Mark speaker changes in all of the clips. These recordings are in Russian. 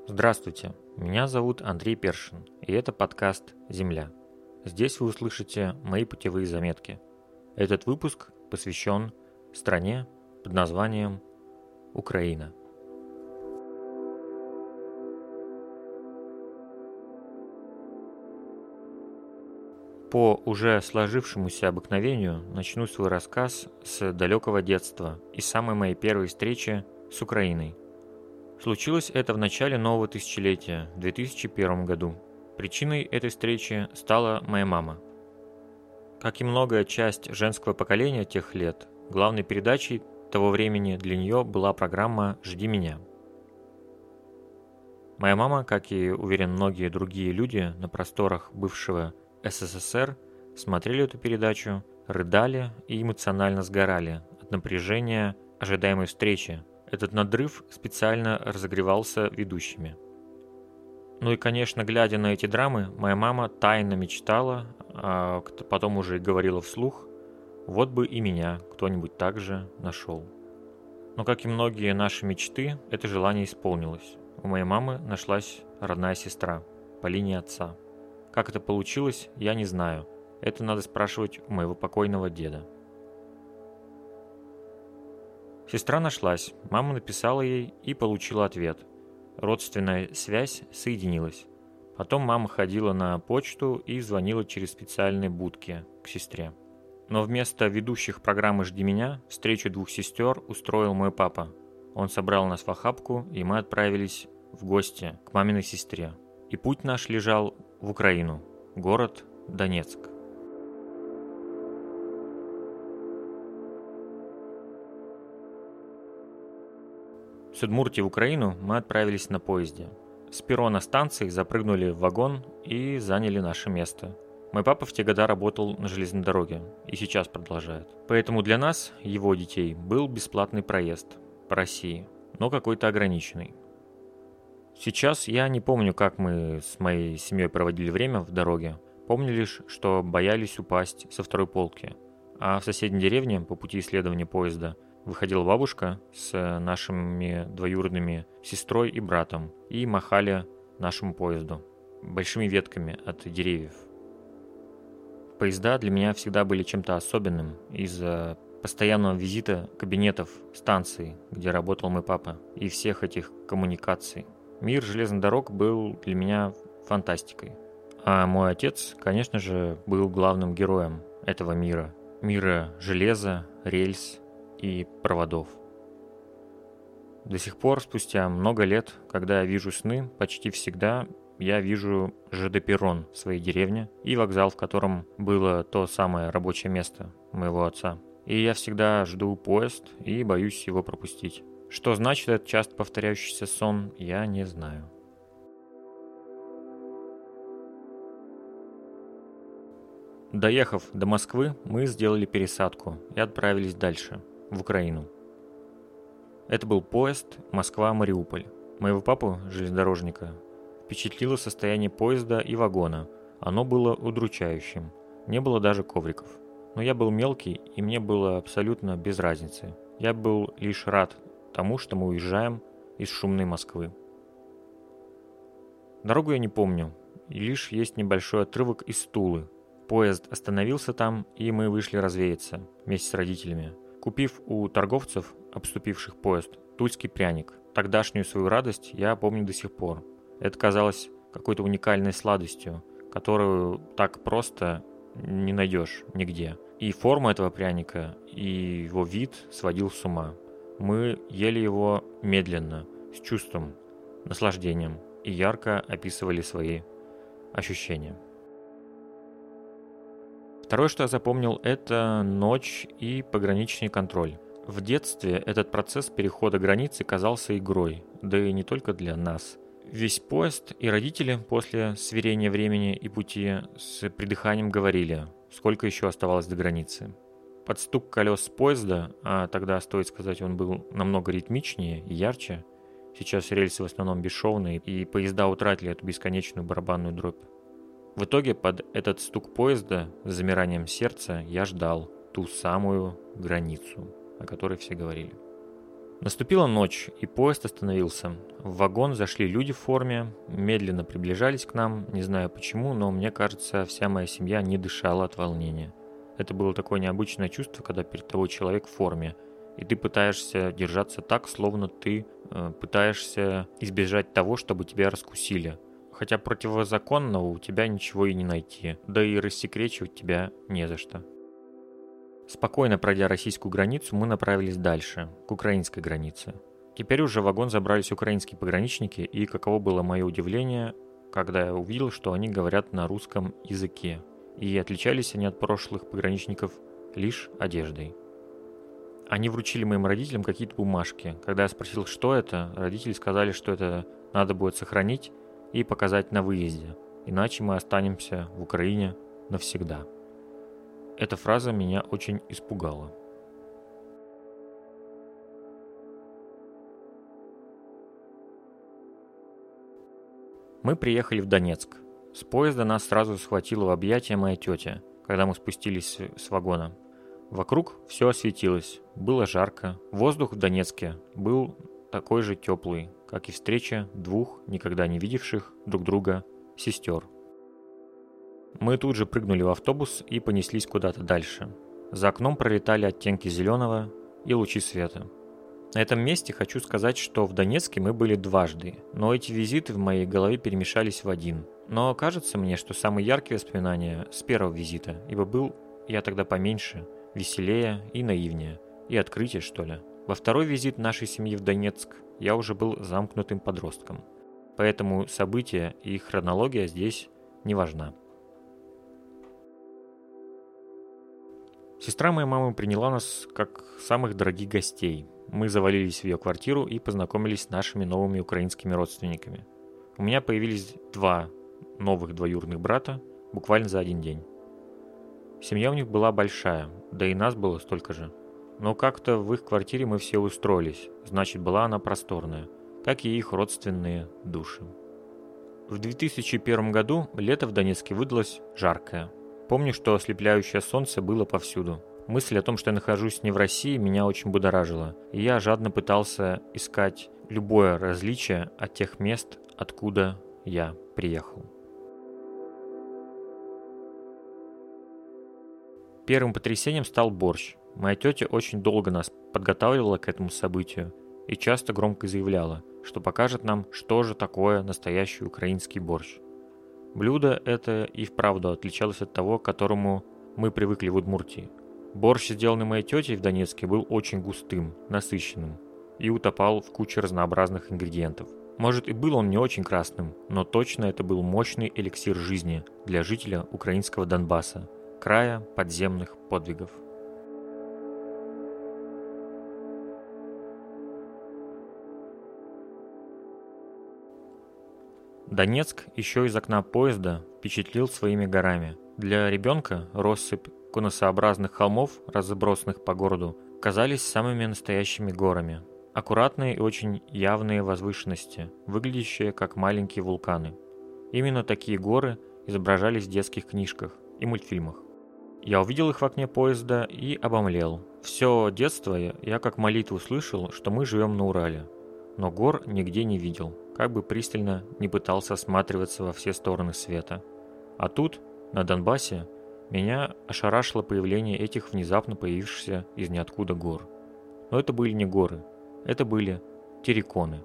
Speaker 1: Здравствуйте, меня зовут Андрей Першин, и это подкаст «Земля». Здесь вы услышите мои путевые заметки. Этот выпуск посвящен стране под названием Украина. По уже сложившемуся обыкновению начну свой рассказ с далекого детства и самой моей первой встречи с Украиной. Случилось это в начале нового тысячелетия, в 2001 году. Причиной этой встречи стала моя мама. Как и многое часть женского поколения тех лет, главной передачей того времени для нее была программа «Жди меня». Моя мама, как и, уверен, многие другие люди на просторах бывшего СССР, смотрели эту передачу, рыдали и эмоционально сгорали от напряжения ожидаемой встречи. Этот надрыв специально разогревался ведущими. Ну и, конечно, глядя на эти драмы, моя мама тайно мечтала, а потом уже и говорила вслух, вот бы и меня кто-нибудь так же нашел. Но, как и многие наши мечты, это желание исполнилось. У моей мамы нашлась родная сестра по линии отца. Как это получилось, я не знаю. Это надо спрашивать у моего покойного деда. Сестра нашлась, мама написала ей и получила ответ. Родственная связь соединилась. Потом мама ходила на почту и звонила через специальные будки к сестре. Но вместо ведущих программы «Жди меня» встречу двух сестер устроил мой папа. Он собрал нас в охапку, и мы отправились в гости к маминой сестре. И путь наш лежал в Украину, город Донецк. С Удмуртии в Украину мы отправились на поезде. С перрона станции запрыгнули в вагон и заняли наше место. Мой папа в те годы работал на железной дороге и сейчас продолжает. Поэтому для нас, его детей, был бесплатный проезд по России, но какой-то ограниченный. Сейчас я не помню, как мы с моей семьей проводили время в дороге. Помню лишь, что боялись упасть со второй полки. А в соседней деревне по пути исследования поезда выходила бабушка с нашими двоюродными сестрой и братом и махали нашему поезду большими ветками от деревьев. Поезда для меня всегда были чем-то особенным из-за постоянного визита кабинетов станции, где работал мой папа, и всех этих коммуникаций. Мир железных дорог был для меня фантастикой. А мой отец, конечно же, был главным героем этого мира. Мира железа, рельс и проводов. До сих пор, спустя много лет, когда я вижу сны, почти всегда я вижу ЖД-перрон в своей деревне и вокзал, в котором было то самое рабочее место моего отца. И я всегда жду поезд и боюсь его пропустить. Что значит этот часто повторяющийся сон, я не знаю. Доехав до Москвы, мы сделали пересадку и отправились дальше, в Украину. Это был поезд Москва-Мариуполь. Моего папу, железнодорожника, впечатлило состояние поезда и вагона. Оно было удручающим. Не было даже ковриков. Но я был мелкий, и мне было абсолютно без разницы. Я был лишь рад тому, что мы уезжаем из шумной Москвы. Дорогу я не помню, и лишь есть небольшой отрывок из Тулы. Поезд остановился там, и мы вышли развеяться вместе с родителями, купив у торговцев, обступивших поезд, тульский пряник. Тогдашнюю свою радость я помню до сих пор. Это казалось какой-то уникальной сладостью, которую так просто не найдешь нигде. И форма этого пряника, и его вид сводил с ума. Мы ели его медленно, с чувством, наслаждением и ярко описывали свои ощущения. Второе, что я запомнил, это ночь и пограничный контроль. В детстве этот процесс перехода границы казался игрой, да и не только для нас. Весь поезд и родители после сверения времени и пути с придыханием говорили, сколько еще оставалось до границы. Под стук колес поезда, а тогда, стоит сказать, он был намного ритмичнее и ярче, сейчас рельсы в основном бесшовные, и поезда утратили эту бесконечную барабанную дробь. В итоге под этот стук поезда с замиранием сердца я ждал ту самую границу, о которой все говорили. Наступила ночь, и поезд остановился. В вагон зашли люди в форме, медленно приближались к нам, не знаю почему, но мне кажется, вся моя семья не дышала от волнения. Это было такое необычное чувство, когда перед тобой человек в форме, и ты пытаешься держаться так, словно ты пытаешься избежать того, чтобы тебя раскусили. Хотя противозаконного у тебя ничего и не найти, да и рассекречивать тебя не за что. Спокойно пройдя российскую границу, мы направились дальше, к украинской границе. Теперь уже в вагон забрались украинские пограничники, и каково было мое удивление, когда я увидел, что они говорят на русском языке. И отличались они от прошлых пограничников лишь одеждой. Они вручили моим родителям какие-то бумажки. Когда я спросил, что это, родители сказали, что это надо будет сохранить и показать на выезде, иначе мы останемся в Украине навсегда. Эта фраза меня очень испугала. Мы приехали в Донецк. С поезда нас сразу схватила в объятия моя тетя, когда мы спустились с вагона. Вокруг все осветилось, было жарко. Воздух в Донецке был такой же теплый, как и встреча двух никогда не видевших друг друга сестер. Мы тут же прыгнули в автобус и понеслись куда-то дальше. За окном пролетали оттенки зеленого и лучи света. На этом месте хочу сказать, что в Донецке мы были дважды, но эти визиты в моей голове перемешались в один. Но кажется мне, что самые яркие воспоминания с первого визита, ибо был я тогда поменьше, веселее и наивнее, и открытие, что ли. Во второй визит нашей семьи в Донецк я уже был замкнутым подростком, поэтому события и их хронология здесь не важна. Сестра моей мамы приняла нас как самых дорогих гостей. Мы завалились в ее квартиру и познакомились с нашими новыми украинскими родственниками. У меня появились 2 новых двоюродных брата буквально за один день. Семья у них была большая, да и нас было столько же. Но как-то в их квартире мы все устроились, значит, была она просторная, как и их родственные души. В 2001 году лето в Донецке выдалось жаркое. Помню, что ослепляющее солнце было повсюду. Мысль о том, что я нахожусь не в России, меня очень будоражила, и я жадно пытался искать любое различие от тех мест, откуда я приехал. Первым потрясением стал борщ. Моя тетя очень долго нас подготавливала к этому событию и часто громко заявляла, что покажет нам, что же такое настоящий украинский борщ. Блюдо это и вправду отличалось от того, к которому мы привыкли в Удмуртии. Борщ, сделанный моей тетей в Донецке, был очень густым, насыщенным и утопал в куче разнообразных ингредиентов. Может, и был он не очень красным, но точно это был мощный эликсир жизни для жителя украинского Донбасса, края подземных подвигов. Донецк еще из окна поезда впечатлил своими горами. Для ребенка россыпь конусообразных холмов, разбросанных по городу, казались самыми настоящими горами. Аккуратные и очень явные возвышенности, выглядящие как маленькие вулканы. Именно такие горы изображались в детских книжках и мультфильмах. Я увидел их в окне поезда и обомлел. Все детство я как молитву слышал, что мы живем на Урале. Но гор нигде не видел, как бы пристально не пытался осматриваться во все стороны света. А тут, на Донбассе, меня ошарашило появление этих внезапно появившихся из ниоткуда гор. Но это были не горы, это были терриконы.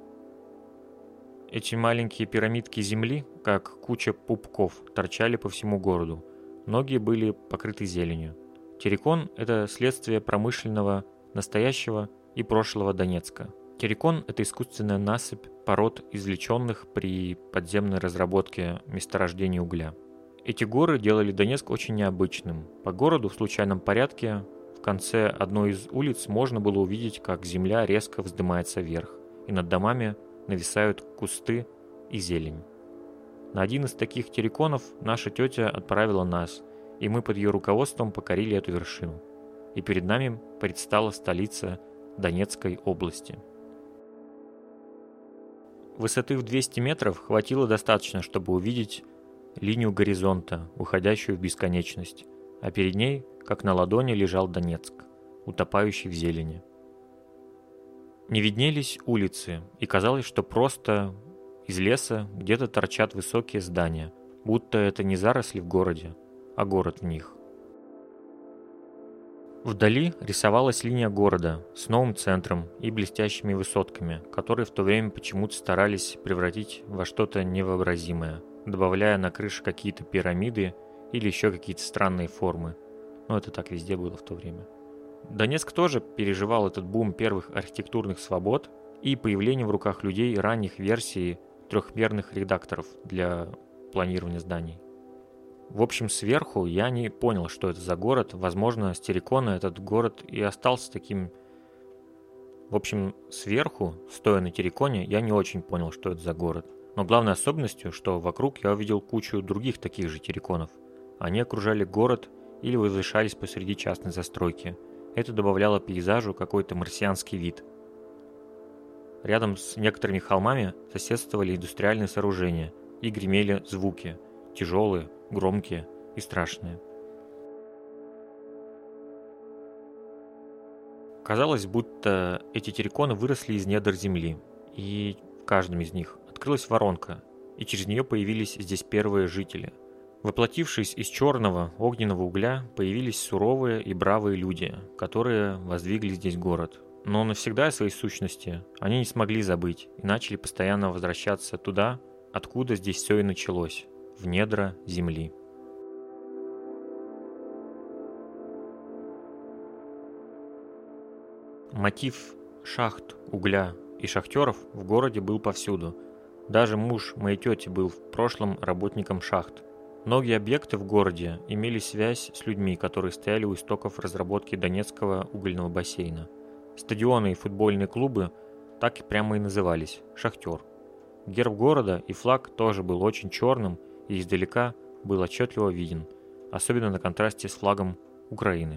Speaker 1: Эти маленькие пирамидки земли, как куча пупков, торчали по всему городу. Многие были покрыты зеленью. Террикон – это следствие промышленного, настоящего и прошлого Донецка. Террикон – это искусственная насыпь пород, извлеченных при подземной разработке месторождения угля. Эти горы делали Донецк очень необычным. По городу в случайном порядке в конце одной из улиц можно было увидеть, как земля резко вздымается вверх, и над домами нависают кусты и зелень. На один из таких терриконов наша тетя отправила нас, и мы под ее руководством покорили эту вершину. И перед нами предстала столица Донецкой области. Высоты в 200 метров хватило достаточно, чтобы увидеть линию горизонта, уходящую в бесконечность, а перед ней, как на ладони, лежал Донецк, утопающий в зелени. Не виднелись улицы, и казалось, что просто из леса где-то торчат высокие здания, будто это не заросли в городе, а город в них. Вдали рисовалась линия города с новым центром и блестящими высотками, которые в то время почему-то старались превратить во что-то невообразимое, добавляя на крыше какие-то пирамиды или еще какие-то странные формы. Но это так везде было в то время. Донецк тоже переживал этот бум первых архитектурных свобод и появление в руках людей ранних версий трехмерных редакторов для планирования зданий. В общем, сверху я не понял, что это за город. Возможно, с Террикона этот город и остался таким. В общем, сверху, стоя на Терриконе, я не очень понял, что это за город. Но главной особенностью, что вокруг я увидел кучу других таких же терриконов. Они окружали город или возвышались посреди частной застройки. Это добавляло пейзажу какой-то марсианский вид. Рядом с некоторыми холмами соседствовали индустриальные сооружения и гремели звуки, тяжелые, громкие и страшные. Казалось, будто эти терриконы выросли из недр земли, и в каждом из них открылась воронка, и через нее появились здесь первые жители. Воплотившись из черного огненного угля, появились суровые и бравые люди, которые воздвигли здесь город. Но навсегда из своей сущности они не смогли забыть и начали постоянно возвращаться туда, откуда здесь все и началось, в недра земли. Мотив шахт, угля и шахтеров в городе был повсюду. Даже муж моей тети был в прошлом работником шахт. Многие объекты в городе имели связь с людьми, которые стояли у истоков разработки Донецкого угольного бассейна. Стадионы и футбольные клубы так и прямо и назывались – «Шахтер». Герб города и флаг тоже был очень черным и издалека был отчетливо виден, особенно на контрасте с флагом Украины.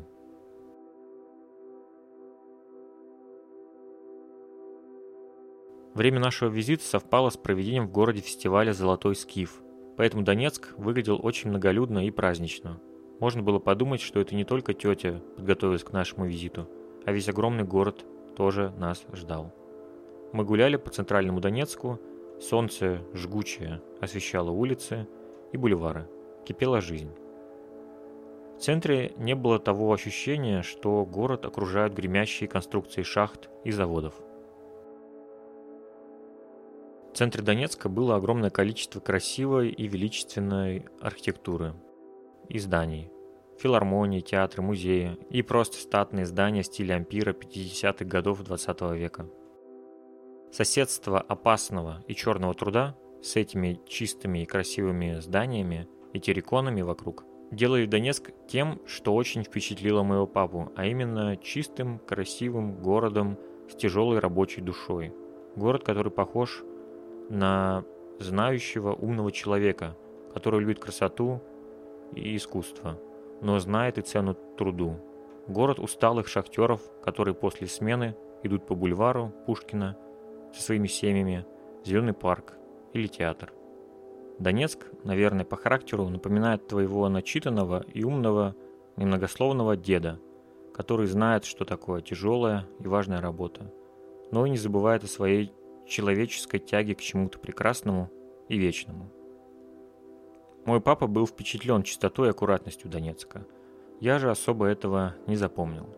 Speaker 1: Время нашего визита совпало с проведением в городе фестиваля «Золотой скиф», поэтому Донецк выглядел очень многолюдно и празднично. Можно было подумать, что это не только тетя подготовилась к нашему визиту, а весь огромный город тоже нас ждал. Мы гуляли по центральному Донецку, солнце жгучее освещало улицы и бульвары, кипела жизнь. В центре не было того ощущения, что город окружают гремящие конструкции шахт и заводов. В центре Донецка было огромное количество красивой и величественной архитектуры и зданий. Филармонии, театры, музеи и просто статные здания в стиле ампира 50-х годов 20 века. Соседство опасного и черного труда с этими чистыми и красивыми зданиями и терриконами вокруг делали Донецк тем, что очень впечатлило моего папу, а именно чистым, красивым городом с тяжелой рабочей душой. Город, который похож на знающего умного человека, который любит красоту и искусство, но знает и цену труду. Город усталых шахтеров, которые после смены идут по бульвару Пушкина со своими семьями, в Зеленый парк или театр. Донецк, наверное, по характеру напоминает твоего начитанного и умного, немногословного деда, который знает, что такое тяжелая и важная работа, но и не забывает о своей человеческой тяге к чему-то прекрасному и вечному. Мой папа был впечатлен чистотой и аккуратностью Донецка. Я же особо этого не запомнил.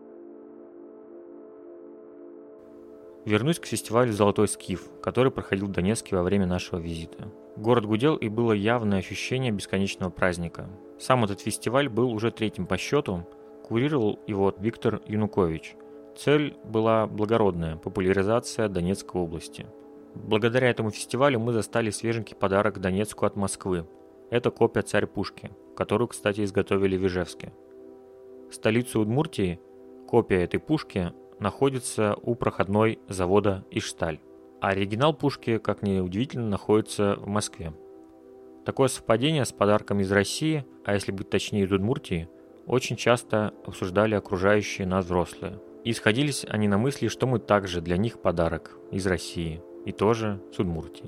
Speaker 1: Вернусь к фестивалю «Золотой скиф», который проходил в Донецке во время нашего визита. Город гудел, и было явное ощущение бесконечного праздника. Сам этот фестиваль был уже третьим по счету, курировал его Виктор Янукович. Цель была благородная – популяризация Донецкой области. Благодаря этому фестивалю мы застали свеженький подарок Донецку от Москвы. Это копия «Царь-Пушки», которую, кстати, изготовили в Ижевске. Столица Удмуртии, копия этой пушки, находится у проходной завода «Ижсталь». А оригинал пушки, как ни удивительно, находится в Москве. Такое совпадение с подарком из России, а если быть точнее из Удмуртии, очень часто обсуждали окружающие нас взрослые. И сходились они на мысли, что мы также для них подарок из России, и тоже с Удмуртии.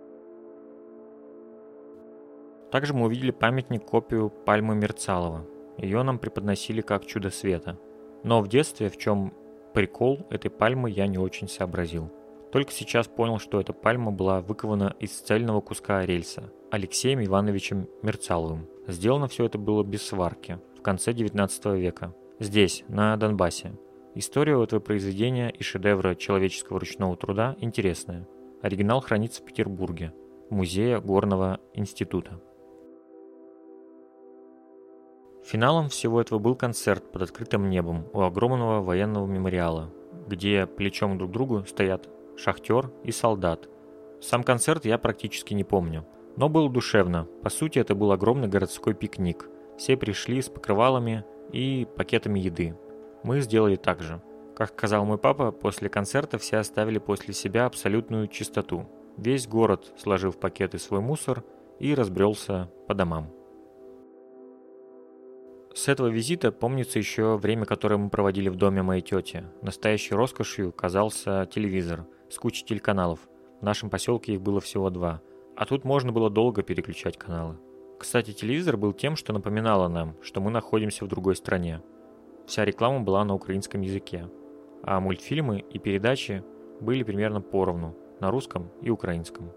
Speaker 1: Также мы увидели памятник-копию Пальмы Мерцалова. Ее нам преподносили как чудо света. Но в детстве, в чем прикол этой пальмы я не очень сообразил. Только сейчас понял, что эта пальма была выкована из цельного куска рельса Алексеем Ивановичем Мерцаловым. Сделано все это было без сварки в конце 19 века. Здесь, на Донбассе. История этого произведения и шедевра человеческого ручного труда интересная. Оригинал хранится в Петербурге, в Музее Горного института. Финалом всего этого был концерт под открытым небом у огромного военного мемориала, где плечом друг к другу стоят шахтер и солдат. Сам концерт я практически не помню, но было душевно. По сути, это был огромный городской пикник. Все пришли с покрывалами и пакетами еды. Мы сделали так же. Как сказал мой папа, после концерта все оставили после себя абсолютную чистоту. Весь город сложил в пакеты свой мусор и разбрелся по домам. С этого визита помнится еще время, которое мы проводили в доме моей тети. Настоящей роскошью казался телевизор с кучей телеканалов. В нашем поселке их было всего 2. А тут можно было долго переключать каналы. Кстати, телевизор был тем, что напоминало нам, что мы находимся в другой стране. Вся реклама была на украинском языке. А мультфильмы и передачи были примерно поровну, на русском и украинском.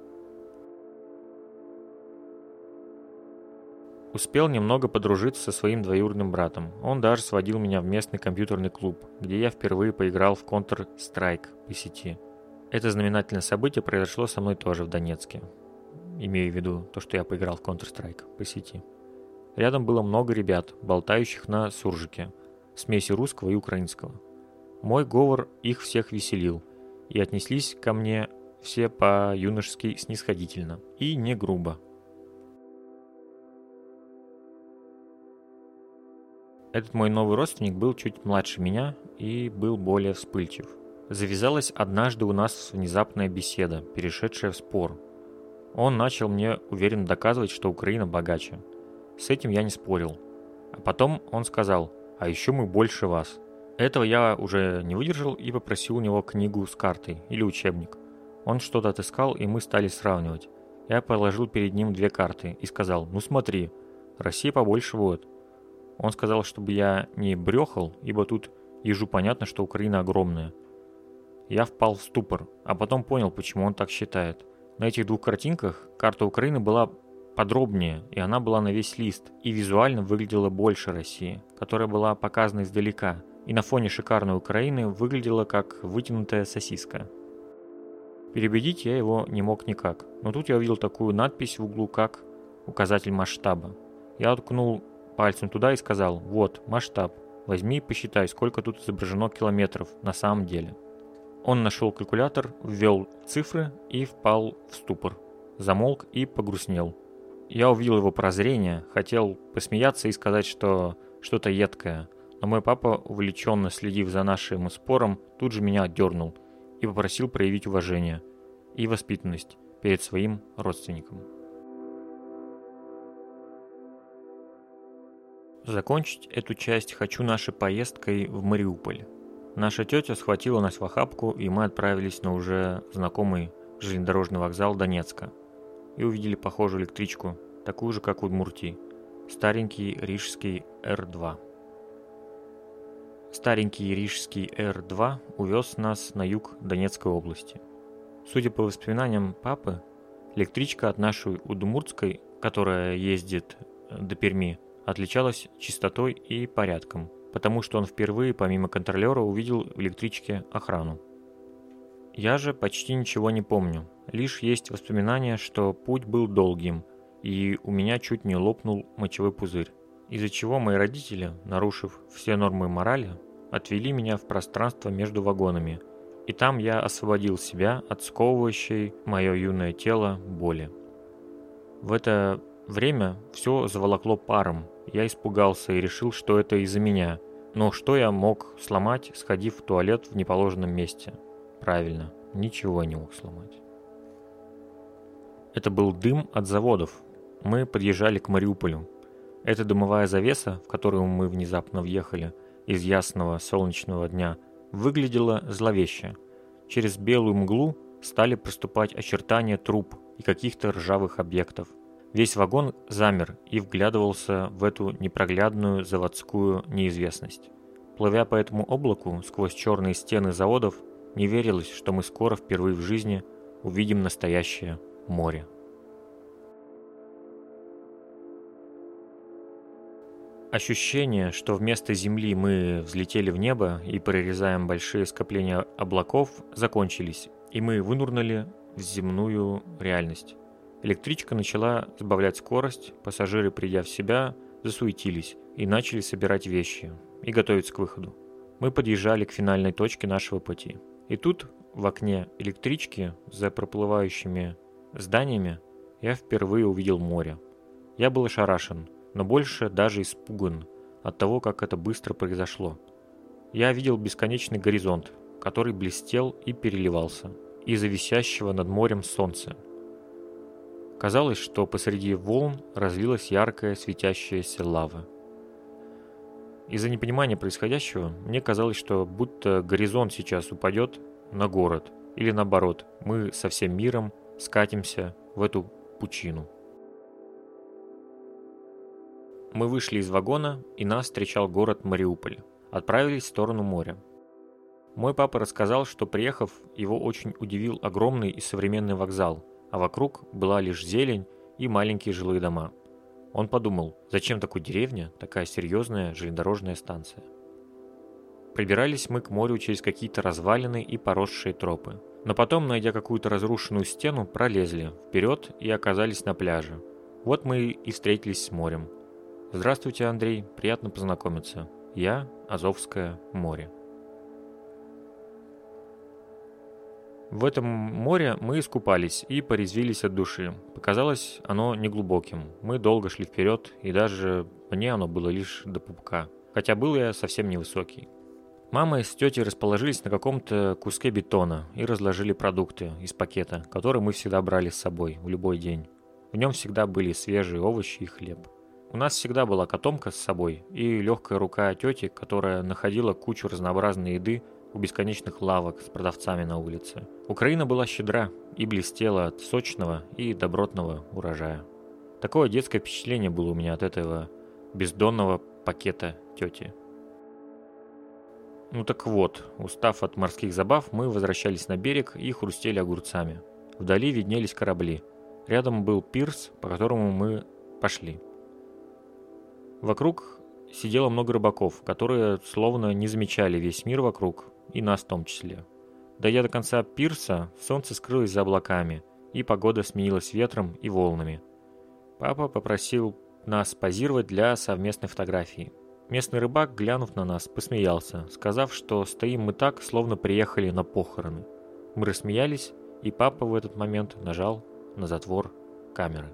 Speaker 1: Успел немного подружиться со своим двоюродным братом. Он даже сводил меня в местный компьютерный клуб, где я впервые поиграл в Counter-Strike по сети. Это знаменательное событие произошло со мной тоже в Донецке. Имею в виду то, что я поиграл в Counter-Strike по сети. Рядом было много ребят, болтающих на суржике, смеси русского и украинского. Мой говор их всех веселил, и отнеслись ко мне все по-юношески снисходительно и не грубо. Этот мой новый родственник был чуть младше меня и был более вспыльчив. Завязалась однажды у нас внезапная беседа, перешедшая в спор. Он начал мне уверенно доказывать, что Украина богаче. С этим я не спорил. А потом он сказал: «А еще мы больше вас». Этого я уже не выдержал и попросил у него книгу с картой или учебник. Он что-то отыскал, и мы стали сравнивать. Я положил перед ним 2 карты и сказал: «Ну смотри, Россия побольше вот». Он сказал, чтобы я не брехал, ибо тут ежу понятно, что Украина огромная. Я впал в ступор, а потом понял, почему он так считает. На этих 2 картинках карта Украины была подробнее, и она была на весь лист, и визуально выглядела больше России, которая была показана издалека, и на фоне шикарной Украины выглядела как вытянутая сосиска. Переубедить я его не мог никак, но тут я увидел такую надпись в углу, как указатель масштаба. Я уткнул пальцем туда и сказал: «Вот, масштаб. Возьми и посчитай, сколько тут изображено километров на самом деле». Он нашел калькулятор, ввел цифры и впал в ступор. Замолк и погрустнел. Я увидел его прозрение, хотел посмеяться и сказать, что что-то едкое, но мой папа, увлеченно следив за нашим спором, тут же меня отдернул и попросил проявить уважение и воспитанность перед своим родственником. Закончить эту часть хочу нашей поездкой в Мариуполь. Наша тетя схватила нас в охапку, и мы отправились на уже знакомый железнодорожный вокзал Донецка и увидели похожую электричку, такую же, как в Удмуртии, старенький рижский Р-2. Старенький рижский Р-2 увез нас на юг Донецкой области. Судя по воспоминаниям папы, электричка от нашей удмуртской, которая ездит до Перми, отличалась чистотой и порядком, потому что он впервые, помимо контролера, увидел в электричке охрану. Я же почти ничего не помню, лишь есть воспоминания, что путь был долгим, и у меня чуть не лопнул мочевой пузырь, из-за чего мои родители, нарушив все нормы морали, отвели меня в пространство между вагонами, и там я освободил себя от сковывающей мое юное тело боли. В это время все заволокло паром, я испугался и решил, что это из-за меня, но что я мог сломать, сходив в туалет в неположенном месте? Правильно, ничего не мог сломать. Это был дым от заводов. Мы подъезжали к Мариуполю. Эта дымовая завеса, в которую мы внезапно въехали из ясного солнечного дня, выглядела зловеще. Через белую мглу стали проступать очертания труб и каких-то ржавых объектов. Весь вагон замер и вглядывался в эту непроглядную заводскую неизвестность. Плывя по этому облаку сквозь черные стены заводов, не верилось, что мы скоро впервые в жизни увидим настоящее море. Ощущение, что вместо Земли мы взлетели в небо и прорезаем большие скопления облаков, закончились, и мы вынурнули в земную реальность. Электричка начала сбавлять скорость, пассажиры, придя в себя, засуетились и начали собирать вещи и готовиться к выходу. Мы подъезжали к финальной точке нашего пути. И тут, в окне электрички, за проплывающими зданиями, я впервые увидел море. Я был ошарашен, но больше даже испуган от того, как это быстро произошло. Я видел бесконечный горизонт, который блестел и переливался из-за висящего над морем солнца. Казалось, что посреди волн разлилась яркая светящаяся лава. Из-за непонимания происходящего, мне казалось, что будто горизонт сейчас упадет на город, или наоборот, мы со всем миром скатимся в эту пучину. Мы вышли из вагона, и нас встречал город Мариуполь. Отправились в сторону моря. Мой папа рассказал, что приехав, его очень удивил огромный и современный вокзал, а вокруг была лишь зелень и маленькие жилые дома. Он подумал, зачем такой деревне такая серьезная железнодорожная станция. Прибирались мы к морю через какие-то развалины и поросшие тропы. Но потом, найдя какую-то разрушенную стену, пролезли вперед и оказались на пляже. Вот мы и встретились с морем. Здравствуйте, Андрей, приятно познакомиться. Я Азовское море. В этом море мы искупались и порезвились от души. Показалось оно неглубоким. Мы долго шли вперед, и даже мне оно было лишь до пупка. Хотя был я совсем невысокий. Мама с тетей расположились на каком-то куске бетона и разложили продукты из пакета, который мы всегда брали с собой в любой день. В нем всегда были свежие овощи и хлеб. У нас всегда была котомка с собой и легкая рука тети, которая находила кучу разнообразной еды у бесконечных лавок с продавцами на улице. Украина была щедра и блестела от сочного и добротного урожая. Такое детское впечатление было у меня от этого бездонного пакета тети. Ну так вот, устав от морских забав, мы возвращались на берег и хрустели огурцами. Вдали виднелись корабли. Рядом был пирс, по которому мы пошли. Вокруг сидело много рыбаков, которые словно не замечали весь мир вокруг, и нас в том числе. Дойдя до конца пирса, солнце скрылось за облаками, и погода сменилась ветром и волнами. Папа попросил нас позировать для совместной фотографии. Местный рыбак, глянув на нас, посмеялся, сказав, что стоим мы так, словно приехали на похороны. Мы рассмеялись, и папа в этот момент нажал на затвор камеры.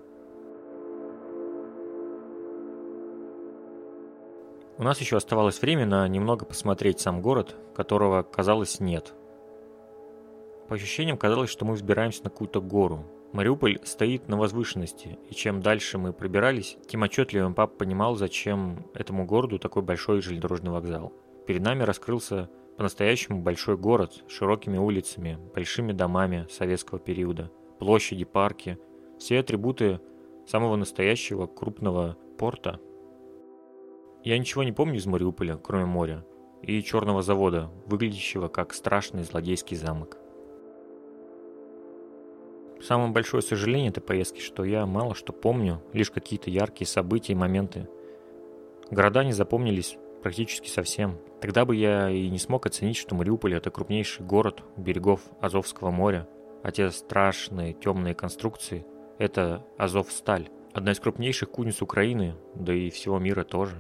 Speaker 1: У нас еще оставалось время на немного посмотреть сам город, которого, казалось, нет. По ощущениям казалось, что мы взбираемся на какую-то гору. Мариуполь стоит на возвышенности, и чем дальше мы пробирались, тем отчетливее папа понимал, зачем этому городу такой большой железнодорожный вокзал. Перед нами раскрылся по-настоящему большой город с широкими улицами, большими домами советского периода, площади, парки, все атрибуты самого настоящего крупного порта. Я ничего не помню из Мариуполя, кроме моря, и черного завода, выглядящего как страшный злодейский замок. Самое большое сожаление этой поездки, что я мало что помню, лишь какие-то яркие события и моменты. Города не запомнились практически совсем. Тогда бы я и не смог оценить, что Мариуполь – это крупнейший город у берегов Азовского моря, а те страшные темные конструкции – это Азовсталь, одна из крупнейших кузниц Украины, да и всего мира тоже.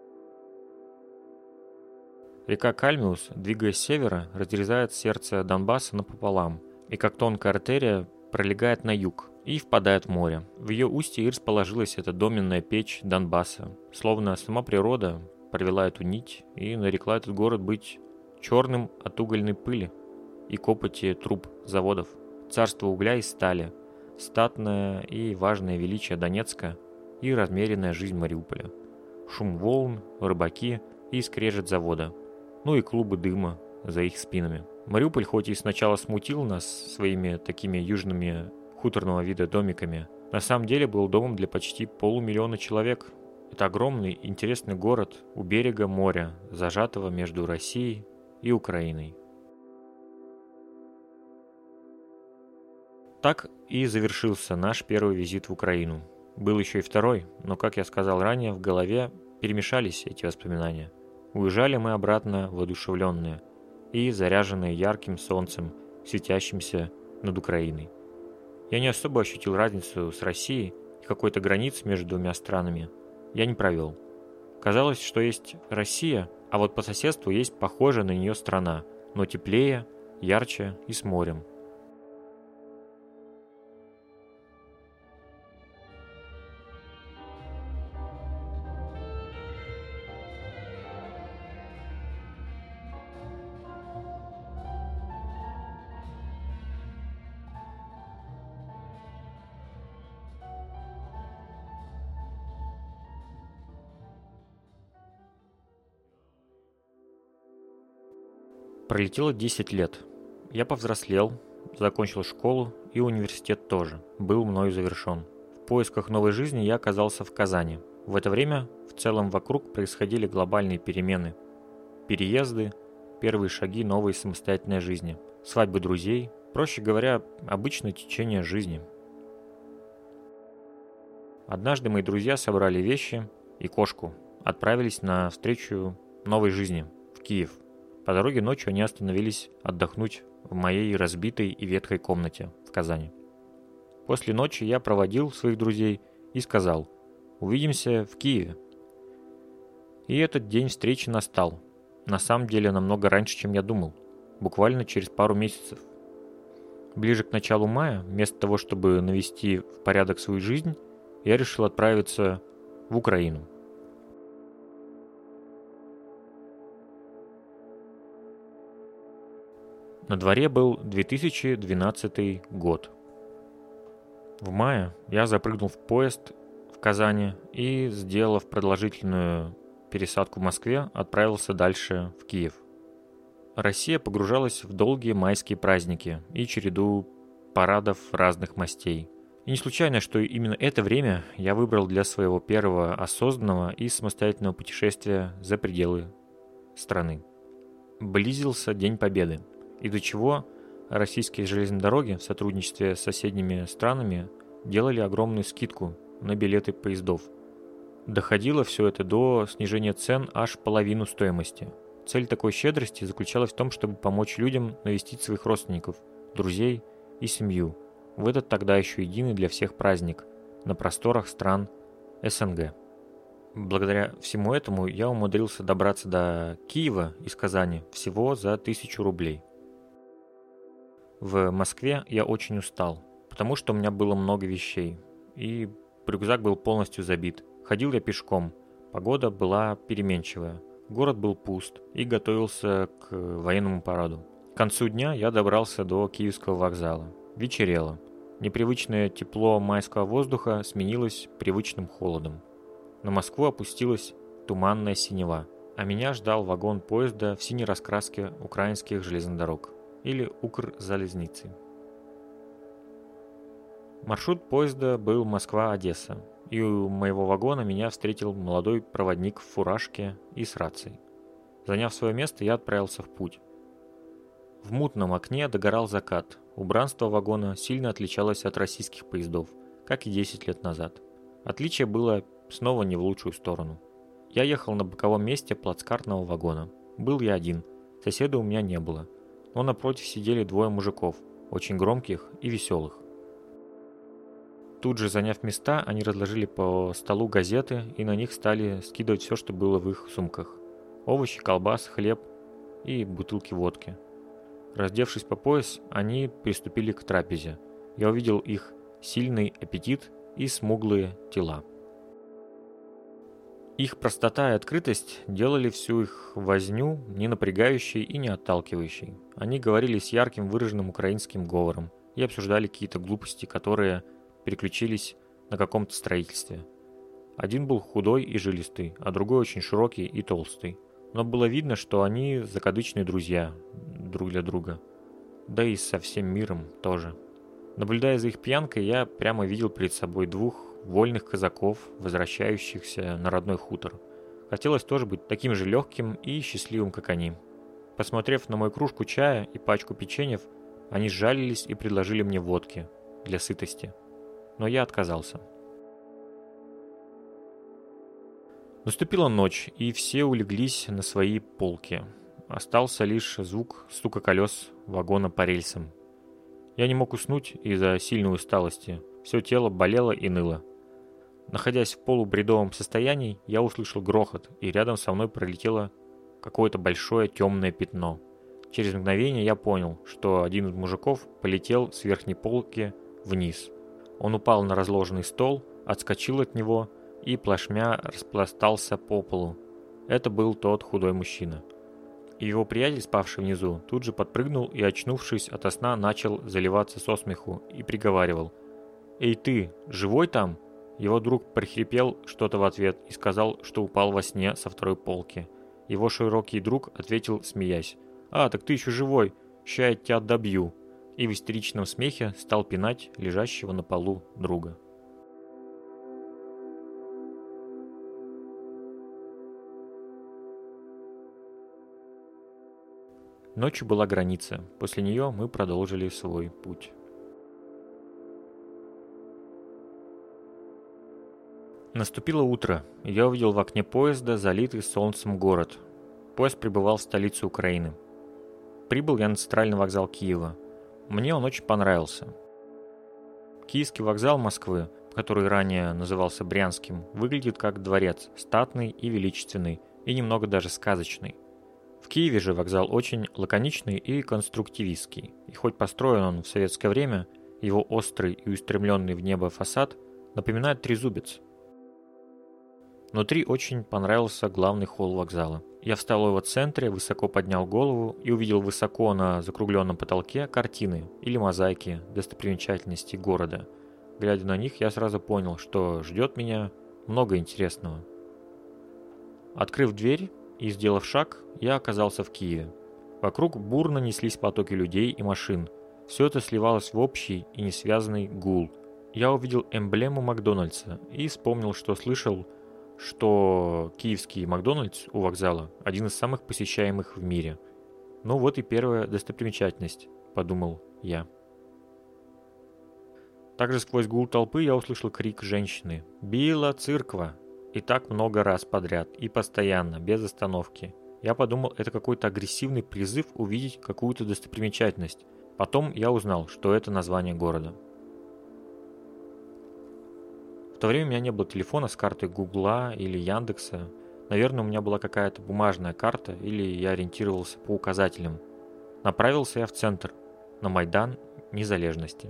Speaker 1: Река Кальмиус, двигаясь с севера, разрезает сердце Донбасса напополам, и как тонкая артерия пролегает на юг и впадает в море. В ее устье и расположилась эта доменная печь Донбасса, словно сама природа провела эту нить и нарекла этот город быть черным от угольной пыли и копоти труб заводов. Царство угля и стали, статное и важное величие Донецка и размеренная жизнь Мариуполя. Шум волн, рыбаки и скрежет завода, ну и клубы дыма за их спинами. Мариуполь хоть и сначала смутил нас своими такими южными хуторного вида домиками, на самом деле был домом для почти 500 000 человек. Это огромный интересный город у берега моря, зажатого между Россией и Украиной. Так и завершился наш первый визит в Украину. Был еще и второй, но, как я сказал ранее, в голове перемешались эти воспоминания. Уезжали мы обратно воодушевленные и заряженные ярким солнцем, светящимся над Украиной. Я не особо ощутил разницу с Россией, и какой-то границы между двумя странами я не провел. Казалось, что есть Россия, а вот по соседству есть похожая на нее страна, но теплее, ярче и с морем. Пролетело 10 лет. Я повзрослел, закончил школу и университет тоже, был мною завершен. В поисках новой жизни я оказался в Казани. В это время в целом вокруг происходили глобальные перемены. Переезды, первые шаги новой самостоятельной жизни, свадьбы друзей, проще говоря, обычное течение жизни. Однажды мои друзья собрали вещи и кошку, отправились на встречу новой жизни в Киев. По дороге ночью они остановились отдохнуть в моей разбитой и ветхой комнате в Казани. После ночи я проводил своих друзей и сказал: «Увидимся в Киеве». И этот день встречи настал. На самом деле намного раньше, чем я думал. Буквально через пару месяцев. Ближе к началу мая, вместо того, чтобы навести в порядок свою жизнь, я решил отправиться в Украину. На дворе был 2012 год. В мае я запрыгнул в поезд в Казани и, сделав продолжительную пересадку в Москве, отправился дальше в Киев. Россия погружалась в долгие майские праздники и череду парадов разных мастей. И не случайно, что именно это время я выбрал для своего первого осознанного и самостоятельного путешествия за пределы страны. Близился День Победы, из-за чего российские железные дороги в сотрудничестве с соседними странами делали огромную скидку на билеты поездов. Доходило все это до снижения цен аж половину стоимости. Цель такой щедрости заключалась в том, чтобы помочь людям навестить своих родственников, друзей и семью в этот тогда еще единый для всех праздник на просторах стран СНГ. Благодаря всему этому я умудрился добраться до Киева из Казани всего за 1000 рублей. В Москве я очень устал, потому что у меня было много вещей, и рюкзак был полностью забит. Ходил я пешком, погода была переменчивая, город был пуст и готовился к военному параду. К концу дня я добрался до Киевского вокзала. Вечерело. Непривычное тепло майского воздуха сменилось привычным холодом. На Москву опустилась туманная синева, а меня ждал вагон поезда в синей раскраске украинских железных дорог, или Укрзалезницы. Маршрут поезда был Москва-Одесса, и у моего вагона меня встретил молодой проводник в фуражке и с рацией. Заняв свое место, я отправился в путь. В мутном окне догорал закат. Убранство вагона сильно отличалось от российских поездов, как и 10 лет назад. Отличие было снова не в лучшую сторону. Я ехал на боковом месте плацкартного вагона. Был я один, соседа у меня не было. Но напротив сидели двое мужиков, очень громких и веселых. Тут же, заняв места, они разложили по столу газеты и на них стали скидывать все, что было в их сумках. Овощи, колбас, хлеб и бутылки водки. Раздевшись по пояс, они приступили к трапезе. Я увидел их сильный аппетит и смуглые тела. Их простота и открытость делали всю их возню не напрягающей и не отталкивающей. Они говорили с ярким выраженным украинским говором и обсуждали какие-то глупости, которые переключились на каком-то строительстве. Один был худой и жилистый, а другой очень широкий и толстый. Но было видно, что они закадычные друзья друг для друга. Да и со всем миром тоже. Наблюдая за их пьянкой, я прямо видел перед собой двух вольных казаков, возвращающихся на родной хутор. Хотелось тоже быть таким же легким и счастливым, как они. Посмотрев на мою кружку чая и пачку печеньев, они сжалились и предложили мне водки для сытости. Но я отказался. Наступила ночь, и все улеглись на свои полки. Остался лишь звук стука колес вагона по рельсам. Я не мог уснуть из-за сильной усталости. Все тело болело и ныло. Находясь в полубредовом состоянии, я услышал грохот, и рядом со мной пролетело какое-то большое темное пятно. Через мгновение я понял, что один из мужиков полетел с верхней полки вниз. Он упал на разложенный стол, отскочил от него и плашмя распластался по полу. Это был тот худой мужчина. И его приятель, спавший внизу, тут же подпрыгнул и, очнувшись ото сна, начал заливаться со смеху и приговаривал: «Эй ты, живой там?» Его друг прохрипел что-то в ответ и сказал, что упал во сне со второй полки. Его широкий друг ответил, смеясь: «А, так ты еще живой, ща я тебя добью», и в истеричном смехе стал пинать лежащего на полу друга. Ночью была граница. После нее мы продолжили свой путь. Наступило утро, и я увидел в окне поезда залитый солнцем город. Поезд прибывал в столицу Украины. Прибыл я на центральный вокзал Киева. Мне он очень понравился. Киевский вокзал Москвы, который ранее назывался Брянским, выглядит как дворец, статный и величественный, и немного даже сказочный. В Киеве же вокзал очень лаконичный и конструктивистский, и хоть построен он в советское время, его острый и устремленный в небо фасад напоминает трезубец. Внутри очень понравился главный холл вокзала. Я встал в его центре, высоко поднял голову и увидел высоко на закругленном потолке картины или мозаики достопримечательностей города. Глядя на них, я сразу понял, что ждет меня много интересного. Открыв дверь и сделав шаг, я оказался в Киеве. Вокруг бурно неслись потоки людей и машин. Все это сливалось в общий и несвязанный гул. Я увидел эмблему Макдональдса и вспомнил, что слышал, что киевский Макдональдс у вокзала один из самых посещаемых в мире. Ну вот и первая достопримечательность, подумал я. Также сквозь гул толпы я услышал крик женщины: «Біла церква!» И так много раз подряд, и постоянно, без остановки. Я подумал, это какой-то агрессивный призыв увидеть какую-то достопримечательность. Потом я узнал, что это название города. В то время у меня не было телефона с картой Гугла или Яндекса. Наверное, у меня была какая-то бумажная карта, или я ориентировался по указателям. Направился я в центр, на Майдан Незалежности.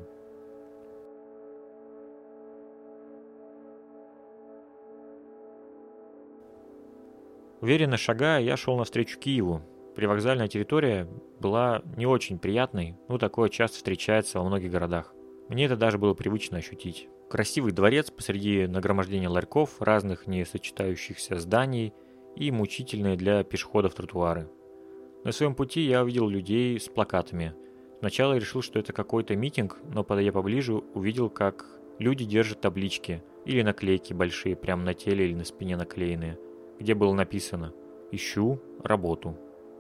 Speaker 1: Уверенно шагая, я шел навстречу Киеву. Привокзальная территория была не очень приятной, но такое часто встречается во многих городах. Мне это даже было привычно ощутить. Красивый дворец посреди нагромождения ларьков, разных не сочетающихся зданий и мучительные для пешеходов тротуары. На своем пути я увидел людей с плакатами. Сначала я решил, что это какой-то митинг, но подойдя поближе, увидел, как люди держат таблички или наклейки большие прямо на теле или на спине наклеенные, где было написано «Ищу работу».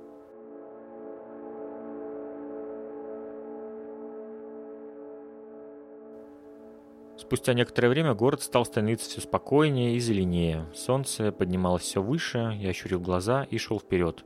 Speaker 1: Спустя некоторое время город стал становиться все спокойнее и зеленее. Солнце поднималось все выше, я ощурил глаза и шел вперед.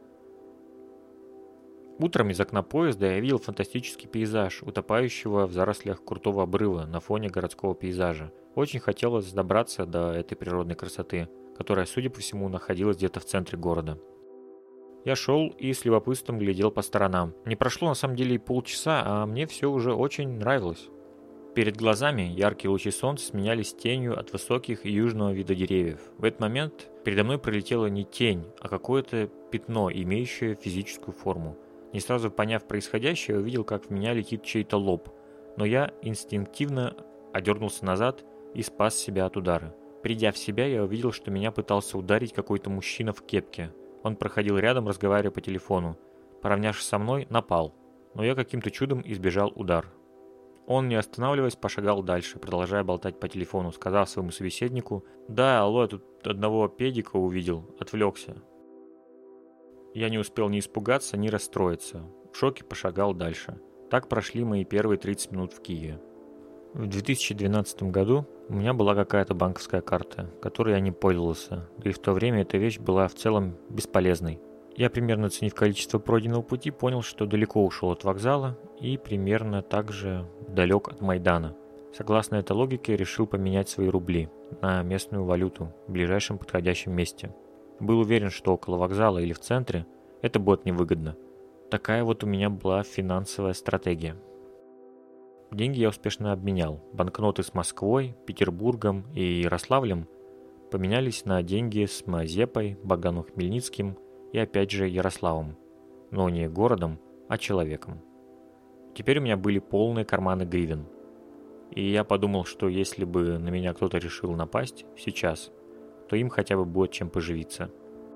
Speaker 1: Утром из окна поезда я видел фантастический пейзаж, утопающего в зарослях крутого обрыва на фоне городского пейзажа. Очень хотелось добраться до этой природной красоты, которая, судя по всему, находилась где-то в центре города. Я шел и с любопытством глядел по сторонам. Не прошло на самом деле и полчаса, а мне все уже очень нравилось. Перед глазами яркие лучи солнца сменялись тенью от высоких и южного вида деревьев. В этот момент передо мной пролетела не тень, а какое-то пятно, имеющее физическую форму. Не сразу поняв происходящее, я увидел, как в меня летит чей-то лоб, но я инстинктивно одернулся назад и спас себя от удара. Придя в себя, я увидел, что меня пытался ударить какой-то мужчина в кепке. Он проходил рядом, разговаривая по телефону. Поравнявшись со мной, напал, но я каким-то чудом избежал удара. Он, не останавливаясь, пошагал дальше, продолжая болтать по телефону, сказав своему собеседнику: «Да, алло, я тут одного педика увидел, отвлекся». Я не успел ни испугаться, ни расстроиться. В шоке пошагал дальше. Так прошли мои первые 30 минут в Киеве. В 2012 году у меня была какая-то банковская карта, которой я не пользовался, да и в то время эта вещь была в целом бесполезной. Я, примерно оценив количество пройденного пути, понял, что далеко ушел от вокзала и примерно так же далек от Майдана. Согласно этой логике, решил поменять свои рубли на местную валюту в ближайшем подходящем месте. Был уверен, что около вокзала или в центре это будет невыгодно. Такая вот у меня была финансовая стратегия. Деньги я успешно обменял. Банкноты с Москвой, Петербургом и Ярославлем поменялись на деньги с Мазепой, Богданом Хмельницким и опять же Ярославом. Но не городом, а человеком. Теперь у меня были полные карманы гривен. И я подумал, что если бы на меня кто-то решил напасть сейчас, то им хотя бы будет чем поживиться.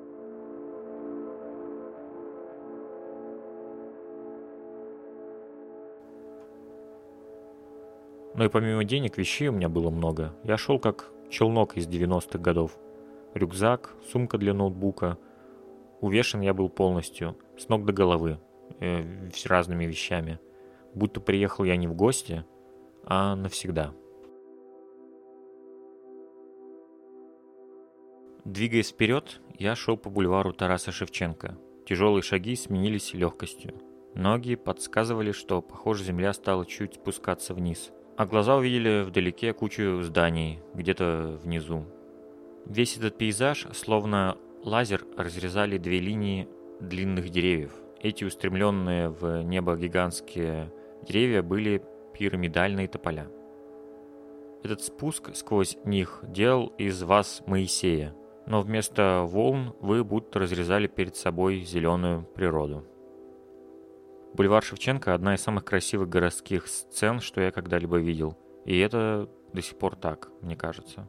Speaker 1: Но и помимо денег, вещей у меня было много. Я шел как челнок из 90-х годов. Рюкзак, сумка для ноутбука. Увешан я был полностью, с ног до головы, с разными вещами. Будто приехал я не в гости, а навсегда. Двигаясь вперед, я шел по бульвару Тараса Шевченко. Тяжелые шаги сменились легкостью. Ноги подсказывали, что, похоже, земля стала чуть спускаться вниз. А глаза увидели вдалеке кучу зданий, где-то внизу. Весь этот пейзаж, словно лазер, разрезали две линии длинных деревьев. Эти устремленные в небо гигантские деревья были пирамидальные тополя. Этот спуск сквозь них делал из вас Моисея, но вместо волн вы будто разрезали перед собой зеленую природу. Бульвар Шевченко – одна из самых красивых городских сцен, что я когда-либо видел. И это до сих пор так, мне кажется.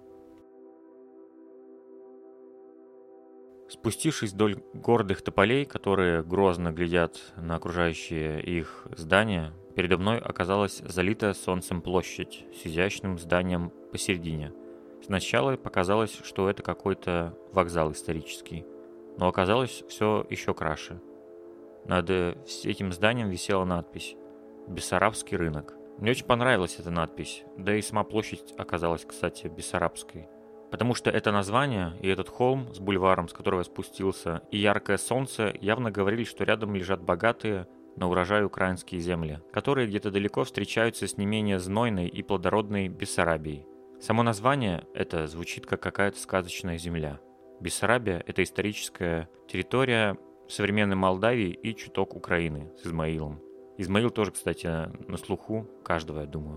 Speaker 1: Спустившись вдоль гордых тополей, которые грозно глядят на окружающие их здания, передо мной оказалась залитая солнцем площадь с изящным зданием посередине. Сначала показалось, что это какой-то вокзал исторический, но оказалось все еще краше. Над этим зданием висела надпись «Бессарабский рынок». Мне очень понравилась эта надпись, да и сама площадь оказалась, кстати, бессарабской. Потому что это название и этот холм с бульваром, с которого я спустился, и яркое солнце явно говорили, что рядом лежат богатые на урожай украинские земли, которые где-то далеко встречаются с не менее знойной и плодородной Бессарабией. Само название это звучит как какая-то сказочная земля. Бессарабия – это историческая территория современной Молдавии и чуток Украины с Измаилом. Измаил тоже, кстати, на слуху каждого, я думаю.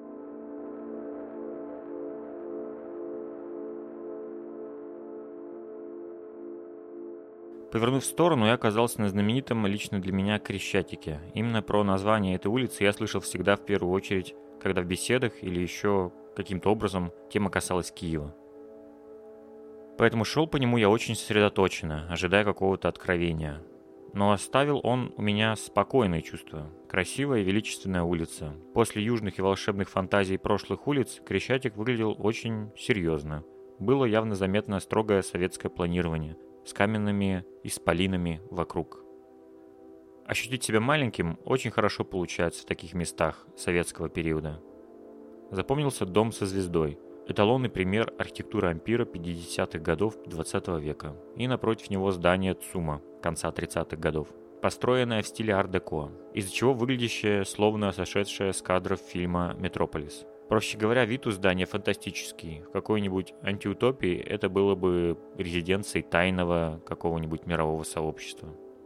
Speaker 1: Повернув в сторону, я оказался на знаменитом лично для меня Крещатике. Именно про название этой улицы я слышал всегда в первую очередь, когда в беседах или еще каким-то образом тема касалась Киева. Поэтому шел по нему я очень сосредоточенно, ожидая какого-то откровения. Но оставил он у меня спокойное чувство. Красивая и величественная улица. После южных и волшебных фантазий прошлых улиц Крещатик выглядел очень серьезно. Было явно заметно строгое советское планирование с каменными исполинами вокруг. Ощутить себя маленьким очень хорошо получается в таких местах советского периода. Запомнился дом со звездой. Эталонный пример архитектуры ампира 50-х годов 20 века. И напротив него здание ЦУМа конца 30-х годов, построенное в стиле ар-деко, из-за чего выглядящее словно сошедшее с кадров фильма «Метрополис». Проще говоря, вид у здания фантастический. В какой-нибудь антиутопии это было бы резиденцией тайного какого-нибудь мирового сообщества.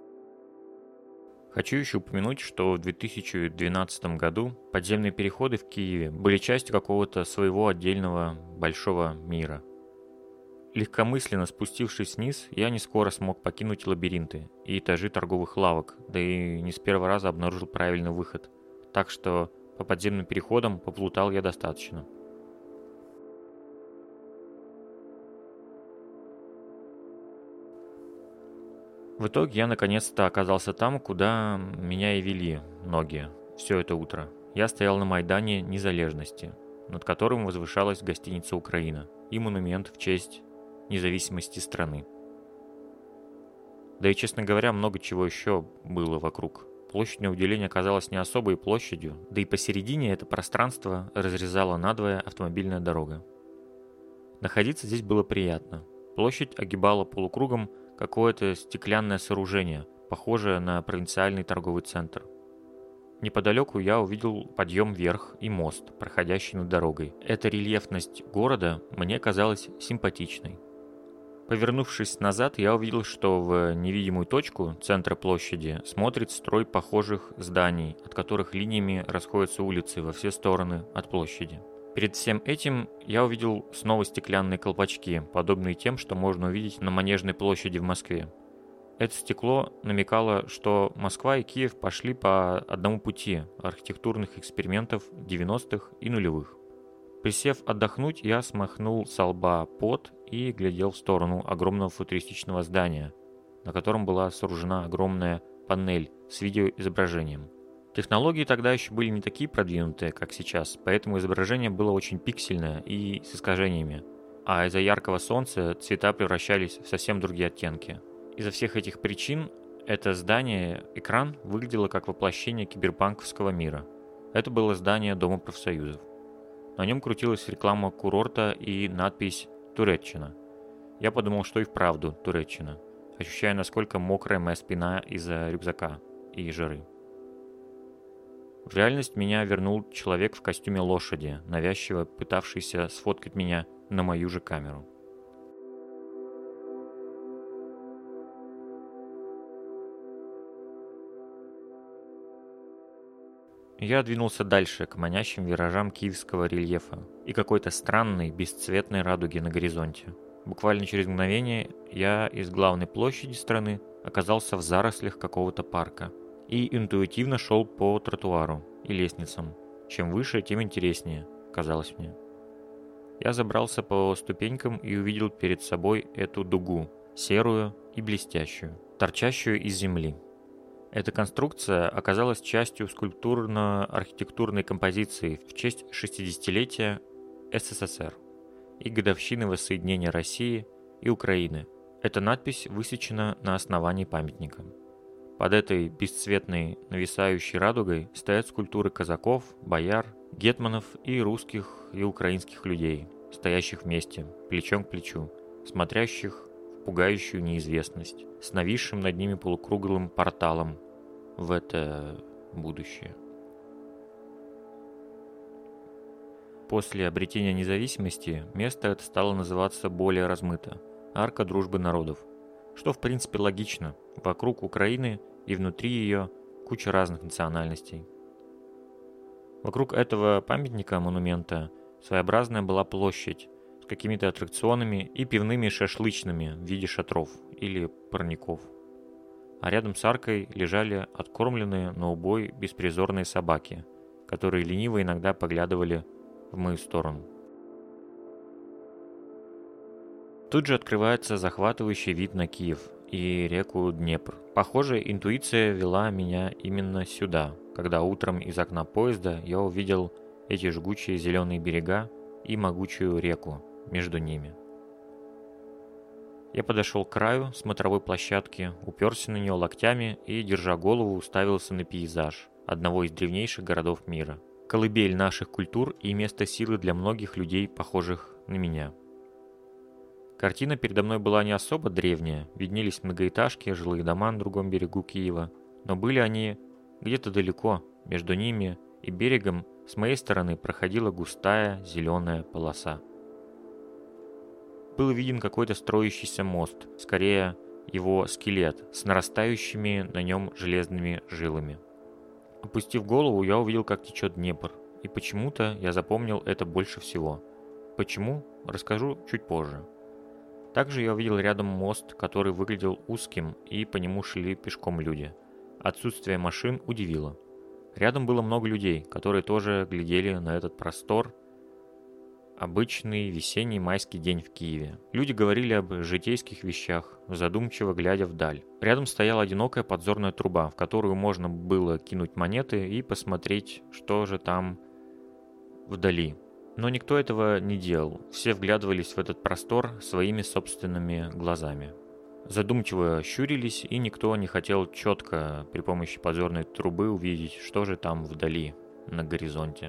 Speaker 1: Хочу еще упомянуть, что в 2012 году подземные переходы в Киеве были частью какого-то своего отдельного большого мира. Легкомысленно спустившись вниз, я не скоро смог покинуть лабиринты и этажи торговых лавок, да и не с первого раза обнаружил правильный выход. Так что по подземным переходам поплутал я достаточно. В итоге я наконец-то оказался там, куда меня и вели ноги все это утро. я стоял на Майдане Незалежности, над которым возвышалась гостиница «Украина» и монумент в честь независимости страны. Да и, честно говоря, много чего еще было вокруг. Площадь на удивление оказалась не особой площадью, да и посередине это пространство разрезала надвое автомобильная дорога. Находиться здесь было приятно. Площадь огибала полукругом какое-то стеклянное сооружение, похожее на провинциальный торговый центр. Неподалеку я увидел подъем вверх и мост, проходящий над дорогой. Эта рельефность города мне казалась симпатичной. Повернувшись назад, я увидел, что в невидимую точку центра площади смотрит строй похожих зданий, от которых линиями расходятся улицы во все стороны от площади. Перед всем этим я увидел снова стеклянные колпачки, подобные тем, что можно увидеть на Манежной площади в Москве. Это стекло намекало, что Москва и Киев пошли по одному пути архитектурных экспериментов 90-х и нулевых. Присев отдохнуть, я смахнул со лба пот и глядел в сторону огромного футуристичного здания, на котором была сооружена огромная панель с видеоизображением. Технологии тогда еще были не такие продвинутые, как сейчас, поэтому изображение было очень пиксельное и с искажениями, а из-за яркого солнца цвета превращались в совсем другие оттенки. Из-за всех этих причин это здание, экран, выглядело как воплощение киберпанковского мира. Это было здание Дома профсоюзов. На нем крутилась реклама курорта и надпись «Туреччина». Я подумал, что и вправду Туреччина, ощущая, насколько мокрая моя спина из-за рюкзака и жары. В реальность меня вернул человек в костюме лошади, навязчиво пытавшийся сфоткать меня на мою же камеру. Я двинулся дальше, к манящим виражам киевского рельефа и какой-то странной, бесцветной радуги на горизонте. Буквально через мгновение я из главной площади страны оказался в зарослях какого-то парка и интуитивно шел по тротуару и лестницам. Чем выше, тем интереснее, казалось мне. Я забрался по ступенькам и увидел перед собой эту дугу, серую и блестящую, торчащую из земли. Эта конструкция оказалась частью скульптурно-архитектурной композиции в честь 60-летия СССР и годовщины воссоединения России и Украины. Эта надпись высечена на основании памятника. Под этой бесцветной нависающей радугой стоят скульптуры казаков, бояр, гетманов и русских и украинских людей, стоящих вместе, плечом к плечу, смотрящих в пугающую неизвестность, с нависшим над ними полукруглым порталом в это будущее. После обретения независимости место это стало называться более размыто – Арка дружбы народов, что в принципе логично, вокруг Украины и внутри ее куча разных национальностей. Вокруг этого памятника-монумента своеобразная была площадь с какими-то аттракционами и пивными шашлычными в виде шатров или парников. А рядом с аркой лежали откормленные на убой беспризорные собаки, которые лениво иногда поглядывали в мою сторону. Тут же открывается захватывающий вид на Киев и реку Днепр. Похоже, интуиция вела меня именно сюда, когда утром из окна поезда я увидел эти жгучие зеленые берега и могучую реку между ними. Я подошел к краю смотровой площадки, уперся на нее локтями и, держа голову, уставился на пейзаж одного из древнейших городов мира. Колыбель наших культур и место силы для многих людей, похожих на меня. Картина передо мной была не особо древняя, виднелись многоэтажки, жилые дома на другом берегу Киева, но были они где-то далеко, между ними и берегом с моей стороны проходила густая зеленая полоса. Был виден какой-то строящийся мост, скорее его скелет, с нарастающими на нем железными жилами. Опустив голову, я увидел, как течет Днепр, и почему-то я запомнил это больше всего. Почему? Расскажу чуть позже. Также я увидел рядом мост, который выглядел узким, и по нему шли пешком люди. Отсутствие машин удивило. Рядом было много людей, которые тоже глядели на этот простор Обычный весенний майский день в Киеве. Люди говорили об житейских вещах, задумчиво глядя вдаль. Рядом стояла одинокая подзорная труба, в которую можно было кинуть монеты и посмотреть, что же там вдали. Но никто этого не делал. Все вглядывались в этот простор своими собственными глазами. Задумчиво щурились, и никто не хотел четко при помощи подзорной трубы увидеть, что же там вдали, на горизонте.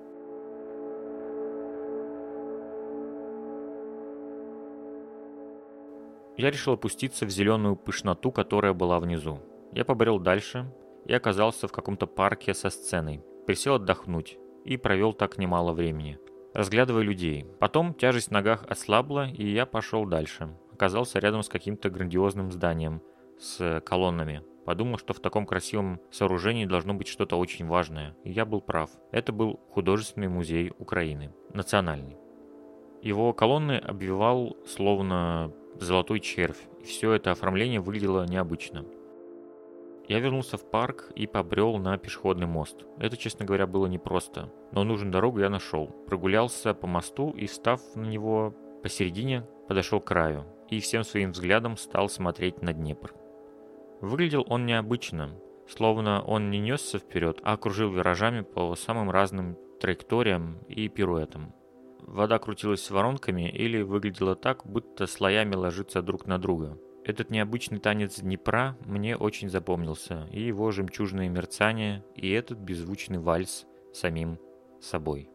Speaker 1: Я решил опуститься в зеленую пышноту, которая была внизу. Я побрел дальше и оказался в каком-то парке со сценой. Присел отдохнуть и провел так немало времени, разглядывая людей. Потом тяжесть в ногах ослабла, и я пошел дальше. Оказался рядом с каким-то грандиозным зданием с колоннами. Подумал, что в таком красивом сооружении должно быть что-то очень важное. И я был прав. Это был художественный музей Украины. Национальный. Его колонны обвивал словно золотой червь, и все это оформление выглядело необычно. Я вернулся в парк и побрел на пешеходный мост. Это, честно говоря, было непросто, но нужную дорогу я нашел. Прогулялся по мосту и, встав на него посередине, подошел к краю и всем своим взглядом стал смотреть на Днепр. Выглядел он необычно, словно он не несся вперед, а окружил виражами по самым разным траекториям и пируэтам. Вода крутилась воронками или выглядела так, будто слоями ложится друг на друга. Этот необычный танец Днепра мне очень запомнился, и его жемчужные мерцания, и этот беззвучный вальс самим собой.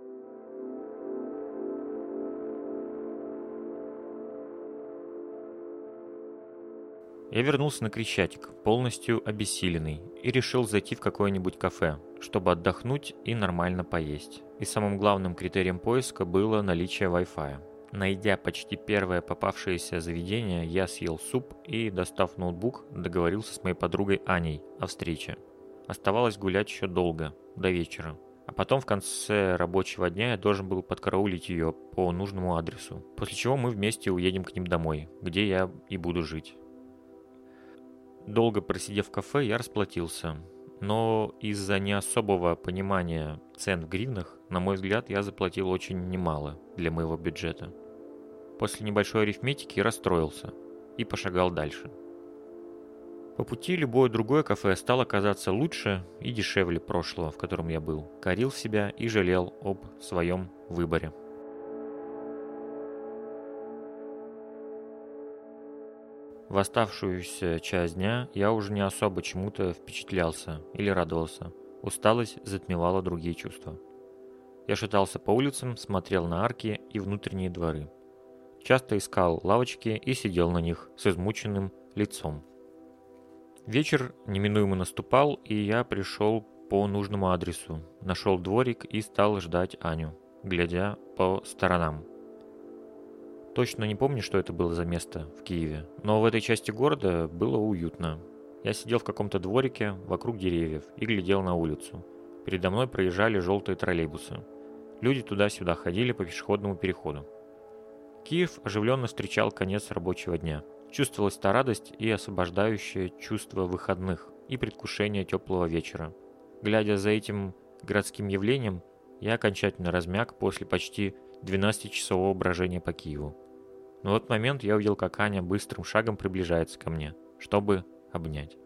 Speaker 1: Я вернулся на Крещатик, полностью обессиленный, и решил зайти в какое-нибудь кафе, чтобы отдохнуть и нормально поесть. И самым главным критерием поиска было наличие Wi-Fi. Найдя почти первое попавшееся заведение, я съел суп и, достав ноутбук, договорился с моей подругой Аней о встрече. Оставалось гулять еще долго, до вечера. А потом в конце рабочего дня я должен был подкараулить ее по нужному адресу, после чего мы вместе уедем к ним домой, где я и буду жить. Долго просидев в кафе, я расплатился, но из-за не особого понимания цен в гривнах, на мой взгляд, я заплатил очень немало для моего бюджета. После небольшой арифметики расстроился и пошагал дальше. По пути любое другое кафе стало казаться лучше и дешевле прошлого, в котором я был. Корил себя и жалел об своем выборе. В оставшуюся часть дня я уже не особо чему-то впечатлялся или радовался. Усталость затмевала другие чувства. Я шатался по улицам, смотрел на арки и внутренние дворы. Часто искал лавочки и сидел на них с измученным лицом. Вечер неминуемо наступал, и я пришел по нужному адресу, нашел дворик и стал ждать Аню, глядя по сторонам. Точно не помню, что это было за место в Киеве, но в этой части города было уютно. Я сидел в каком-то дворике вокруг деревьев и глядел на улицу. Передо мной проезжали желтые троллейбусы. Люди туда-сюда ходили по пешеходному переходу. Киев оживленно встречал конец рабочего дня. Чувствовалась та радость и освобождающее чувство выходных и предвкушение теплого вечера. Глядя за этим городским явлением, я окончательно размяк после почти 12-часового брожения по Киеву. Но в этот момент я увидел, как Аня быстрым шагом приближается ко мне, чтобы обнять.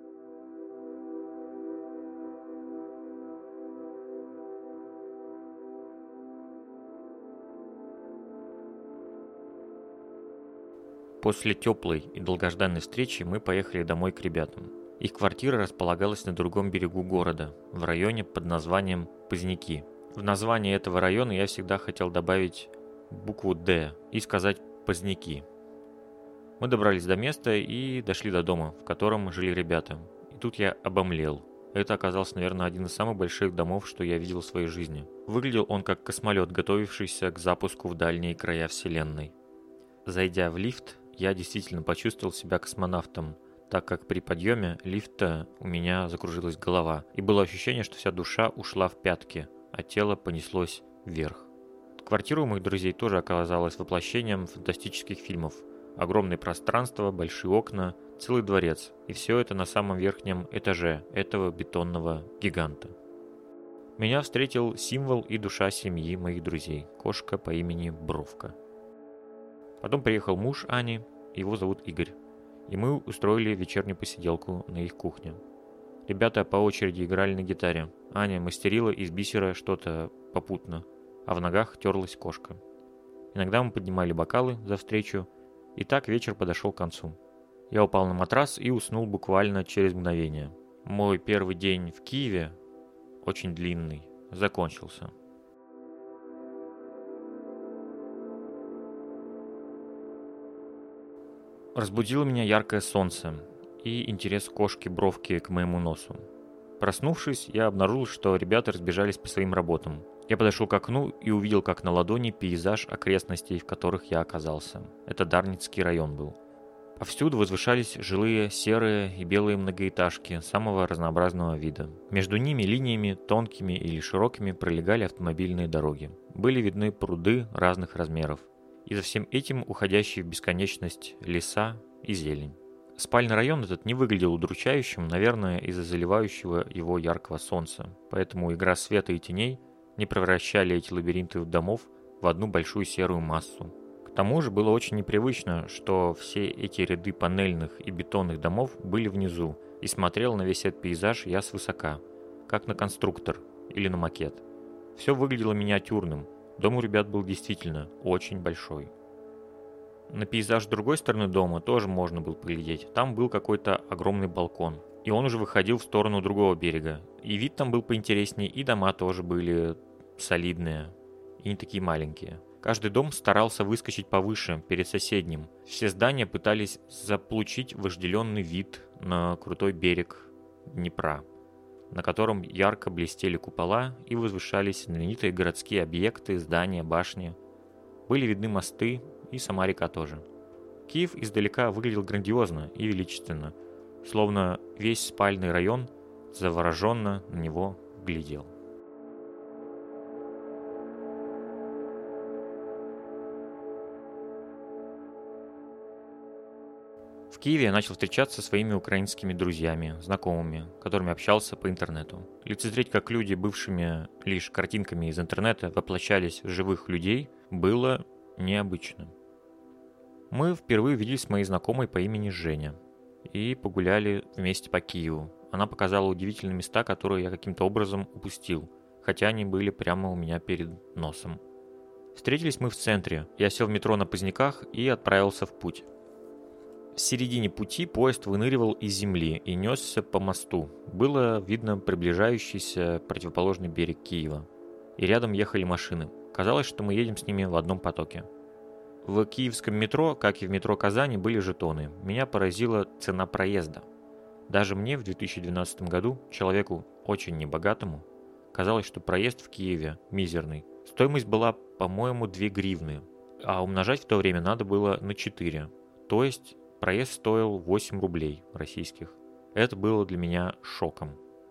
Speaker 1: После теплой и долгожданной встречи мы поехали домой к ребятам. Их квартира располагалась на другом берегу города, в районе под названием Поздняки. В название этого района я всегда хотел добавить букву «Д» и сказать «Поздняки». Мы добрались до места и дошли до дома, в котором жили ребята. И тут я обомлел. Это оказался, наверное, один из самых больших домов, что я видел в своей жизни. Выглядел он как космолет, готовившийся к запуску в дальние края Вселенной. Зайдя в лифт, я действительно почувствовал себя космонавтом, так как при подъеме лифта у меня закружилась голова, и было ощущение, что вся душа ушла в пятки, а тело понеслось вверх. Квартира у моих друзей тоже оказалась воплощением фантастических фильмов. Огромное пространство, большие окна, целый дворец, и все это на самом верхнем этаже этого бетонного гиганта. Меня встретил символ и душа семьи моих друзей, кошка по имени Бровка. Потом приехал муж Ани, его зовут Игорь, и мы устроили вечернюю посиделку на их кухне. Ребята по очереди играли на гитаре. Аня мастерила из бисера что-то попутно, а в ногах терлась кошка. Иногда мы поднимали бокалы за встречу, и так вечер подошел к концу. Я упал на матрас и уснул буквально через мгновение. Мой первый день в Киеве, очень длинный, закончился. Разбудило меня яркое солнце и интерес кошки-бровки к моему носу. Проснувшись, я обнаружил, что ребята разбежались по своим работам. Я подошел к окну и увидел, как на ладони пейзаж окрестностей, в которых я оказался. Это Дарницкий район был. Повсюду возвышались жилые серые и белые многоэтажки самого разнообразного вида. Между ними линиями, тонкими или широкими, пролегали автомобильные дороги. Были видны пруды разных размеров. И за всем этим уходящие в бесконечность леса и зелень. Спальный район этот не выглядел удручающим, наверное, из-за заливающего его яркого солнца. Поэтому игра света и теней не превращали эти лабиринты домов в одну большую серую массу. К тому же было очень непривычно, что все эти ряды панельных и бетонных домов были внизу, и смотрел на весь этот пейзаж я свысока, как на конструктор или на макет. Все выглядело миниатюрным, дом у ребят был действительно очень большой. На пейзаж с другой стороны дома тоже можно было поглядеть, там был какой-то огромный балкон, и он уже выходил в сторону другого берега, и вид там был поинтереснее, и дома тоже были солидные, и не такие маленькие. Каждый дом старался выскочить повыше, перед соседним. Все здания пытались заполучить вожделенный вид на крутой берег Днепра, на котором ярко блестели купола и возвышались знаменитые городские объекты, здания, башни. Были видны мосты и сама река тоже. Киев издалека выглядел грандиозно и величественно, словно весь спальный район завороженно на него глядел. В Киеве я начал встречаться со своими украинскими друзьями, знакомыми, которыми общался по интернету. Лицезреть, как люди, бывшими лишь картинками из интернета, воплощались в живых людей, было необычно. Мы впервые виделись с моей знакомой по имени Женя и погуляли вместе по Киеву. Она показала удивительные места, которые я каким-то образом упустил, хотя они были прямо у меня перед носом. Встретились мы в центре. Я сел в метро на Поздняках и отправился в путь. В середине пути поезд выныривал из земли и несся по мосту. Было видно приближающийся противоположный берег Киева. И рядом ехали машины. Казалось, что мы едем с ними в одном потоке. В киевском метро, как и в метро Казани, были жетоны. Меня поразила цена проезда. Даже мне в 2012 году, человеку очень небогатому, казалось, что проезд в Киеве мизерный. Стоимость была, по-моему, 2 гривны, а умножать в то время надо было на 4. То есть проезд стоил 8 рублей российских. Это было для меня шоком.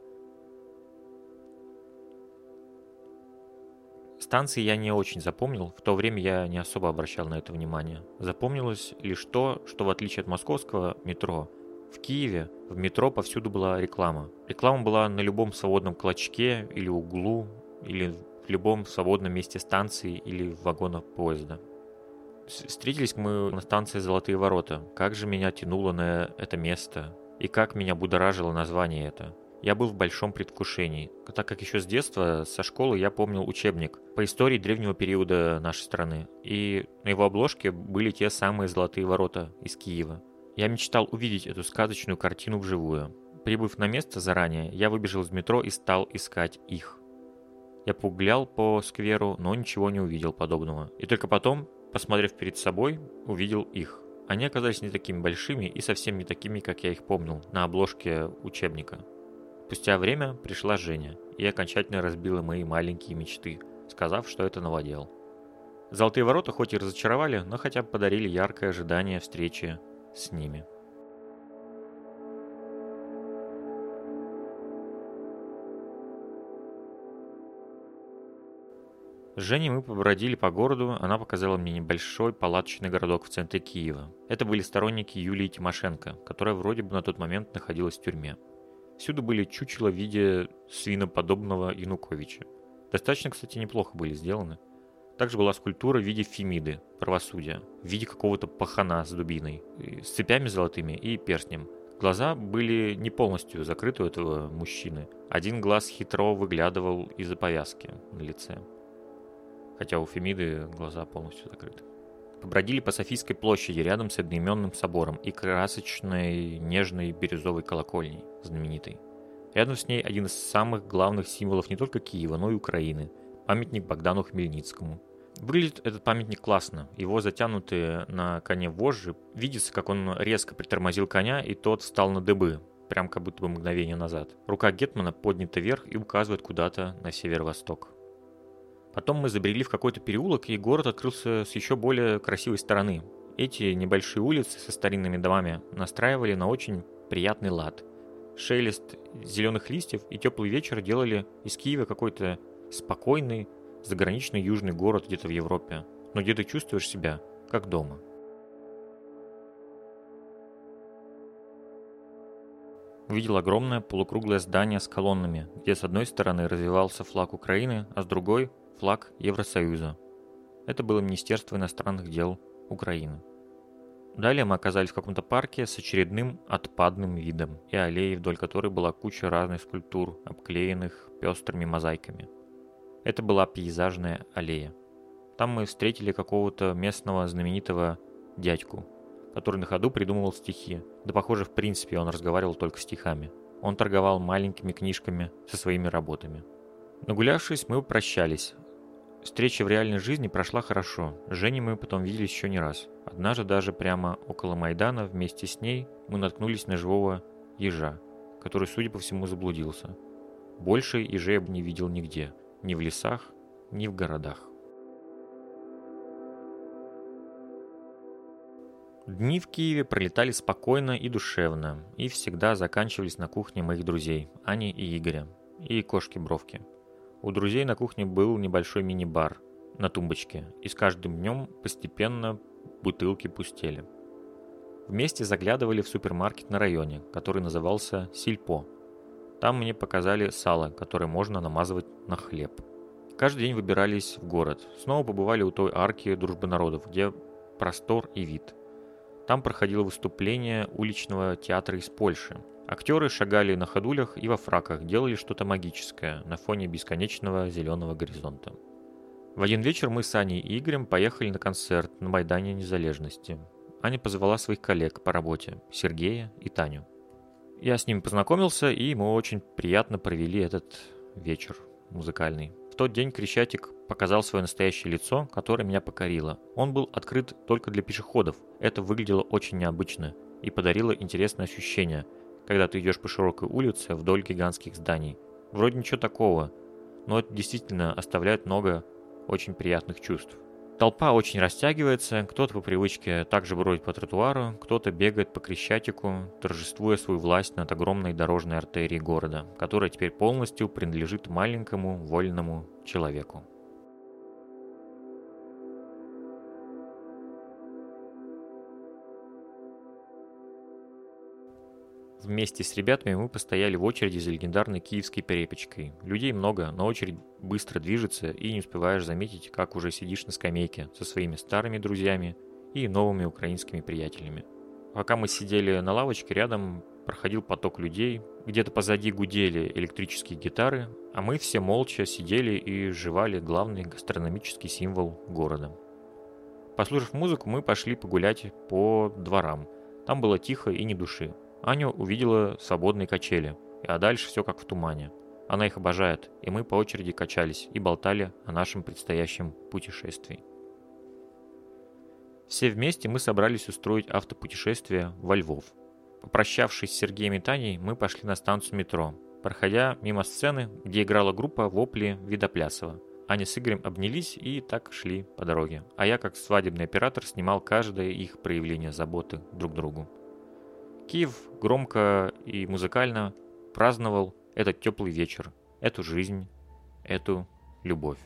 Speaker 1: Станции я не очень запомнил, в то время я не особо обращал на это внимание. Запомнилось лишь то, что в отличие от московского метро, в Киеве в метро повсюду была реклама. Реклама была на любом свободном клочке или углу, или в любом свободном месте станции или в вагонах поезда. Встретились мы на станции «Золотые ворота». Как же меня тянуло на это место, и как меня будоражило название это. Я был в большом предвкушении, так как еще с детства, со школы я помнил учебник по истории древнего периода нашей страны, и на его обложке были те самые «Золотые ворота» из Киева. Я мечтал увидеть эту сказочную картину вживую. Прибыв на место заранее, я выбежал из метро и стал искать их. Я погулял по скверу, но ничего не увидел подобного. И только потом, посмотрев перед собой, увидел их. Они оказались не такими большими и совсем не такими, как я их помнил, на обложке учебника. Спустя время пришла Женя и окончательно разбила мои маленькие мечты, сказав, что это новодел. «Золотые ворота» хоть и разочаровали, но хотя бы подарили яркое ожидание встречи с ними. С Женей мы побродили по городу, она показала мне небольшой палаточный городок в центре Киева. Это были сторонники Юлии Тимошенко, которая вроде бы на тот момент находилась в тюрьме. Всюду были чучела в виде свиноподобного Януковича. Достаточно, кстати, неплохо были сделаны. Также была скульптура в виде Фемиды, правосудия, в виде какого-то пахана с дубиной, с цепями золотыми и перстнем. Глаза были не полностью закрыты у этого мужчины. Один глаз хитро выглядывал из-за повязки на лице. Хотя у Фемиды глаза полностью закрыты. Побродили по Софийской площади рядом с одноименным собором и красочной нежной бирюзовой колокольней, знаменитой. Рядом с ней один из самых главных символов не только Киева, но и Украины – памятник Богдану Хмельницкому. Выглядит этот памятник классно. Его затянутые на коне вожжи, видится, как он резко притормозил коня, и тот встал на дыбы, прям как будто бы мгновение назад. Рука гетмана поднята вверх и указывает куда-то на северо-восток. Потом мы забрели в какой-то переулок, и город открылся с еще более красивой стороны. Эти небольшие улицы со старинными домами настраивали на очень приятный лад. Шелест зеленых листьев и теплый вечер делали из Киева какой-то спокойный, заграничный южный город где-то в Европе, но где ты чувствуешь себя как дома. Увидел огромное полукруглое здание с колоннами, где с одной стороны развивался флаг Украины, а с другой – флаг Евросоюза. Это было Министерство иностранных дел Украины. Далее мы оказались в каком-то парке с очередным отпадным видом и аллеей, вдоль которой была куча разных скульптур, обклеенных пестрыми мозаиками. Это была пейзажная аллея. Там мы встретили какого-то местного знаменитого дядьку, который на ходу придумывал стихи. Да, похоже, в принципе, он разговаривал только стихами. Он торговал маленькими книжками со своими работами. Нагулявшись, мы прощались. Встреча в реальной жизни прошла хорошо. С Женей мы потом виделись еще не раз. Однажды даже прямо около Майдана вместе с ней мы наткнулись на живого ежа, который, судя по всему, заблудился. Больше ежей я бы не видел нигде. Ни в лесах, ни в городах. Дни в Киеве пролетали спокойно и душевно, и всегда заканчивались на кухне моих друзей, Ани и Игоря, и кошки Бровки. У друзей на кухне был небольшой мини-бар на тумбочке, и с каждым днем постепенно бутылки пустели. Вместе заглядывали в супермаркет на районе, который назывался Сильпо. Там мне показали сало, которое можно намазывать на хлеб. Каждый день выбирались в город. Снова побывали у той арки Дружбы народов, где простор и вид. Там проходило выступление уличного театра из Польши. Актеры шагали на ходулях и во фраках, делали что-то магическое на фоне бесконечного зеленого горизонта. В один вечер мы с Аней и Игорем поехали на концерт на Майдане Незалежности. Аня позвала своих коллег по работе, Сергея и Таню. Я с ними познакомился, и мы очень приятно провели этот вечер музыкальный. В тот день Крещатик показал свое настоящее лицо, которое меня покорило. Он был открыт только для пешеходов. Это выглядело очень необычно и подарило интересное ощущение, когда ты идешь по широкой улице вдоль гигантских зданий. Вроде ничего такого, но это действительно оставляет много очень приятных чувств. Толпа очень растягивается, кто-то по привычке также бродит по тротуару, кто-то бегает по Крещатику, торжествуя свою власть над огромной дорожной артерией города, которая теперь полностью принадлежит маленькому вольному человеку. Вместе с ребятами мы постояли в очереди за легендарной киевской перепечкой. Людей много, но очередь быстро движется, и не успеваешь заметить, как уже сидишь на скамейке со своими старыми друзьями и новыми украинскими приятелями. Пока мы сидели на лавочке, рядом проходил поток людей, где-то позади гудели электрические гитары, а мы все молча сидели и жевали главный гастрономический символ города. Послушав музыку, мы пошли погулять по дворам. Там было тихо и ни души. Аня увидела свободные качели, а дальше все как в тумане. Она их обожает, и мы по очереди качались и болтали о нашем предстоящем путешествии. Все вместе мы собрались устроить автопутешествие во Львов. Попрощавшись с Сергеем и Таней, мы пошли на станцию метро, проходя мимо сцены, где играла группа «Вопли» Видоплясова. Аня с Игорем обнялись и так шли по дороге, а я, как свадебный оператор, снимал каждое их проявление заботы друг к другу. Киев громко и музыкально праздновал этот теплый вечер, эту жизнь, эту любовь.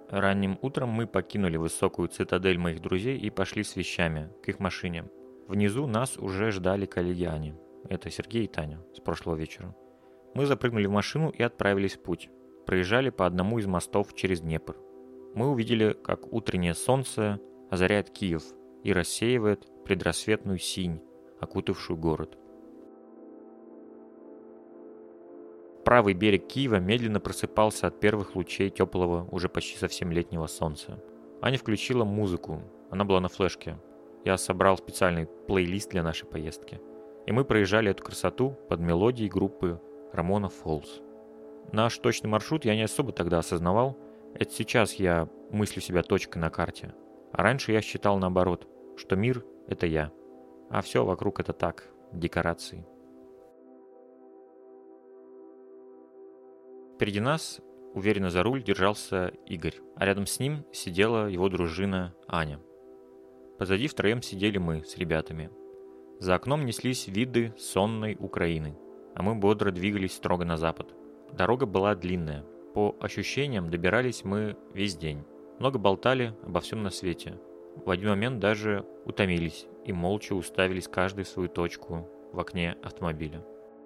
Speaker 1: Ранним утром мы покинули высокую цитадель моих друзей и пошли с вещами к их машине. Внизу нас уже ждали коллеги Ани. Это Сергей и Таня с прошлого вечера. Мы запрыгнули в машину и отправились в путь. Проезжали по одному из мостов через Днепр. Мы увидели, как утреннее солнце озаряет Киев и рассеивает предрассветную синь, окутавшую город. Правый берег Киева медленно просыпался от первых лучей теплого, уже почти совсем летнего солнца. Аня включила музыку, она была на флешке. Я собрал специальный плейлист для нашей поездки. И мы проезжали эту красоту под мелодией группы Рамона Фолс. Наш точный маршрут я не особо тогда осознавал. Это сейчас я мыслю себя точкой на карте. А раньше я считал наоборот, что мир — это я. А все вокруг — это так, декорации. Впереди нас, уверенно за руль, держался Игорь, а рядом с ним сидела его дружина Аня. Позади втроем сидели мы с ребятами. За окном неслись виды сонной Украины, а мы бодро двигались строго на запад. Дорога была длинная. По ощущениям, добирались мы весь день. Много болтали обо всем на свете. В один момент даже утомились и молча уставились каждый в свою точку в окне автомобиля.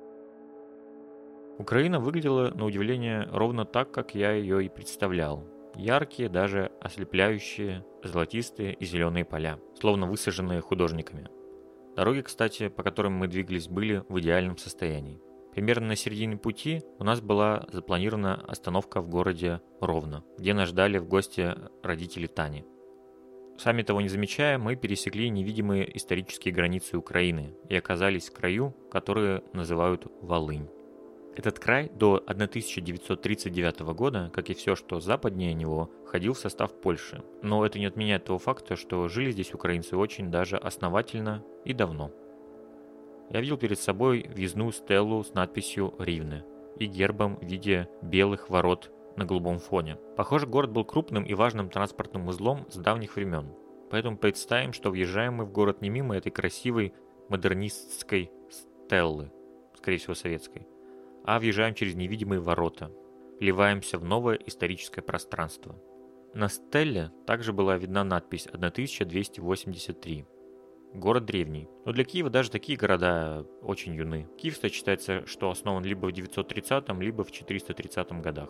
Speaker 1: Украина выглядела, на удивление, ровно так, как я ее и представлял. Яркие, даже ослепляющие, золотистые и зеленые поля, словно высаженные художниками. Дороги, кстати, по которым мы двигались, были в идеальном состоянии. Примерно на середине пути у нас была запланирована остановка в городе Ровно, где нас ждали в гости родители Тани. Сами того не замечая, мы пересекли невидимые исторические границы Украины и оказались в краю, который называют Волынь. Этот край до 1939 года, как и все, что западнее него, входил в состав Польши. Но это не отменяет того факта, что жили здесь украинцы очень даже основательно и давно. Я видел перед собой въездную стелу с надписью «Ривне» и гербом в виде белых ворот на голубом фоне. Похоже, город был крупным и важным транспортным узлом с давних времен. Поэтому представим, что въезжаем мы в город не мимо этой красивой модернистской стеллы, скорее всего советской, а въезжаем через невидимые ворота, вливаемся в новое историческое пространство. На стелле также была видна надпись 1283. Город древний, но для Киева даже такие города очень юны. Киев, кстати, считается, что основан либо в 930-м, либо в 430 годах.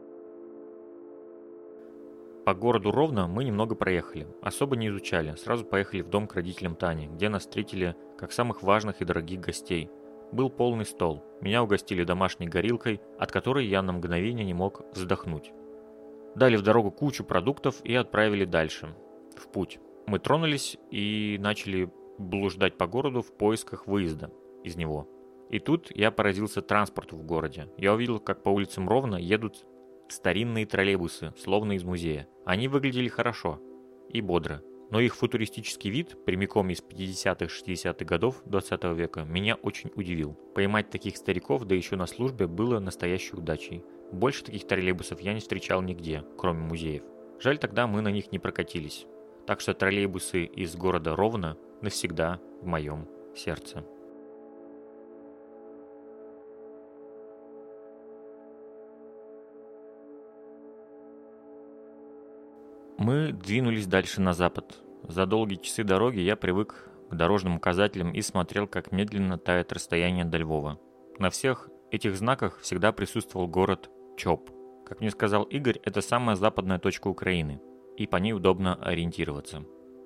Speaker 1: По городу Ровно мы немного проехали, особо не изучали, сразу поехали в дом к родителям Тани, где нас встретили как самых важных и дорогих гостей. Был полный стол. Меня угостили домашней горилкой, от которой я на мгновение не мог вздохнуть. Дали в дорогу кучу продуктов и отправили дальше, в путь. Мы тронулись и начали блуждать по городу в поисках выезда из него. И тут я поразился транспорту в городе. Я увидел, как по улицам Ровно едут старинные троллейбусы, словно из музея. Они выглядели хорошо и бодро. Но их футуристический вид, прямиком из 50-60-х годов 20 века, меня очень удивил. Поймать таких стариков, да еще на службе, было настоящей удачей. Больше таких троллейбусов я не встречал нигде, кроме музеев. Жаль, тогда мы на них не прокатились. Так что троллейбусы из города Ровно навсегда в моем сердце. Мы двинулись дальше на запад. За долгие часы дороги я привык к дорожным указателям и смотрел, как медленно тает расстояние до Львова. На всех этих знаках всегда присутствовал город Чоп. Как мне сказал Игорь, это самая западная точка Украины, и по ней удобно ориентироваться.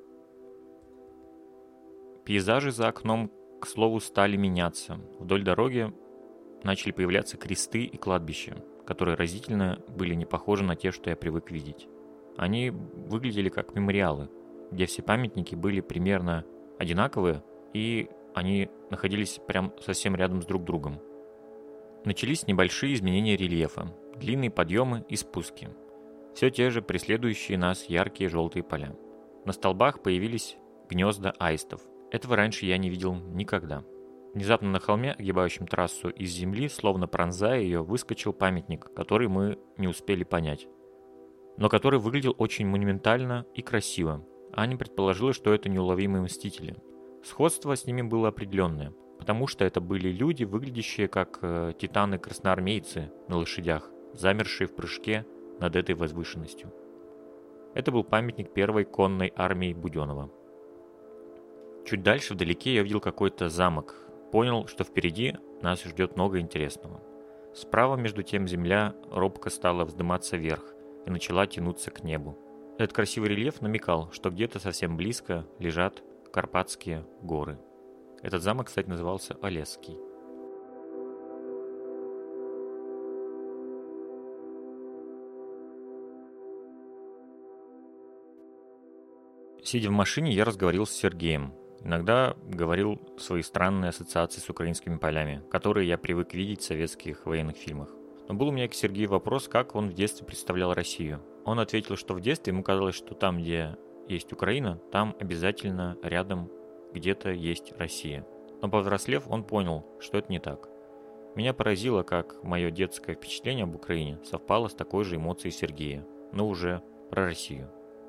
Speaker 1: Пейзажи за окном, к слову, стали меняться. Вдоль дороги начали появляться кресты и кладбища, которые разительно были не похожи на те, что я привык видеть. Они выглядели как мемориалы, где все памятники были примерно одинаковые, и они находились прям совсем рядом с друг другом. Начались небольшие изменения рельефа, длинные подъемы и спуски. Все те же преследующие нас яркие желтые поля. На столбах появились гнезда аистов. Этого раньше я не видел никогда. Внезапно на холме, огибающем трассу из земли, словно пронзая ее, выскочил памятник, который мы не успели понять, но который выглядел очень монументально и красиво. Аня предположила, что это неуловимые мстители. Сходство с ними было определенное, потому что это были люди, выглядящие как титаны-красноармейцы на лошадях, замершие в прыжке над этой возвышенностью. Это был памятник первой конной армии Буденова. Чуть дальше вдалеке я увидел какой-то замок. Понял, что впереди нас ждет много интересного. Справа, между тем, земля робко стала вздыматься вверх и начала тянуться к небу. Этот красивый рельеф намекал, что где-то совсем близко лежат Карпатские горы. Этот замок, кстати, назывался Олесский. Сидя в машине, я разговаривал с Сергеем. Иногда говорил свои странные ассоциации с украинскими полями, которые я привык видеть в советских военных фильмах. Но был у меня к Сергею вопрос, как он в детстве представлял Россию. Он ответил, что в детстве ему казалось, что там, где есть Украина, там обязательно рядом где-то есть Россия. Но повзрослев, он понял, что это не так. Меня поразило, как мое детское впечатление об Украине совпало с такой же эмоцией Сергея, но уже про Россию.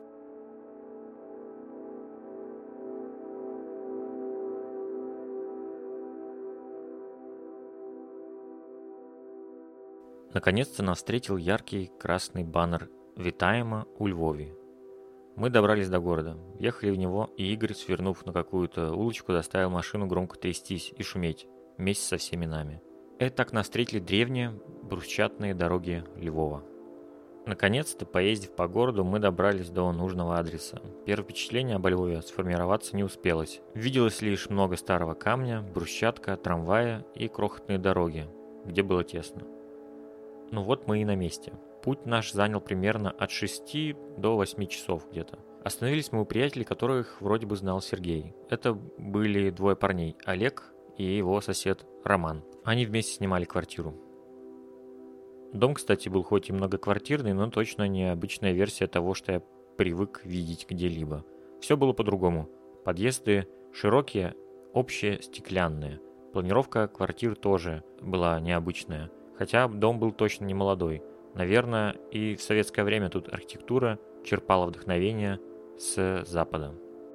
Speaker 1: Наконец-то нас встретил яркий красный баннер «Витаемо у Львове». Мы добрались до города, въехали в него, и Игорь, свернув на какую-то улочку, заставил машину громко трястись и шуметь, вместе со всеми нами. Это так нас встретили древние брусчатные дороги Львова. Наконец-то, поездив по городу, мы добрались до нужного адреса. Первое впечатление об Львове сформироваться не успелось. Виделось лишь много старого камня, брусчатка, трамвая и крохотные дороги, где было тесно. Ну вот мы и на месте. Путь наш занял примерно от 6 до 8 часов где-то. Остановились мы у приятелей, которых вроде бы знал Сергей. Это были двое парней, Олег и его сосед Роман. Они вместе снимали квартиру. Дом, кстати, был хоть и многоквартирный, но точно не обычная версия того, что я привык видеть где-либо. Все было по-другому. Подъезды широкие, общие, стеклянные. Планировка квартир тоже была необычная. Хотя дом был точно не молодой. Наверное, и в советское время тут архитектура черпала вдохновение с Запада.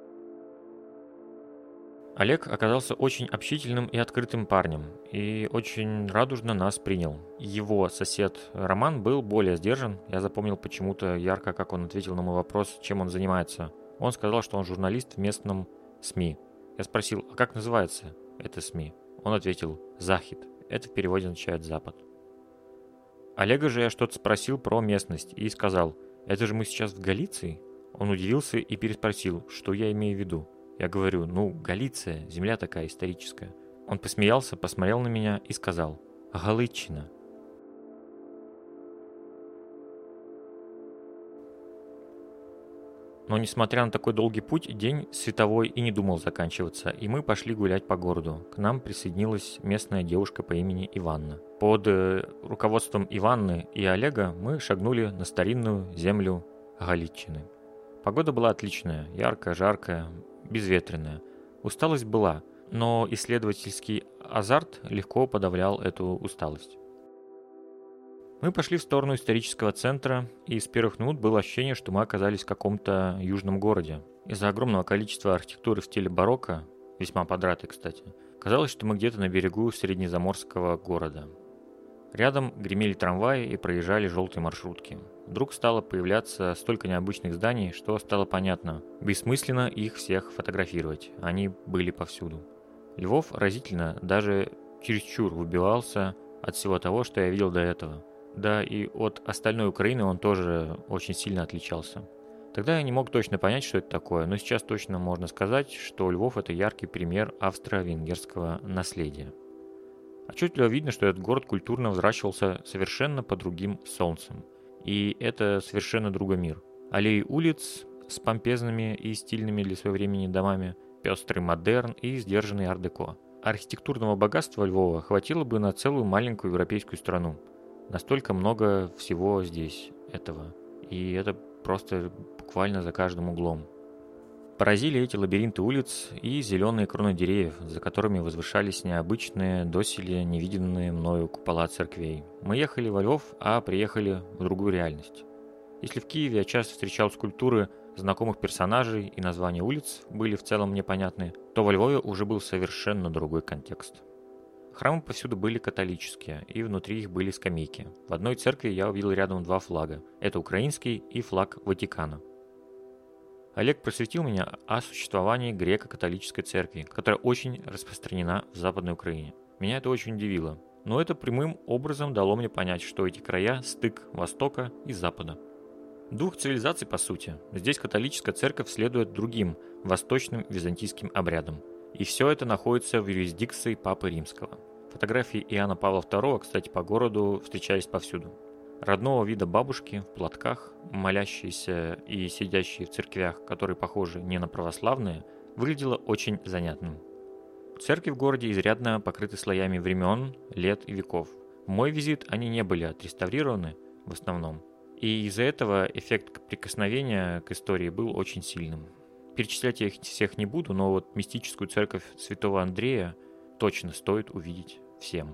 Speaker 1: Олег оказался очень общительным и открытым парнем, и очень радужно нас принял. Его сосед Роман был более сдержан. Я запомнил почему-то ярко, как он ответил на мой вопрос, чем он занимается. Он сказал, что он журналист в местном СМИ. Я спросил, а как называется это СМИ? Он ответил, «Захид». Это в переводе означает «Запад». Олега же я что-то спросил про местность и сказал, это же мы сейчас в Галиции? Он удивился и переспросил, что я имею в виду. Я говорю, Галиция, земля такая историческая. Он посмеялся, посмотрел на меня и сказал, Галичина. Но несмотря на такой долгий путь, день световой и не думал заканчиваться, и мы пошли гулять по городу. К нам присоединилась местная девушка по имени Иванна. Под руководством Иванны и Олега мы шагнули на старинную землю Галичины. Погода была отличная, яркая, жаркая, безветренная. Усталость была, но исследовательский азарт легко подавлял эту усталость. Мы пошли в сторону исторического центра, и с первых минут было ощущение, что мы оказались в каком-то южном городе. Из-за огромного количества архитектуры в стиле барокко, весьма подратой, кстати, казалось, что мы где-то на берегу среднезаморского города. Рядом гремели трамваи и проезжали желтые маршрутки. Вдруг стало появляться столько необычных зданий, что стало понятно, бессмысленно их всех фотографировать, они были повсюду. Львов разительно, даже чересчур выбивался от всего того, что я видел до этого. Да и от остальной Украины он тоже очень сильно отличался. Тогда я не мог точно понять, что это такое, но сейчас точно можно сказать, что Львов – это яркий пример австро-венгерского наследия. Отчетливо видно, что этот город культурно взращивался совершенно по другим солнцем. И это совершенно другой мир. Аллеи улиц с помпезными и стильными для своего времени домами, пестрый модерн и сдержанный ар-деко. Архитектурного богатства Львова хватило бы на целую маленькую европейскую страну. Настолько много всего здесь этого. И это просто буквально за каждым углом. Поразили эти лабиринты улиц и зеленые кроны деревьев, за которыми возвышались необычные, доселе невиденные мною купола церквей. Мы ехали во Львов, а приехали в другую реальность. Если в Киеве я часто встречал скульптуры знакомых персонажей и названия улиц были в целом мне понятны, то во Львове уже был совершенно другой контекст. Храмы повсюду были католические, и внутри их были скамейки. В одной церкви я увидел рядом два флага. Это украинский и флаг Ватикана. Олег просветил меня о существовании греко-католической церкви, которая очень распространена в Западной Украине. Меня это очень удивило. Но это прямым образом дало мне понять, что эти края – стык Востока и Запада. Двух цивилизаций, по сути. Здесь католическая церковь следует другим восточным византийским обрядам. И все это находится в юрисдикции Папы Римского. Фотографии Иоанна Павла II, кстати, по городу встречались повсюду. Родного вида бабушки в платках, молящиеся и сидящие в церквях, которые похожи не на православные, выглядело очень занятным. Церкви в городе изрядно покрыты слоями времен, лет и веков. В мой визит они не были отреставрированы в основном, и из-за этого эффект прикосновения к истории был очень сильным. Перечислять я их всех не буду, но вот мистическую церковь Святого Андрея точно стоит увидеть всем.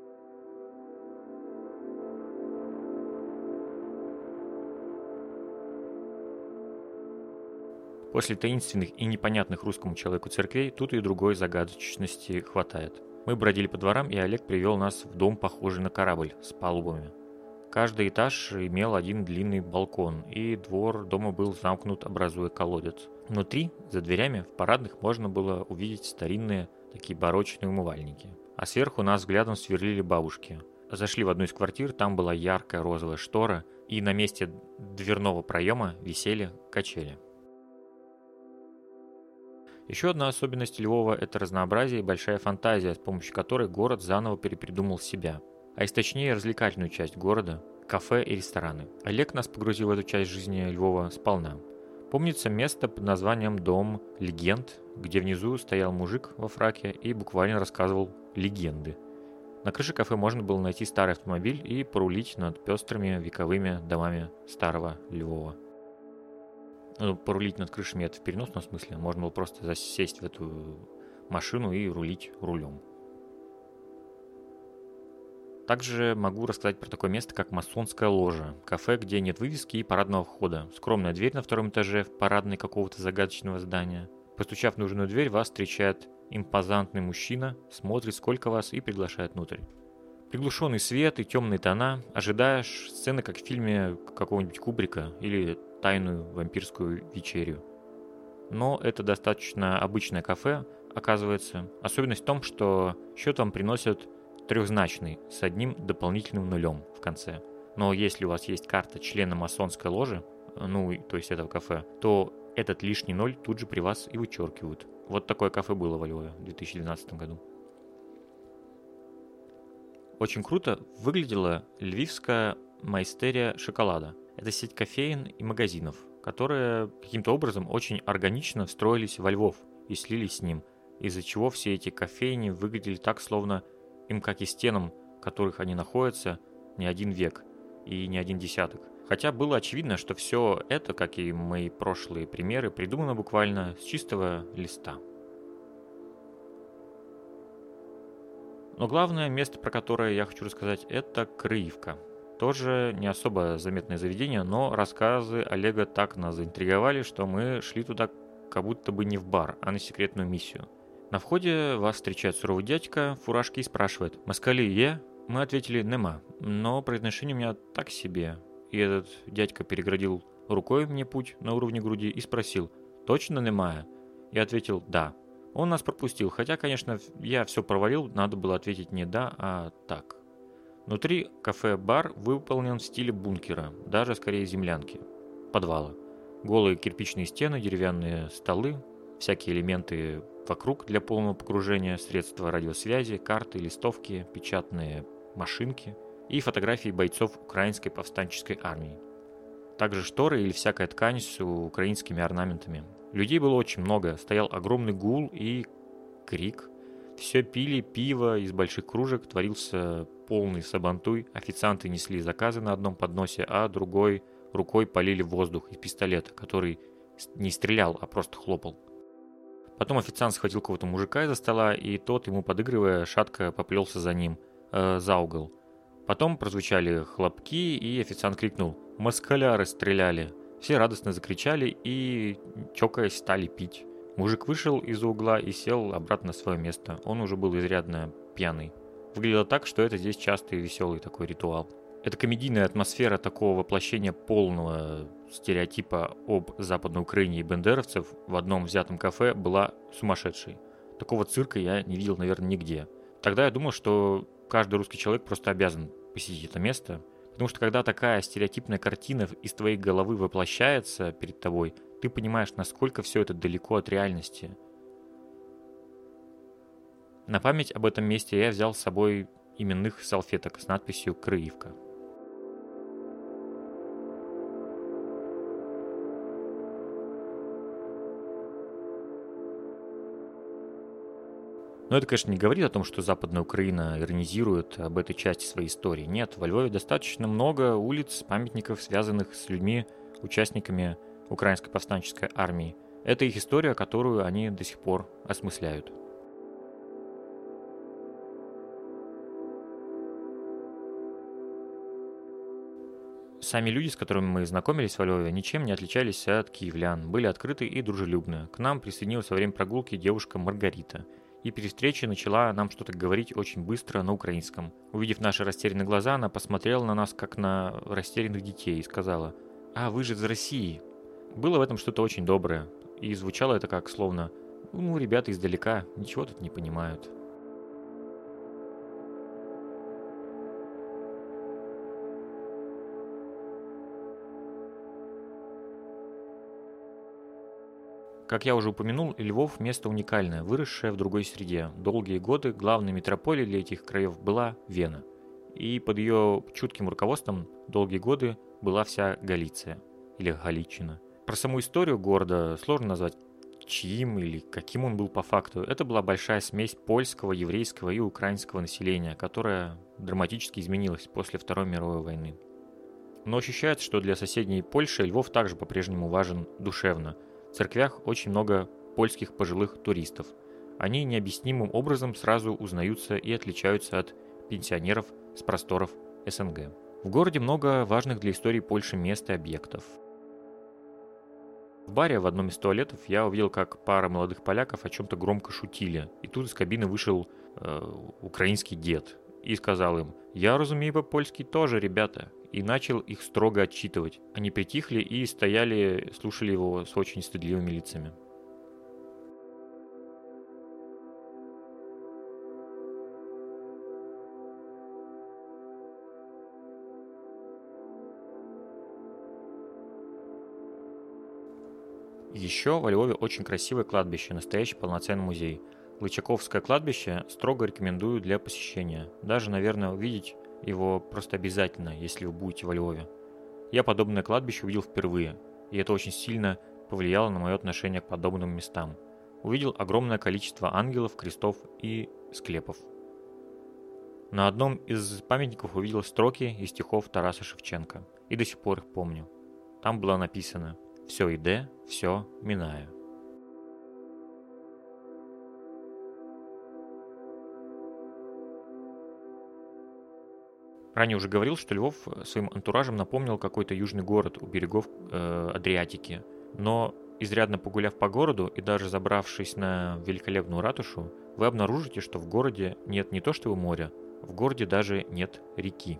Speaker 1: После таинственных и непонятных русскому человеку церквей тут и другой загадочности хватает. Мы бродили по дворам, и Олег привел нас в дом, похожий на корабль, с палубами. Каждый этаж имел один длинный балкон, и двор дома был замкнут, образуя колодец. Внутри, за дверями, в парадных можно было увидеть старинные такие барочные умывальники. А сверху нас взглядом сверлили бабушки. Зашли в одну из квартир, там была яркая розовая штора, и на месте дверного проема висели качели. Еще одна особенность Львова – это разнообразие и большая фантазия, с помощью которой город заново перепридумал себя. А если точнее, развлекательную часть города – кафе и рестораны. Олег нас погрузил в эту часть жизни Львова сполна. Помнится место под названием «Дом легенд», где внизу стоял мужик во фраке и буквально рассказывал легенды. На крыше кафе можно было найти старый автомобиль и порулить над пестрыми вековыми домами старого Львова. Порулить над крышами это в переносном смысле. Можно было просто засесть в эту машину и рулить рулем. Также могу рассказать про такое место, как масонская ложа. Кафе, где нет вывески и парадного входа. Скромная дверь на втором этаже в парадной какого-то загадочного здания. Постучав в нужную дверь, вас встречает импозантный мужчина, смотрит сколько вас и приглашает внутрь. Приглушенный свет и темные тона. Ожидаешь сцены, как в фильме какого-нибудь Кубрика или «Тайную вампирскую вечерю». Но это достаточно обычное кафе, оказывается. Особенность в том, что счет вам приносят трехзначный с одним дополнительным нулем в конце. Но если у вас есть карта члена масонской ложи, то есть этого кафе, то этот лишний ноль тут же при вас и вычеркивают. Вот такое кафе было во Львове в 2012 году. Очень круто выглядела львивская майстерия шоколада. Это сеть кофеен и магазинов, которые каким-то образом очень органично встроились во Львов и слились с ним, из-за чего все эти кофейни выглядели так, словно им, как и стенам, в которых они находятся, не один век и не один десяток. Хотя было очевидно, что все это, как и мои прошлые примеры, придумано буквально с чистого листа. Но главное место, про которое я хочу рассказать, это Крыивка. Тоже не особо заметное заведение, но рассказы Олега так нас заинтриговали, что мы шли туда как будто бы не в бар, а на секретную миссию. На входе вас встречает суровый дядька в фуражке и спрашивает: «Москали е?» Мы ответили: «Нема», но произношение у меня так себе. И этот дядька переградил рукой мне путь на уровне груди и спросил: «Точно немає?» Я ответил: «Да». Он нас пропустил, хотя, конечно, я все провалил, надо было ответить не «да», а «так». Внутри кафе-бар выполнен в стиле бункера, даже скорее землянки, подвала. Голые кирпичные стены, деревянные столы, всякие элементы вокруг для полного погружения, средства радиосвязи, карты, листовки, печатные машинки и фотографии бойцов украинской повстанческой армии. Также шторы или всякая ткань с украинскими орнаментами. Людей было очень много, стоял огромный гул и крик. Все пили пиво из больших кружек, творился полный сабантуй. Официанты несли заказы на одном подносе, а другой рукой полили воздух из пистолета, который не стрелял, а просто хлопал. Потом официант схватил какого-то мужика из-за стола, и тот, ему подыгрывая, шатко поплелся за ним, за угол. Потом прозвучали хлопки, и официант крикнул: «Москаля расстреляли!». Все радостно закричали и, чокаясь, стали пить. Мужик вышел из-за угла и сел обратно на свое место. Он уже был изрядно пьяный. Выглядело так, что это здесь частый и веселый такой ритуал. Эта комедийная атмосфера такого воплощения полного стереотипа об Западной Украине и бендеровцев в одном взятом кафе была сумасшедшей. Такого цирка я не видел, наверное, нигде. Тогда я думал, что каждый русский человек просто обязан посетить это место, потому что когда такая стереотипная картина из твоей головы воплощается перед тобой, ты понимаешь, насколько все это далеко от реальности. На память об этом месте я взял с собой именных салфеток с надписью «Крыивка». Но это, конечно, не говорит о том, что Западная Украина иронизирует об этой части своей истории. Нет, во Львове достаточно много улиц, памятников, связанных с людьми, участниками Украинской повстанческой армии. Это их история, которую они до сих пор осмысляют. Сами люди, с которыми мы знакомились во Львове, ничем не отличались от киевлян, были открыты и дружелюбны. К нам присоединилась во время прогулки девушка Маргарита. И при встрече начала нам что-то говорить очень быстро на украинском. Увидев наши растерянные глаза, она посмотрела на нас, как на растерянных детей, и сказала: «А, вы же из России». Было в этом что-то очень доброе. И звучало это как словно: «Ну, ребята издалека, ничего тут не понимают». Как я уже упомянул, Львов – место уникальное, выросшее в другой среде. Долгие годы главной метрополией для этих краев была Вена. И под ее чутким руководством долгие годы была вся Галиция, или Галичина. Про саму историю города сложно назвать чьим или каким он был по факту. Это была большая смесь польского, еврейского и украинского населения, которая драматически изменилась после Второй мировой войны. Но ощущается, что для соседней Польши Львов также по-прежнему важен душевно. В церквях очень много польских пожилых туристов. Они необъяснимым образом сразу узнаются и отличаются от пенсионеров с просторов СНГ. В городе много важных для истории Польши мест и объектов. В баре в одном из туалетов я увидел, как пара молодых поляков о чем-то громко шутили. И тут из кабины вышел украинский дед и сказал им: «Я разумею по-польски тоже, ребята». И начал их строго отчитывать. Они притихли и стояли, слушали его с очень стыдливыми лицами. Еще во Львове очень красивое кладбище, настоящий полноценный музей. Лычаковское кладбище строго рекомендую для посещения. Даже, наверное, увидеть его просто обязательно, если вы будете во Львове. Я подобное кладбище увидел впервые, и это очень сильно повлияло на мое отношение к подобным местам. Увидел огромное количество ангелов, крестов и склепов. На одном из памятников увидел строки из стихов Тараса Шевченко, и до сих пор их помню. Там было написано: «Все иде, все минаю». Ранее уже говорил, что Львов своим антуражем напомнил какой-то южный город у берегов Адриатики. Но изрядно погуляв по городу и даже забравшись на великолепную ратушу, вы обнаружите, что в городе нет не то что моря, в городе даже нет реки.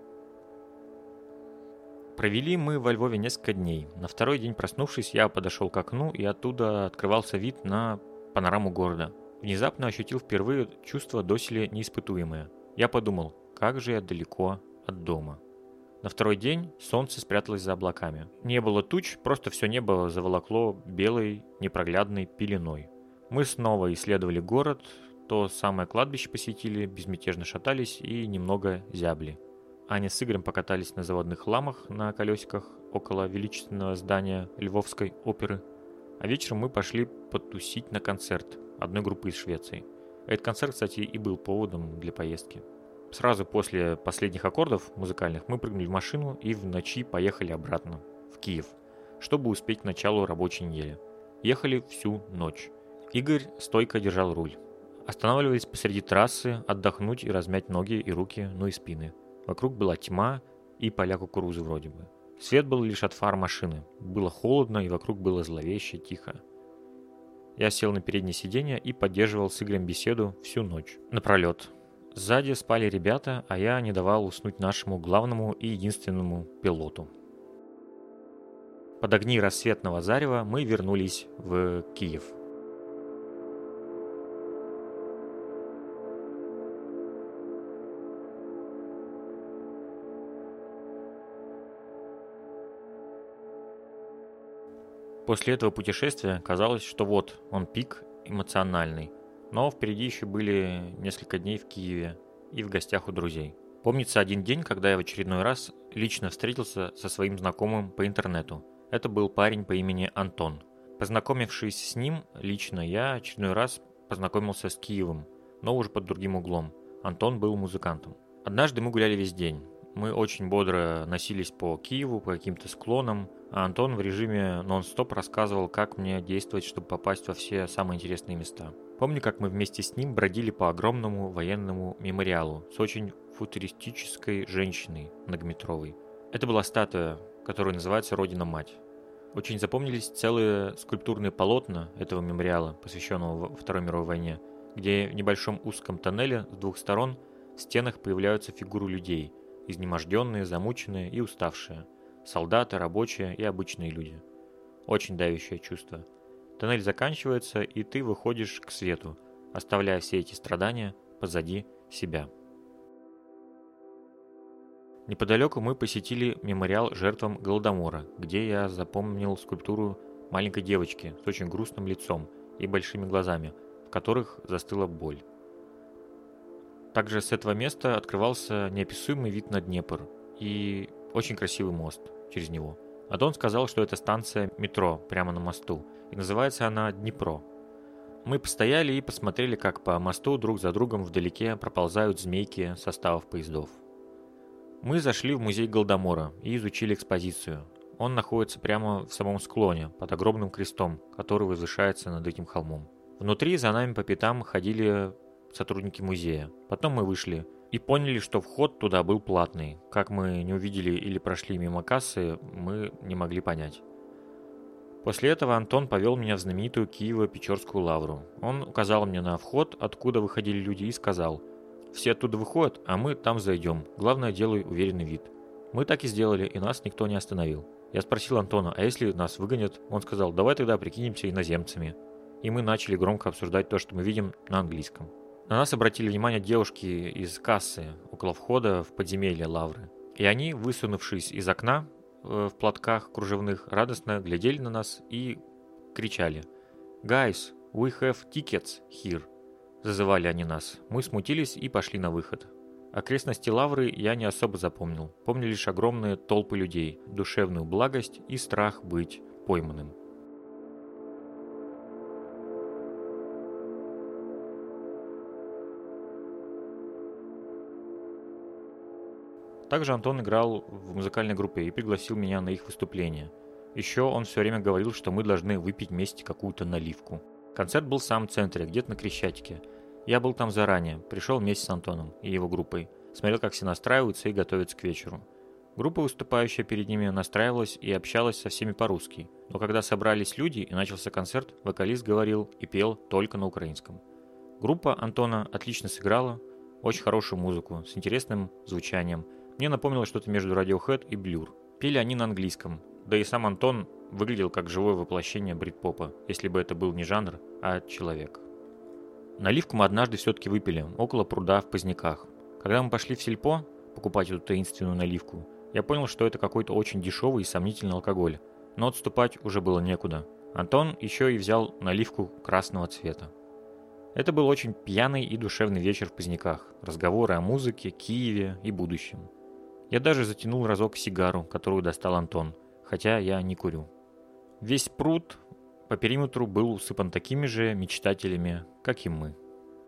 Speaker 1: Провели мы во Львове несколько дней. На второй день, проснувшись, я подошел к окну, и оттуда открывался вид на панораму города. Внезапно ощутил впервые чувство доселе неиспытуемое. Я подумал: как же я далеко от дома. На второй день солнце спряталось за облаками. Не было туч, просто все небо заволокло белой непроглядной пеленой. Мы снова исследовали город, то самое кладбище посетили, безмятежно шатались и немного зябли. Аня с Игорем покатались на заводных ламах на колесиках около величественного здания Львовской оперы. А вечером мы пошли потусить на концерт одной группы из Швеции. Этот концерт, кстати, и был поводом для поездки. Сразу после последних аккордов музыкальных мы прыгнули в машину и в ночи поехали обратно, в Киев, чтобы успеть к началу рабочей недели. Ехали всю ночь. Игорь стойко держал руль. Останавливались посреди трассы отдохнуть и размять ноги и руки, ну и спины. Вокруг была тьма и поля кукурузы вроде бы. Свет был лишь от фар машины. Было холодно и вокруг было зловеще тихо. Я сел на переднее сиденье и поддерживал с Игорем беседу всю ночь напролет. Сзади спали ребята, а я не давал уснуть нашему главному и единственному пилоту. Под огни рассветного зарева мы вернулись в Киев. После этого путешествия казалось, что вот он пик эмоциональный, но впереди еще были несколько дней в Киеве и в гостях у друзей. Помнится один день, когда я в очередной раз лично встретился со своим знакомым по интернету. Это был парень по имени Антон. Познакомившись с ним лично, я очередной раз познакомился с Киевом, но уже под другим углом. Антон был музыкантом. Однажды мы гуляли весь день. Мы очень бодро носились по Киеву, по каким-то склонам, а Антон в режиме нон-стоп рассказывал, как мне действовать, чтобы попасть во все самые интересные места. Помню, как мы вместе с ним бродили по огромному военному мемориалу с очень футуристической женщиной многометровой. Это была статуя, которая называется «Родина-мать». Очень запомнились целые скульптурные полотна этого мемориала, посвященного Второй мировой войне, где в небольшом узком тоннеле с двух сторон в стенах появляются фигуры людей, изнеможденные, замученные и уставшие. Солдаты, рабочие и обычные люди. Очень давящее чувство. Тоннель заканчивается, и ты выходишь к свету, оставляя все эти страдания позади себя. Неподалеку мы посетили мемориал жертвам Голодомора, где я запомнил скульптуру маленькой девочки с очень грустным лицом и большими глазами, в которых застыла боль. Также с этого места открывался неописуемый вид на Днепр и очень красивый мост через него. Антон сказал, что это станция метро прямо на мосту, и называется она Днепро. Мы постояли и посмотрели, как по мосту друг за другом вдалеке проползают змейки составов поездов. Мы зашли в музей Голодомора и изучили экспозицию. Он находится прямо в самом склоне, под огромным крестом, который возвышается над этим холмом. Внутри за нами по пятам ходили сотрудники музея. Потом мы вышли и поняли, что вход туда был платный. Как мы не увидели или прошли мимо кассы, мы не могли понять. После этого Антон повел меня в знаменитую Киево-Печорскую лавру. Он указал мне на вход, откуда выходили люди, и сказал: «Все оттуда выходят, а мы там зайдем. Главное, делай уверенный вид». Мы так и сделали, и нас никто не остановил. Я спросил Антона, а если нас выгонят? Он сказал: «Давай тогда прикинемся иноземцами». И мы начали громко обсуждать то, что мы видим, на английском. На нас обратили внимание девушки из кассы около входа в подземелье лавры. И они, высунувшись из окна в платках кружевных, радостно глядели на нас и кричали: «Guys, we have tickets here!» Зазывали они нас. Мы смутились и пошли на выход. Окрестности лавры я не особо запомнил. Помню лишь огромные толпы людей, душевную благость и страх быть пойманным. Также Антон играл в музыкальной группе и пригласил меня на их выступление. Еще он все время говорил, что мы должны выпить вместе какую-то наливку. Концерт был в самом центре, где-то на Крещатике. Я был там заранее, пришел вместе с Антоном и его группой. Смотрел, как все настраиваются и готовятся к вечеру. Группа, выступающая перед ними, настраивалась и общалась со всеми по-русски. Но когда собрались люди и начался концерт, вокалист говорил и пел только на украинском. Группа Антона отлично сыграла, очень хорошую музыку, с интересным звучанием. Мне напомнило что-то между Radiohead и Blur. Пели они на английском, да и сам Антон выглядел как живое воплощение брит-попа, если бы это был не жанр, а человек. Наливку мы однажды все-таки выпили, около пруда в Поздняках. Когда мы пошли в сельпо покупать эту таинственную наливку, я понял, что это какой-то очень дешевый и сомнительный алкоголь, но отступать уже было некуда. Антон еще и взял наливку красного цвета. Это был очень пьяный и душевный вечер в Поздняках, разговоры о музыке, Киеве и будущем. Я даже затянул разок сигару, которую достал Антон, хотя я не курю. Весь пруд по периметру был усыпан такими же мечтателями, как и мы.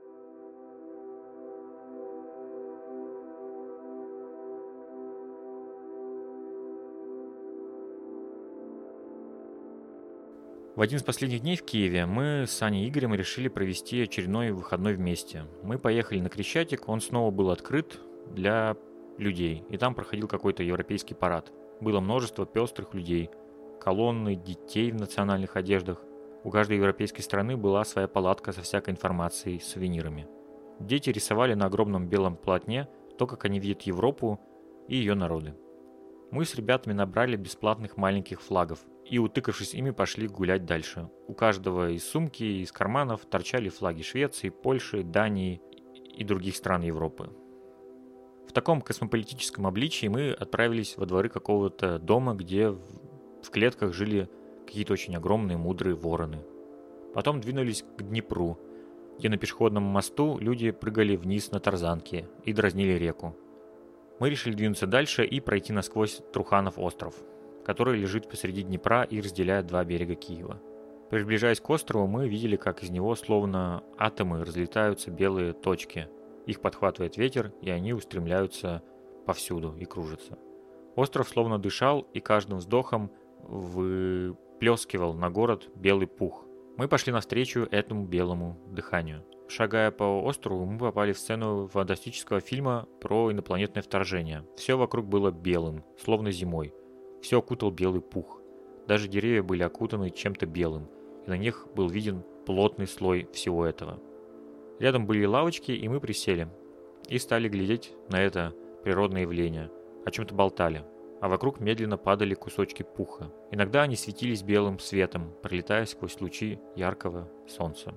Speaker 1: В один из последних дней в Киеве мы с Аней и Игорем решили провести очередной выходной вместе. Мы поехали на Крещатик, он снова был открыт для людей, и там проходил какой-то европейский парад. Было множество пестрых людей, колонны, детей в национальных одеждах. У каждой европейской страны была своя палатка со всякой информацией, с сувенирами. Дети рисовали на огромном белом полотне то, как они видят Европу и ее народы. Мы с ребятами набрали бесплатных маленьких флагов и, утыкавшись ими, пошли гулять дальше. У каждого из сумки и из карманов торчали флаги Швеции, Польши, Дании и других стран Европы. В таком космополитическом обличии мы отправились во дворы какого-то дома, где в клетках жили какие-то очень огромные мудрые вороны. Потом двинулись к Днепру, где на пешеходном мосту люди прыгали вниз на тарзанке и дразнили реку. Мы решили двинуться дальше и пройти насквозь Труханов остров, который лежит посреди Днепра и разделяет два берега Киева. Приближаясь к острову, мы видели, как из него словно атомы разлетаются белые точки. Их подхватывает ветер, и они устремляются повсюду и кружатся. Остров словно дышал, и каждым вздохом выплескивал на город белый пух. Мы пошли навстречу этому белому дыханию. Шагая по острову, мы попали в сцену фантастического фильма про инопланетное вторжение. Все вокруг было белым, словно зимой. Все окутал белый пух. Даже деревья были окутаны чем-то белым, и на них был виден плотный слой всего этого. Рядом были лавочки, и мы присели. И стали глядеть на это природное явление. О чем-то болтали. А вокруг медленно падали кусочки пуха. Иногда они светились белым светом, пролетая сквозь лучи яркого солнца.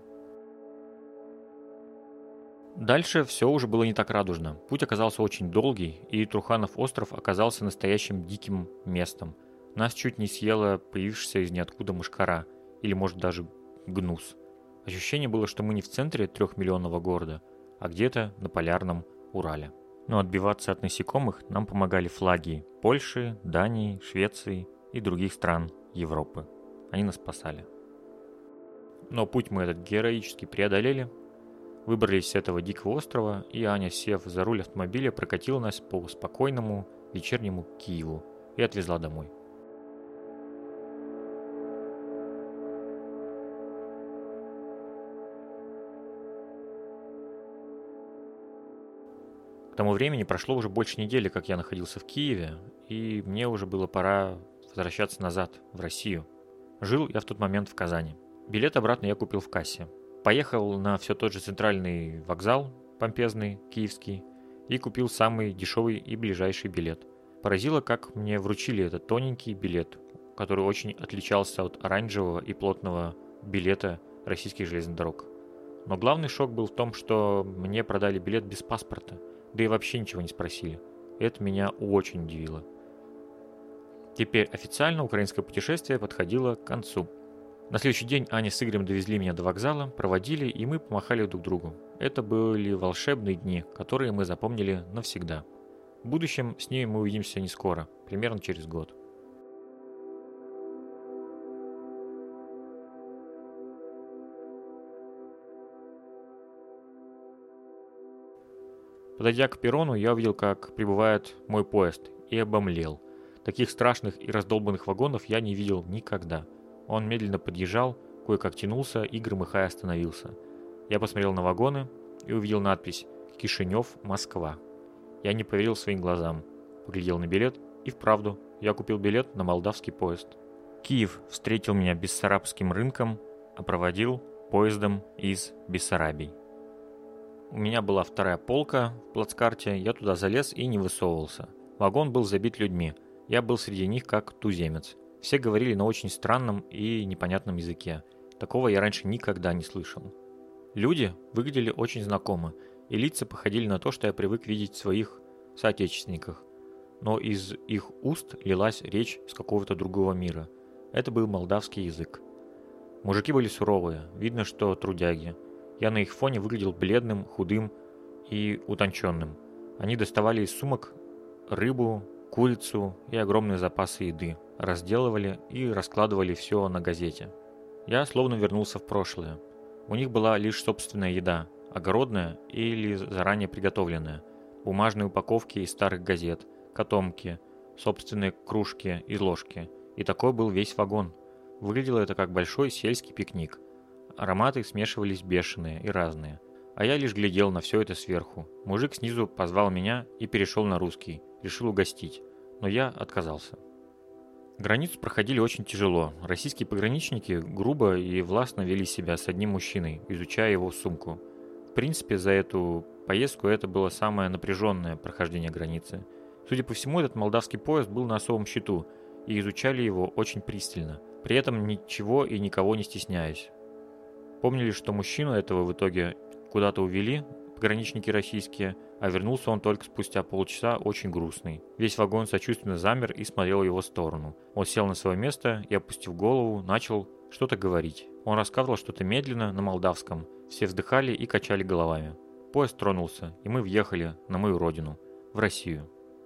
Speaker 1: Дальше все уже было не так радужно. Путь оказался очень долгий, и Труханов остров оказался настоящим диким местом. Нас чуть не съела появившаяся из ниоткуда мошкара, или может даже гнус. Ощущение было, что мы не в центре 3-миллионного города, а где-то на полярном Урале. Но отбиваться от насекомых нам помогали флаги Польши, Дании, Швеции и других стран Европы. Они нас спасали. Но путь мы этот героически преодолели. Выбрались с этого дикого острова, и Аня, сев за руль автомобиля, прокатила нас по спокойному вечернему Киеву и отвезла домой. К тому времени прошло уже больше недели, как я находился в Киеве, и мне уже было пора возвращаться назад, в Россию. Жил я в тот момент в Казани. Билет обратно я купил в кассе. Поехал на все тот же центральный вокзал, помпезный, киевский, и купил самый дешевый и ближайший билет. Поразило, как мне вручили этот тоненький билет, который очень отличался от оранжевого и плотного билета российских железных дорог. Но главный шок был в том, что мне продали билет без паспорта, да и вообще ничего не спросили. Это меня очень удивило. Теперь официально украинское путешествие подходило к концу. На следующий день Аня с Игорем довезли меня до вокзала, проводили, и мы помахали друг другу. Это были волшебные дни, которые мы запомнили навсегда. В будущем с ней мы увидимся не скоро, примерно через год. Подойдя к перрону, я увидел, как прибывает мой поезд, и обомлел. Таких страшных и раздолбанных вагонов я не видел никогда. Он медленно подъезжал, кое-как тянулся и, громыхая, остановился. Я посмотрел на вагоны и увидел надпись «Кишинев, Москва». Я не поверил своим глазам. Поглядел на билет, и вправду, я купил билет на молдавский поезд. Киев встретил меня бессарабским рынком, а проводил поездом из Бессарабий. У меня была вторая полка в плацкарте, я туда залез и не высовывался. Вагон был забит людьми, я был среди них как туземец. Все говорили на очень странном и непонятном языке. Такого я раньше никогда не слышал. Люди выглядели очень знакомо, и лица походили на то, что я привык видеть в своих соотечественниках. Но из их уст лилась речь с какого-то другого мира. Это был молдавский язык. Мужики были суровые, видно, что трудяги. Я на их фоне выглядел бледным, худым и утонченным. Они доставали из сумок рыбу, курицу и огромные запасы еды, разделывали и раскладывали все на газете. Я словно вернулся в прошлое. У них была лишь собственная еда, огородная или заранее приготовленная, бумажные упаковки из старых газет, котомки, собственные кружки и ложки. И такой был весь вагон. Выглядело это как большой сельский пикник. Ароматы смешивались бешеные и разные. А я лишь глядел на все это сверху. Мужик снизу позвал меня и перешел на русский, решил угостить. Но я отказался. Границу проходили очень тяжело. Российские пограничники грубо и властно вели себя с одним мужчиной, изучая его сумку. В принципе, за эту поездку это было самое напряженное прохождение границы. Судя по всему, этот молдавский поезд был на особом счету, и изучали его очень пристально, при этом ничего и никого не стесняясь. Помнили, что мужчину этого в итоге куда-то увели, пограничники российские, а вернулся он только спустя полчаса очень грустный. Весь вагон сочувственно замер и смотрел в его сторону. Он сел на свое место и, опустив голову, начал что-то говорить. Он рассказывал что-то медленно на молдавском. Все вздыхали и качали головами. Поезд тронулся, и мы въехали на мою родину, в Россию.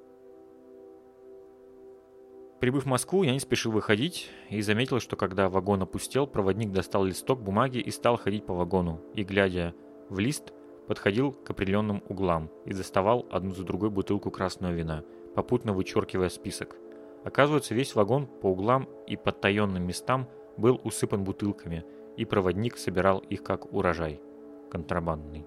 Speaker 1: Прибыв в Москву, я не спешил выходить и заметил, что когда вагон опустел, проводник достал листок бумаги и стал ходить по вагону, и, глядя в лист, подходил к определенным углам и доставал одну за другой бутылку красного вина, попутно вычеркивая список. Оказывается, весь вагон по углам и подтаенным местам был усыпан бутылками, и проводник собирал их как урожай контрабандный.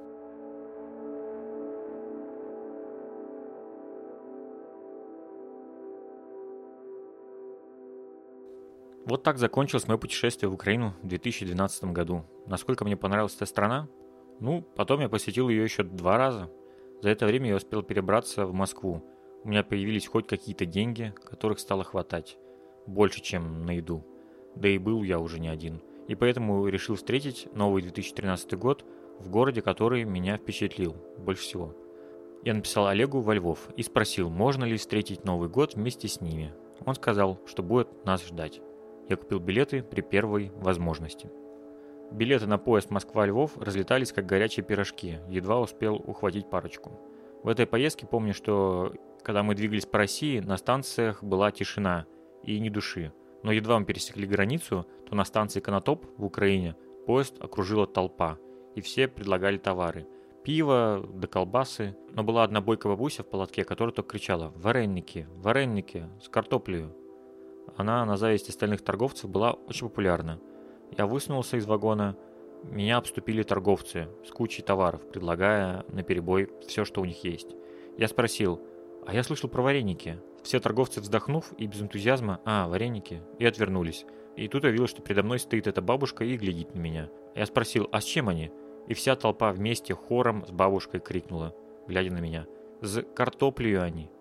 Speaker 1: Вот так закончилось мое путешествие в Украину в 2012 году. Насколько мне понравилась эта страна? Ну, потом я посетил ее еще 2 раза. За это время я успел перебраться в Москву. У меня появились хоть какие-то деньги, которых стало хватать. Больше, чем на еду. Да и был я уже не один. И поэтому решил встретить новый 2013 год в городе, который меня впечатлил больше всего. Я написал Олегу во Львов и спросил, можно ли встретить Новый год вместе с ними. Он сказал, что будет нас ждать. Я купил билеты при первой возможности. Билеты на поезд Москва-Львов разлетались как горячие пирожки, едва успел ухватить парочку. В этой поездке помню, что когда мы двигались по России, на станциях была тишина и ни души. Но едва мы пересекли границу, то на станции Конотоп в Украине поезд окружила толпа, и все предлагали товары. Пиво да колбасы, но была одна бойкая бабуся в полотке, которая только кричала «Вареники, вареники, с картоплею». Она на зависть остальных торговцев была очень популярна. Я высунулся из вагона, меня обступили торговцы с кучей товаров, предлагая наперебой все, что у них есть. Я спросил, а я слышал про вареники. Все торговцы, вздохнув и без энтузиазма, вареники, и отвернулись. И тут я увидел, что передо мной стоит эта бабушка и глядит на меня. Я спросил, а с чем они? И вся толпа вместе хором с бабушкой крикнула, глядя на меня, «С картоплею они».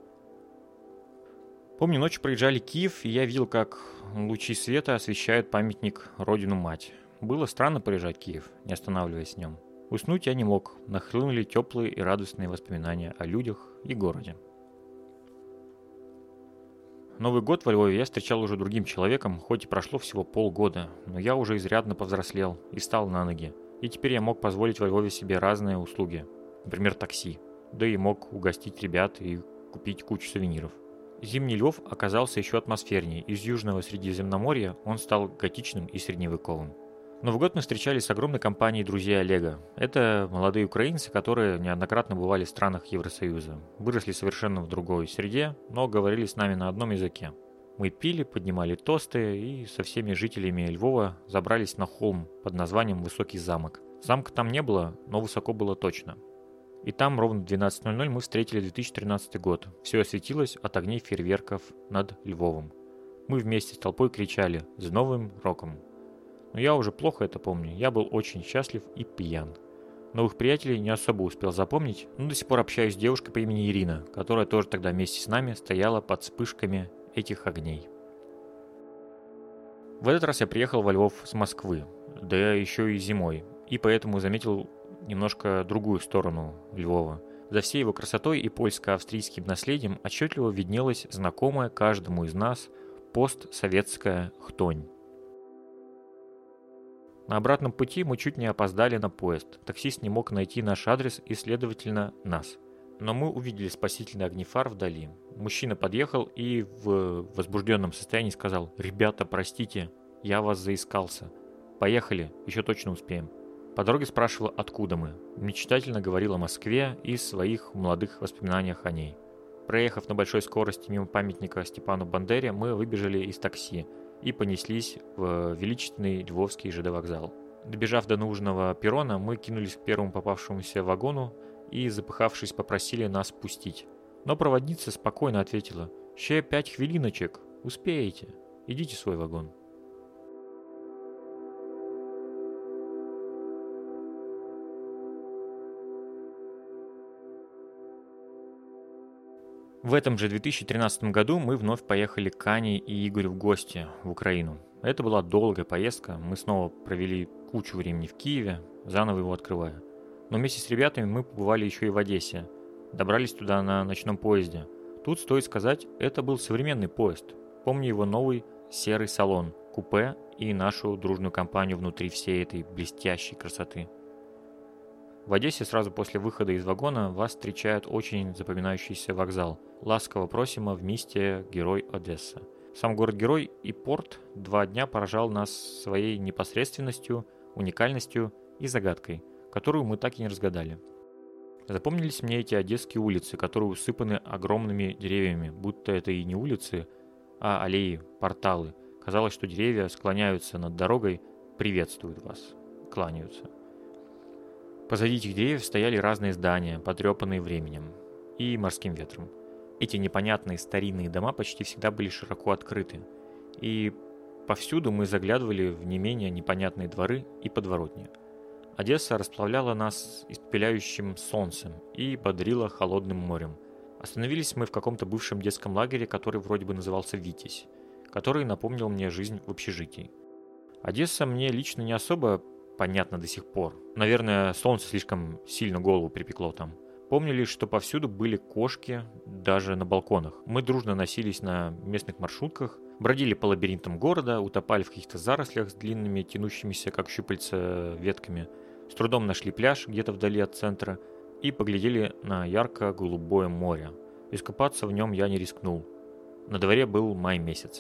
Speaker 1: Помню, ночью проезжали Киев, и я видел, как лучи света освещают памятник Родину-Мать. Было странно проезжать Киев, не останавливаясь в нем. Уснуть я не мог, нахлынули теплые и радостные воспоминания о людях и городе. Новый год во Львове я встречал уже другим человеком, хоть и прошло всего полгода, но я уже изрядно повзрослел и стал на ноги. И теперь я мог позволить во Львове себе разные услуги, например, такси, да и мог угостить ребят и купить кучу сувениров. Зимний Львов оказался еще атмосфернее. Из Южного Средиземноморья он стал готичным и средневековым. Новый год мы встречались с огромной компанией друзей Олега. Это молодые украинцы, которые неоднократно бывали в странах Евросоюза. Выросли совершенно в другой среде, но говорили с нами на одном языке. Мы пили, поднимали тосты и со всеми жителями Львова забрались на холм под названием Высокий замок. Замка там не было, но высоко было точно. И там ровно в 12:00 мы встретили 2013 год. Все осветилось от огней фейерверков над Львовом. Мы вместе с толпой кричали «С Новым роком!». Но я уже плохо это помню, я был очень счастлив и пьян. Новых приятелей не особо успел запомнить, но до сих пор общаюсь с девушкой по имени Ирина, которая тоже тогда вместе с нами стояла под вспышками этих огней. В этот раз я приехал во Львов с Москвы, да еще и зимой, и поэтому заметил немножко другую сторону Львова. За всей его красотой и польско-австрийским наследием отчетливо виднелась знакомая каждому из нас постсоветская хтонь. На обратном пути мы чуть не опоздали на поезд. Таксист не мог найти наш адрес и, следовательно, нас. Но мы увидели спасительный огни фар вдали. Мужчина подъехал и в возбужденном состоянии сказал: «Ребята, простите, я вас заискался. Поехали, еще точно успеем». По дороге спрашивал, откуда мы. Мечтательно говорил о Москве и своих молодых воспоминаниях о ней. Проехав на большой скорости мимо памятника Степану Бандере, мы выбежали из такси и понеслись в величественный Львовский ЖД вокзал. Добежав до нужного перрона, мы кинулись к первому попавшемуся вагону и, запыхавшись, попросили нас пустить. Но проводница спокойно ответила: «Ще 5 хвилиночек, успеете, идите в свой вагон». В этом же 2013 году мы вновь поехали к Ане и Игорю в гости в Украину. Это была долгая поездка, мы снова провели кучу времени в Киеве, заново его открывая. Но вместе с ребятами мы побывали еще и в Одессе. Добрались туда на ночном поезде. Тут, стоит сказать, это был современный поезд. Помню его новый серый салон, купе и нашу дружную компанию внутри всей этой блестящей красоты. В Одессе сразу после выхода из вагона вас встречает очень запоминающийся вокзал. Ласково просимо в месте Герой Одесса. Сам город-герой и порт 2 дня поражал нас своей непосредственностью, уникальностью и загадкой, которую мы так и не разгадали. Запомнились мне эти одесские улицы, которые усыпаны огромными деревьями, будто это и не улицы, а аллеи, порталы. Казалось, что деревья склоняются над дорогой, приветствуют вас, кланяются. Позади этих деревьев стояли разные здания, потрепанные временем и морским ветром. Эти непонятные старинные дома почти всегда были широко открыты, и повсюду мы заглядывали в не менее непонятные дворы и подворотни. Одесса расплавляла нас испепеляющим солнцем и бодрила холодным морем. Остановились мы в каком-то бывшем детском лагере, который вроде бы назывался «Витязь», который напомнил мне жизнь в общежитии. Одесса мне лично не особо понятно до сих пор. Наверное, солнце слишком сильно голову припекло там. Помню лишь, что повсюду были кошки, даже на балконах. Мы дружно носились на местных маршрутках, бродили по лабиринтам города, утопали в каких-то зарослях с длинными, тянущимися, как щупальца, ветками. С трудом нашли пляж где-то вдали от центра и поглядели на ярко-голубое море. Искупаться в нем я не рискнул. На дворе был май месяц.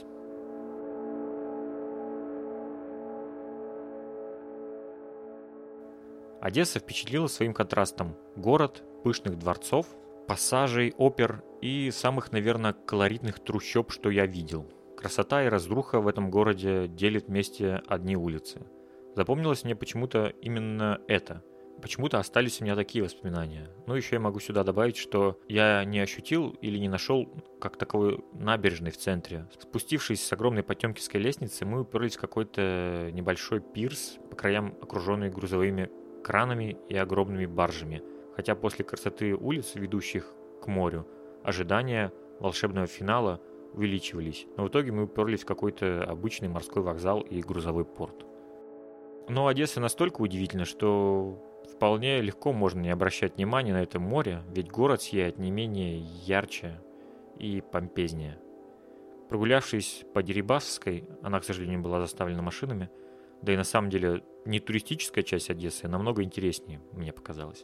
Speaker 1: Одесса впечатлила своим контрастом. Город пышных дворцов, пассажей, опер и самых, наверное, колоритных трущоб, что я видел. Красота и разруха в этом городе делят вместе одни улицы. Запомнилось мне почему-то именно это. Почему-то остались у меня такие воспоминания. Ну, еще я могу сюда добавить, что я не ощутил или не нашел как таковой набережной в центре. Спустившись с огромной потемкинской лестницы, мы уперлись в какой-то небольшой пирс, по краям окруженный грузовыми кранами и огромными баржами. Хотя после красоты улиц, ведущих к морю, ожидания волшебного финала увеличивались. Но в итоге мы уперлись в какой-то обычный морской вокзал и грузовой порт. Но Одесса настолько удивительна, что вполне легко можно не обращать внимания на это море, ведь город сияет не менее ярче и помпезнее. Прогулявшись по Дерибасовской, она, к сожалению, была заставлена машинами, да и на самом деле не туристическая часть Одессы, а намного интереснее, мне показалось.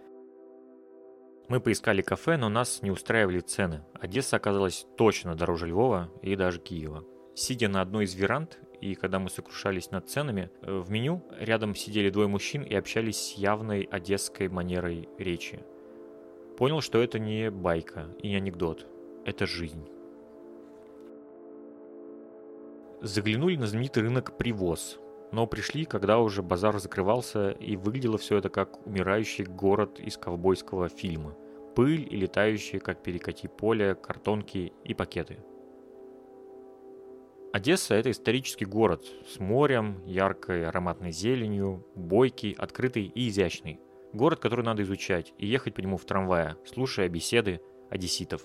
Speaker 1: Мы поискали кафе, но нас не устраивали цены. Одесса оказалась точно дороже Львова и даже Киева. Сидя на одной из веранд, и когда мы сокрушались над ценами, в меню рядом сидели 2 мужчин и общались с явной одесской манерой речи. Понял, что это не байка и не анекдот, это жизнь. Заглянули на знаменитый рынок «Привоз», но пришли, когда уже базар закрывался, и выглядело все это как умирающий город из ковбойского фильма. Пыль и летающие, как перекати поле, картонки и пакеты. Одесса – это исторический город с морем, яркой ароматной зеленью, бойкий, открытый и изящный. Город, который надо изучать и ехать по нему в трамвае, слушая беседы одесситов.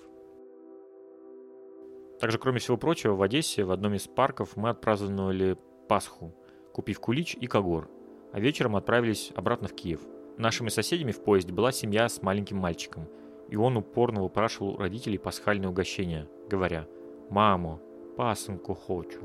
Speaker 1: Также, кроме всего прочего, в Одессе в одном из парков мы отпраздновали Пасху, купив кулич и когор, а вечером отправились обратно в Киев. Нашими соседями в поезде была семья с маленьким мальчиком, и он упорно выпрашивал у родителей пасхальное угощение, говоря: «Мамо, пасенку хочу».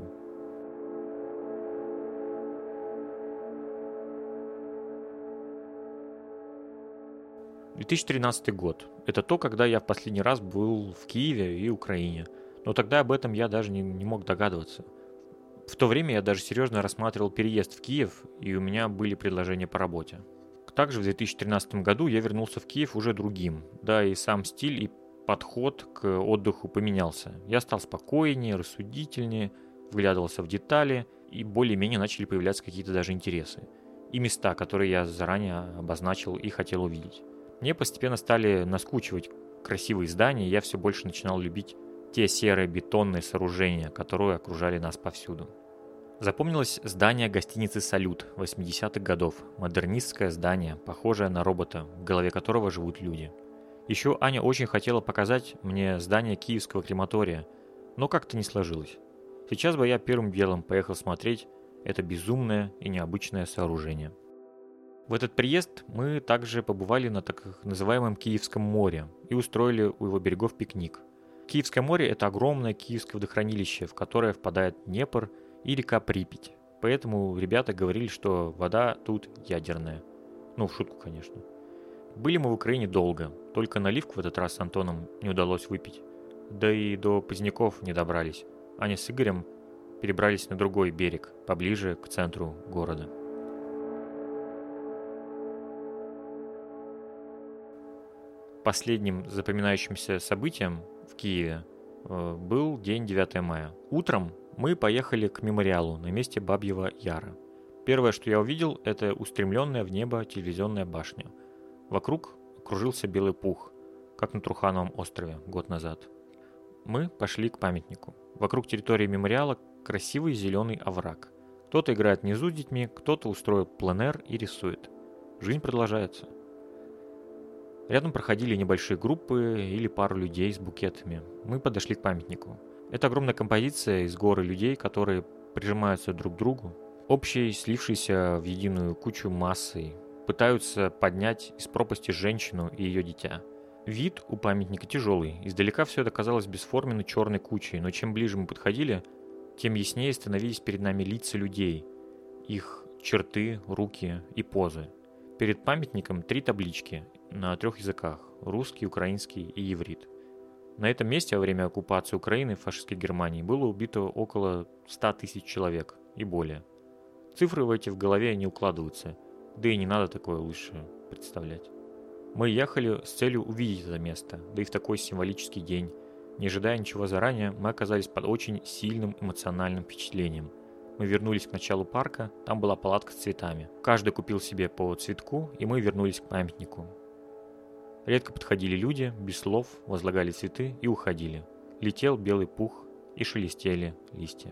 Speaker 1: — 2013 год. Это то, когда я в последний раз был в Киеве и Украине. Но тогда об этом я даже не мог догадываться. В то время я даже серьезно рассматривал переезд в Киев, и у меня были предложения по работе. Также в 2013 году я вернулся в Киев уже другим, да и сам стиль и подход к отдыху поменялся. Я стал спокойнее, рассудительнее, вглядывался в детали, и более-менее начали появляться какие-то даже интересы. И места, которые я заранее обозначил и хотел увидеть. Мне постепенно стали наскучивать красивые здания, и я все больше начинал любить те серые бетонные сооружения, которые окружали нас повсюду. Запомнилось здание гостиницы «Салют» 80-х годов. Модернистское здание, похожее на робота, в голове которого живут люди. Еще Аня очень хотела показать мне здание киевского крематория, но как-то не сложилось. Сейчас бы я первым делом поехал смотреть это безумное и необычное сооружение. В этот приезд мы также побывали на так называемом Киевском море и устроили у его берегов пикник. Киевское море – это огромное киевское водохранилище, в которое впадает Днепр и река Припять. Поэтому ребята говорили, что вода тут ядерная. Ну, в шутку, конечно. Были мы в Украине долго, только наливку в этот раз с Антоном не удалось выпить. Да и до Поздняков не добрались. Аня с Игорем перебрались на другой берег, поближе к центру города. Последним запоминающимся событием в Киеве был день 9 мая. Утром мы поехали к мемориалу на месте Бабьего Яра. Первое, что я увидел, это устремленная в небо телевизионная башня. Вокруг кружился белый пух, как на Трухановом острове год назад. Мы пошли к памятнику. Вокруг территории мемориала красивый зеленый овраг. Кто-то играет внизу с детьми, кто-то устроил пленэр и рисует. Жизнь продолжается. Рядом проходили небольшие группы или пару людей с букетами. Мы подошли к памятнику. Это огромная композиция из горы людей, которые прижимаются друг к другу, общей, слившейся в единую кучу массой, пытаются поднять из пропасти женщину и ее дитя. Вид у памятника тяжелый. Издалека все это казалось бесформенной черной кучей, но чем ближе мы подходили, тем яснее становились перед нами лица людей, их черты, руки и позы. Перед памятником 3 таблички на 3 языках – русский, украинский и иврит. На этом месте во время оккупации Украины фашистской Германии было убито около 100 тысяч человек и более. Цифры в эти в голове не укладываются, да и не надо такое лучше представлять. Мы ехали с целью увидеть это место, да и в такой символический день. Не ожидая ничего заранее, мы оказались под очень сильным эмоциональным впечатлением. Мы вернулись к началу парка, там была палатка с цветами. Каждый купил себе по цветку, и мы вернулись к памятнику. Редко подходили люди, без слов, возлагали цветы и уходили. Летел белый пух и шелестели листья.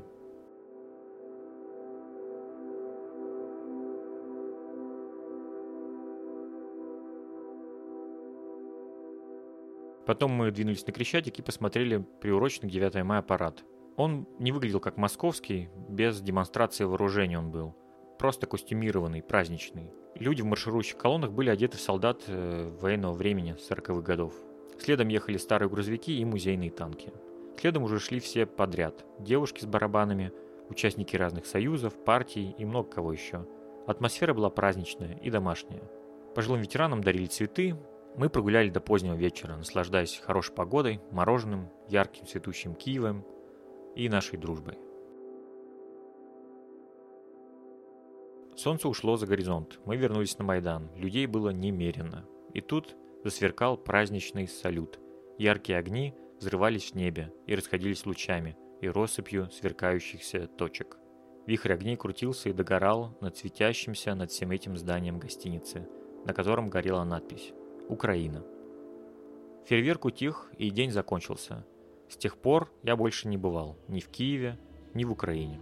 Speaker 1: Потом мы двинулись на Крещатик и посмотрели приуроченный к 9 мая парад. Он не выглядел как московский, без демонстрации вооружения он был. Просто костюмированный, праздничный. Люди в марширующих колоннах были одеты в солдат военного времени 40-х годов. Следом ехали старые грузовики и музейные танки. Следом уже шли все подряд. Девушки с барабанами, участники разных союзов, партий и много кого еще. Атмосфера была праздничная и домашняя. Пожилым ветеранам дарили цветы. Мы прогуляли до позднего вечера, наслаждаясь хорошей погодой, мороженым, ярким цветущим Киевом и нашей дружбой. Солнце ушло за горизонт. Мы вернулись на Майдан. Людей было немерено. И тут засверкал праздничный салют. Яркие огни взрывались в небе и расходились лучами и россыпью сверкающихся точек. Вихрь огней крутился и догорал над светящимся над всем этим зданием гостиницы, на котором горела надпись «Украина». Фейерверк утих, и день закончился. С тех пор я больше не бывал ни в Киеве, ни в Украине.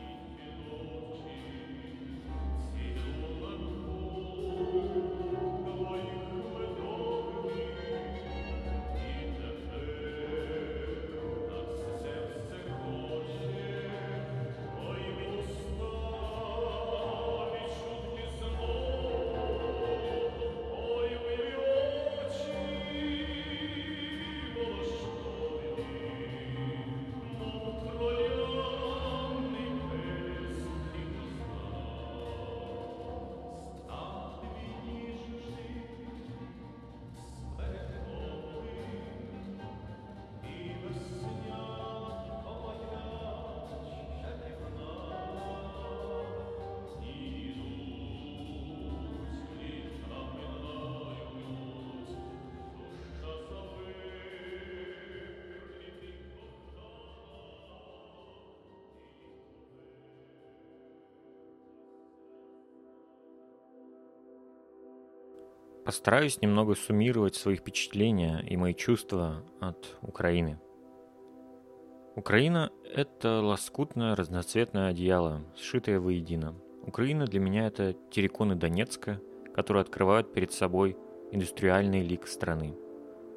Speaker 1: Постараюсь немного суммировать свои впечатления и мои чувства от Украины. Украина – это лоскутное разноцветное одеяло, сшитое воедино. Украина для меня – это терриконы Донецка, которые открывают перед собой индустриальный лик страны.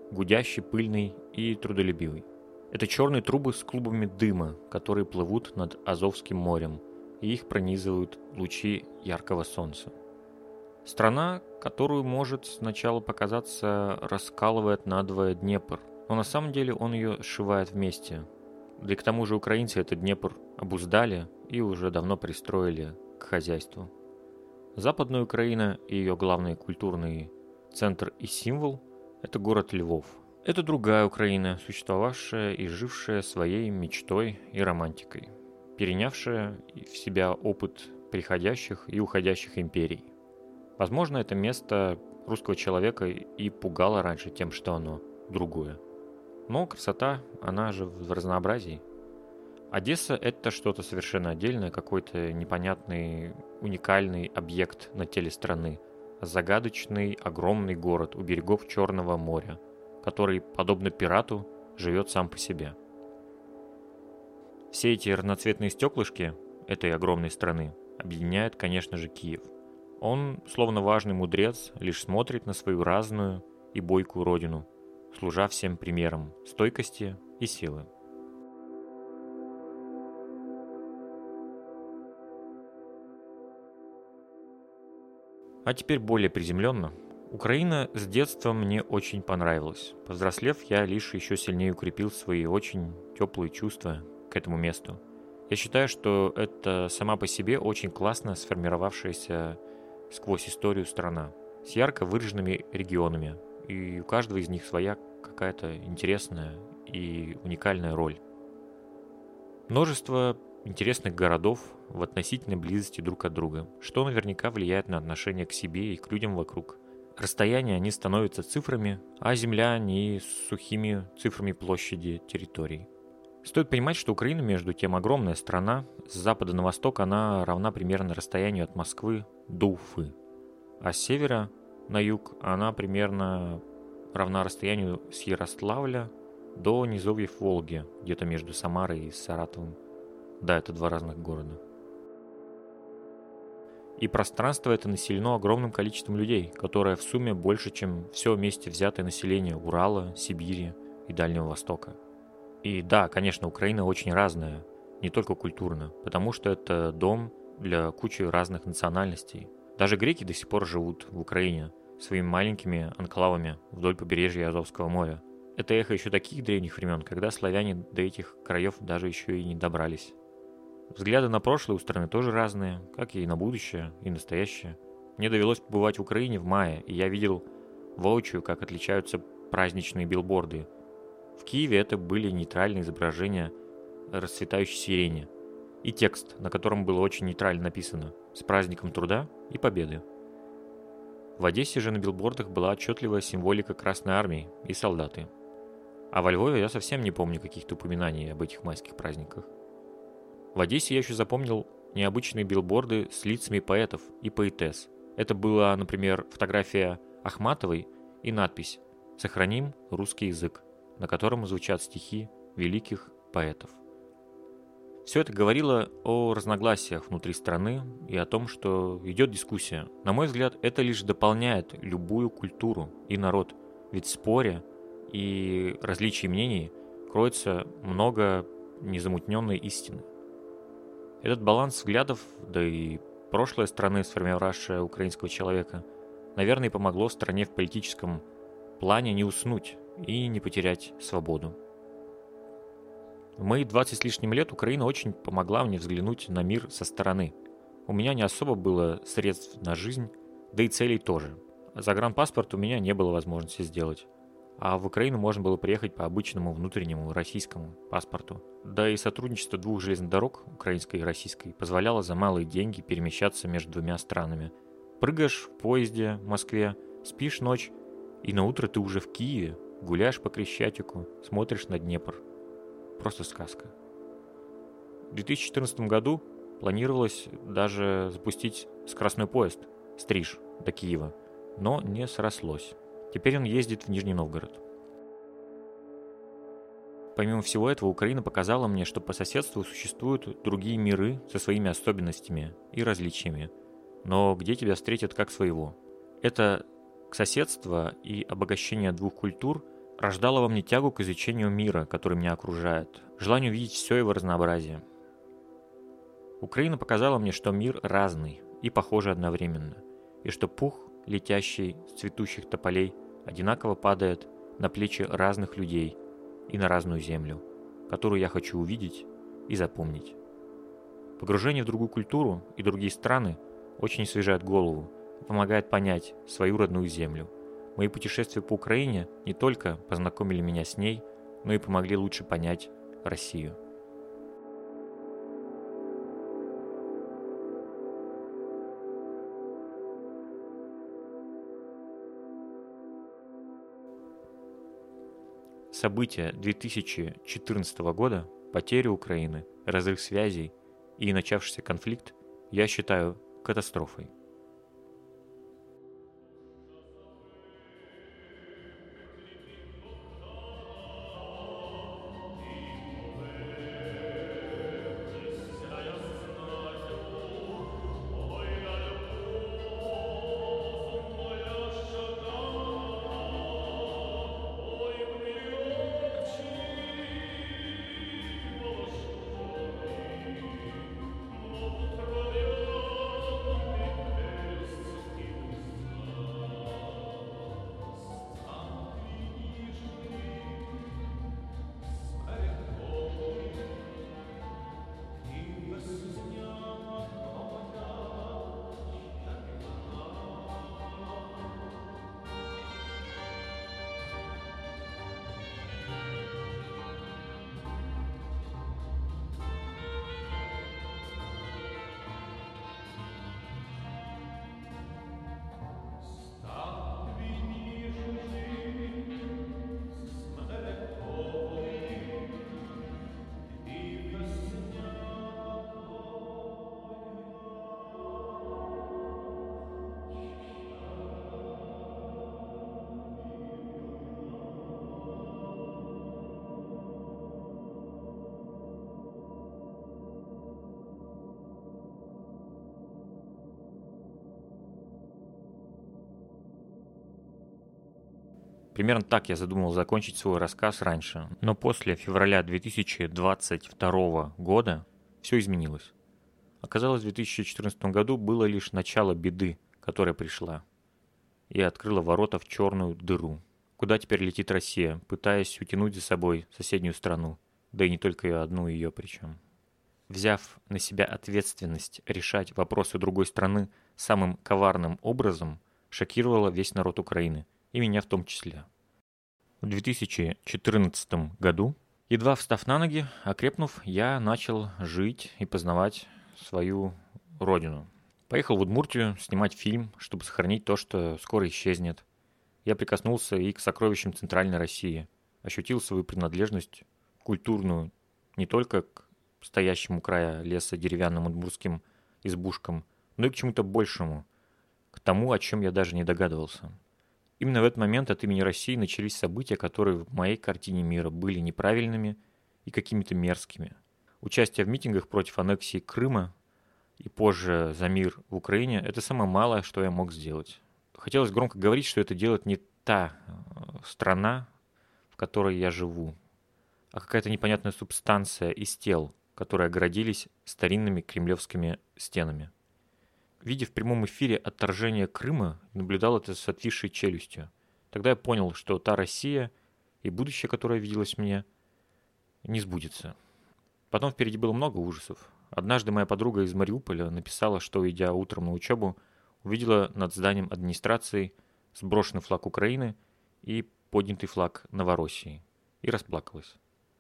Speaker 1: гудящий, пыльный и трудолюбивый. Это черные трубы с клубами дыма, которые плывут над Азовским морем, и их пронизывают лучи яркого солнца. Страна, которую может сначала показаться, раскалывает надвое Днепр, но на самом деле он ее сшивает вместе. Да и к тому же украинцы этот Днепр обуздали и уже давно пристроили к хозяйству. Западная Украина и ее главный культурный центр и символ – это город Львов. Это другая Украина, существовавшая и жившая своей мечтой и романтикой, перенявшая в себя опыт приходящих и уходящих империй. Возможно, это место русского человека и пугало раньше тем, что оно другое. Но красота, она же в разнообразии. Одесса – это что-то совершенно отдельное, какой-то непонятный, уникальный объект на теле страны. Загадочный, огромный город у берегов Черного моря, который, подобно пирату, живет сам по себе. Все эти разноцветные стеклышки этой огромной страны объединяют, конечно же, Киев. Он, словно важный мудрец, лишь смотрит на свою разную и бойкую родину, служа всем примером стойкости и силы. А теперь более приземленно. Украина с детства мне очень понравилась. Повзрослев, я лишь еще сильнее укрепил свои очень теплые чувства к этому месту. Я считаю, что это сама по себе очень классно сформировавшаяся сквозь историю страна, с ярко выраженными регионами, и у каждого из них своя какая-то интересная и уникальная роль. Множество интересных городов в относительной близости друг от друга, что наверняка влияет на отношение к себе и к людям вокруг. Расстояния, они становятся цифрами, а земля не сухими цифрами площади территорий. Стоит понимать, что Украина, между тем, огромная страна. С запада на восток она равна примерно расстоянию от Москвы до Уфы. А с севера на юг она примерно равна расстоянию с Ярославля до низовьев Волги, где-то между Самарой и Саратовым. Да, это два разных города. И пространство это населено огромным количеством людей, которое в сумме больше, чем все вместе взятое население Урала, Сибири и Дальнего Востока. И да, конечно, Украина очень разная, не только культурно, потому что это дом для кучи разных национальностей. Даже греки до сих пор живут в Украине своими маленькими анклавами вдоль побережья Азовского моря. Это эхо еще таких древних времен, когда славяне до этих краев даже еще и не добрались. Взгляды на прошлое у страны тоже разные, как и на будущее, и настоящее. Мне довелось побывать в Украине в мае, и я видел воочию, как отличаются праздничные билборды. В Киеве это были нейтральные изображения расцветающей сирени и текст, на котором было очень нейтрально написано «С праздником труда и победы». В Одессе же на билбордах была отчетливая символика Красной Армии и солдаты. А во Львове я совсем не помню каких-то упоминаний об этих майских праздниках. В Одессе я еще запомнил необычные билборды с лицами поэтов и поэтесс. Это была, например, фотография Ахматовой и надпись «Сохраним русский язык», на котором звучат стихи великих поэтов. Все это говорило о разногласиях внутри страны и о том, что идет дискуссия. На мой взгляд, это лишь дополняет любую культуру и народ, ведь в споре и различии мнений кроется много незамутненной истины. Этот баланс взглядов, да и прошлое страны, сформировавшее украинского человека, наверное, и помогло стране в политическом плане не уснуть и не потерять свободу. В мои 20 с лишним лет Украина очень помогла мне взглянуть на мир со стороны. У меня не особо было средств на жизнь, да и целей тоже. Загранпаспорт у меня не было возможности сделать. А в Украину можно было приехать по обычному внутреннему российскому паспорту. Да и сотрудничество двух железных дорог, украинской и российской, позволяло за малые деньги перемещаться между двумя странами. Прыгаешь в поезде в Москве, спишь ночь, и на утро ты уже в Киеве, гуляешь по Крещатику, смотришь на Днепр. Просто сказка. В 2014 году планировалось даже запустить скоростной поезд «Стриж» до Киева, но не срослось. Теперь он ездит в Нижний Новгород. Помимо всего этого, Украина показала мне, что по соседству существуют другие миры со своими особенностями и различиями, но где тебя встретят как своего. Это соседство и обогащение двух культур рождало во мне тягу к изучению мира, который меня окружает, желание увидеть все его разнообразие. Украина показала мне, что мир разный и похожий одновременно, и что пух, летящий с цветущих тополей, одинаково падает на плечи разных людей и на разную землю, которую я хочу увидеть и запомнить. Погружение в другую культуру и другие страны очень освежает голову и помогает понять свою родную землю. Мои путешествия по Украине не только познакомили меня с ней, но и помогли лучше понять Россию. События 2014 года, потеря Украины, разрыв связей и начавшийся конфликт я считаю катастрофой. Примерно так я задумал закончить свой рассказ раньше, но после февраля 2022 года все изменилось. Оказалось, в 2014 году было лишь начало беды, которая пришла, и открыла ворота в черную дыру. Куда теперь летит Россия, пытаясь утянуть за собой соседнюю страну, да и не только одну ее причем. Взяв на себя ответственность решать вопросы другой страны самым коварным образом, шокировала весь народ Украины, и меня в том числе. В 2014 году, едва встав на ноги, окрепнув, я начал жить и познавать свою родину. Поехал в Удмуртию снимать фильм, чтобы сохранить то, что скоро исчезнет. Я прикоснулся и к сокровищам Центральной России, ощутил свою принадлежность культурную не только к стоящему у края леса деревянным удмуртским избушкам, но и к чему-то большему, к тому, о чем я даже не догадывался. Именно в этот момент от имени России начались события, которые в моей картине мира были неправильными и какими-то мерзкими. Участие в митингах против аннексии Крыма и позже за мир в Украине – это самое малое, что я мог сделать. Хотелось громко говорить, что это делает не та страна, в которой я живу, а какая-то непонятная субстанция из тел, которые оградились старинными кремлевскими стенами. Видя в прямом эфире отторжение Крыма, наблюдал это с отвисшей челюстью. Тогда я понял, что та Россия и будущее, которое виделось мне, не сбудется. Потом впереди было много ужасов. Однажды моя подруга из Мариуполя написала, что, идя утром на учебу, увидела над зданием администрации сброшенный флаг Украины и поднятый флаг Новороссии. И расплакалась.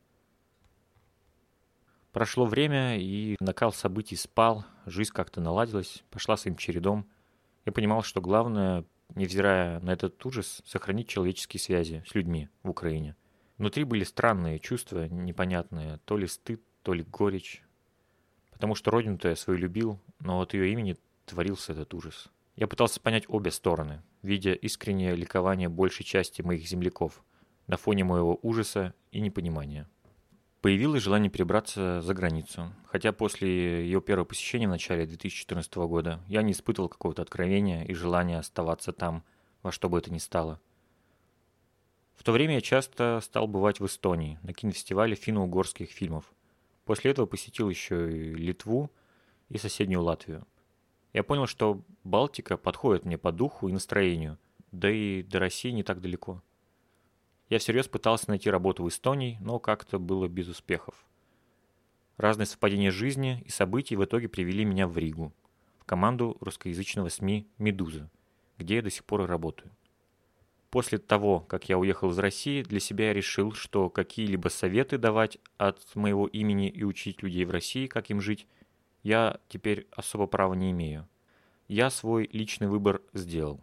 Speaker 1: Прошло время, и накал событий спал, жизнь как-то наладилась, пошла своим чередом. Я понимал, что главное, невзирая на этот ужас, сохранить человеческие связи с людьми в Украине. Внутри были странные чувства, непонятные, то ли стыд, то ли горечь. Потому что родину-то я свою любил, но от ее имени творился этот ужас. Я пытался понять обе стороны, видя искреннее ликование большей части моих земляков на фоне моего ужаса и непонимания. Появилось желание перебраться за границу, хотя после ее первого посещения в начале 2014 года я не испытывал какого-то откровения и желания оставаться там, во что бы это ни стало. В то время я часто стал бывать в Эстонии на кинофестивале финно-угорских фильмов. После этого посетил еще и Литву и соседнюю Латвию. Я понял, что Балтика подходит мне по духу и настроению, да и до России не так далеко. Я всерьез пытался найти работу в Эстонии, но как-то было без успехов. Разные совпадения жизни и событий в итоге привели меня в Ригу, в команду русскоязычного СМИ «Медуза», где я до сих пор и работаю. После того, как я уехал из России, для себя я решил, что какие-либо советы давать от моего имени и учить людей в России, как им жить, я теперь особо права не имею. Я свой личный выбор сделал.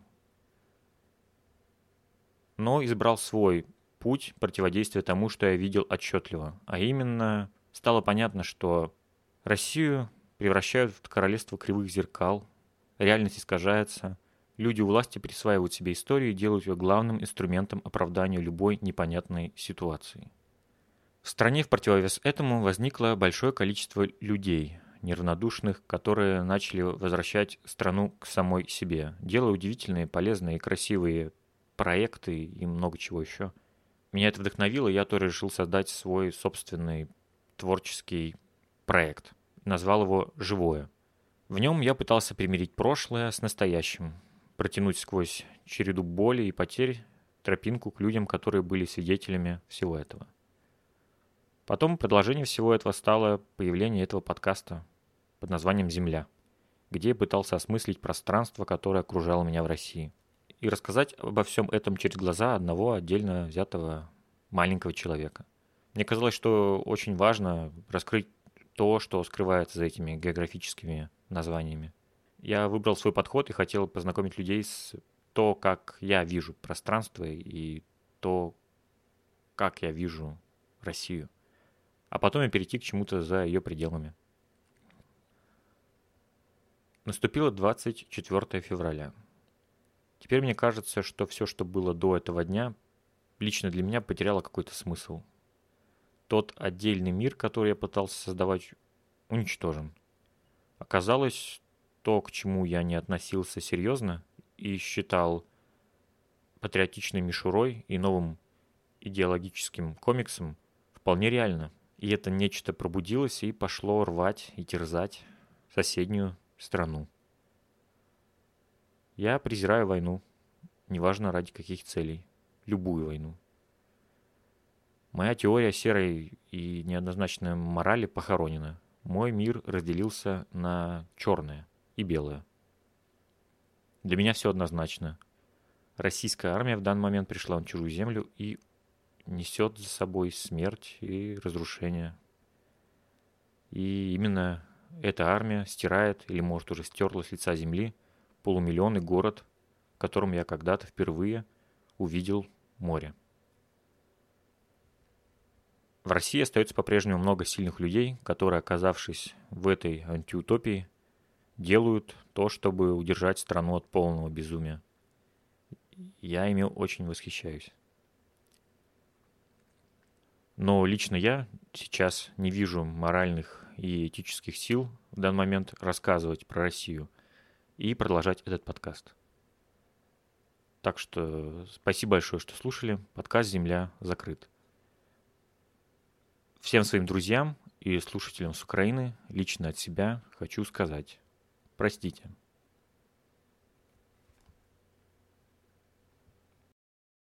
Speaker 1: Но избрал свой путь противодействия тому, что я видел отчетливо. А именно, стало понятно, что Россию превращают в королевство кривых зеркал, реальность искажается, люди у власти присваивают себе историю и делают ее главным инструментом оправдания любой непонятной ситуации. В стране в противовес этому возникло большое количество людей, неравнодушных, которые начали возвращать страну к самой себе, делая удивительные, полезные и красивые проекты и много чего еще. Меня это вдохновило, и я тоже решил создать свой собственный творческий проект. Назвал его «Живое». В нем я пытался примирить прошлое с настоящим, протянуть сквозь череду боли и потерь тропинку к людям, которые были свидетелями всего этого. Потом продолжением всего этого стало появление этого подкаста под названием «Земля», где я пытался осмыслить пространство, которое окружало меня в России, и рассказать обо всем этом через глаза одного отдельно взятого маленького человека. Мне казалось, что очень важно раскрыть то, что скрывается за этими географическими названиями. Я выбрал свой подход и хотел познакомить людей с то, как я вижу пространство и то, как я вижу Россию. А потом и перейти к чему-то за ее пределами. Наступило 24 февраля. Теперь мне кажется, что все, что было до этого дня, лично для меня потеряло какой-то смысл. Тот отдельный мир, который я пытался создавать, уничтожен. Оказалось, то, к чему я не относился серьезно и считал патриотичной мишурой и новым идеологическим комиксом, вполне реально. И это нечто пробудилось и пошло рвать и терзать соседнюю страну. Я презираю войну, неважно ради каких целей, любую войну. Моя теория серой и неоднозначной морали похоронена. Мой мир разделился на черное и белое. Для меня все однозначно. Российская армия в данный момент пришла на чужую землю и несет за собой смерть и разрушение. И именно эта армия стирает, или может уже стерла с лица земли, полумиллионный город, в котором я когда-то впервые увидел море. В России остается по-прежнему много сильных людей, которые, оказавшись в этой антиутопии, делают то, чтобы удержать страну от полного безумия. Я ими очень восхищаюсь. Но лично я сейчас не вижу моральных и этических сил в данный момент рассказывать про Россию и продолжать этот подкаст. Так что спасибо большое, что слушали. Подкаст «Земля» закрыт. Всем своим друзьям и слушателям с Украины лично от себя хочу сказать: простите.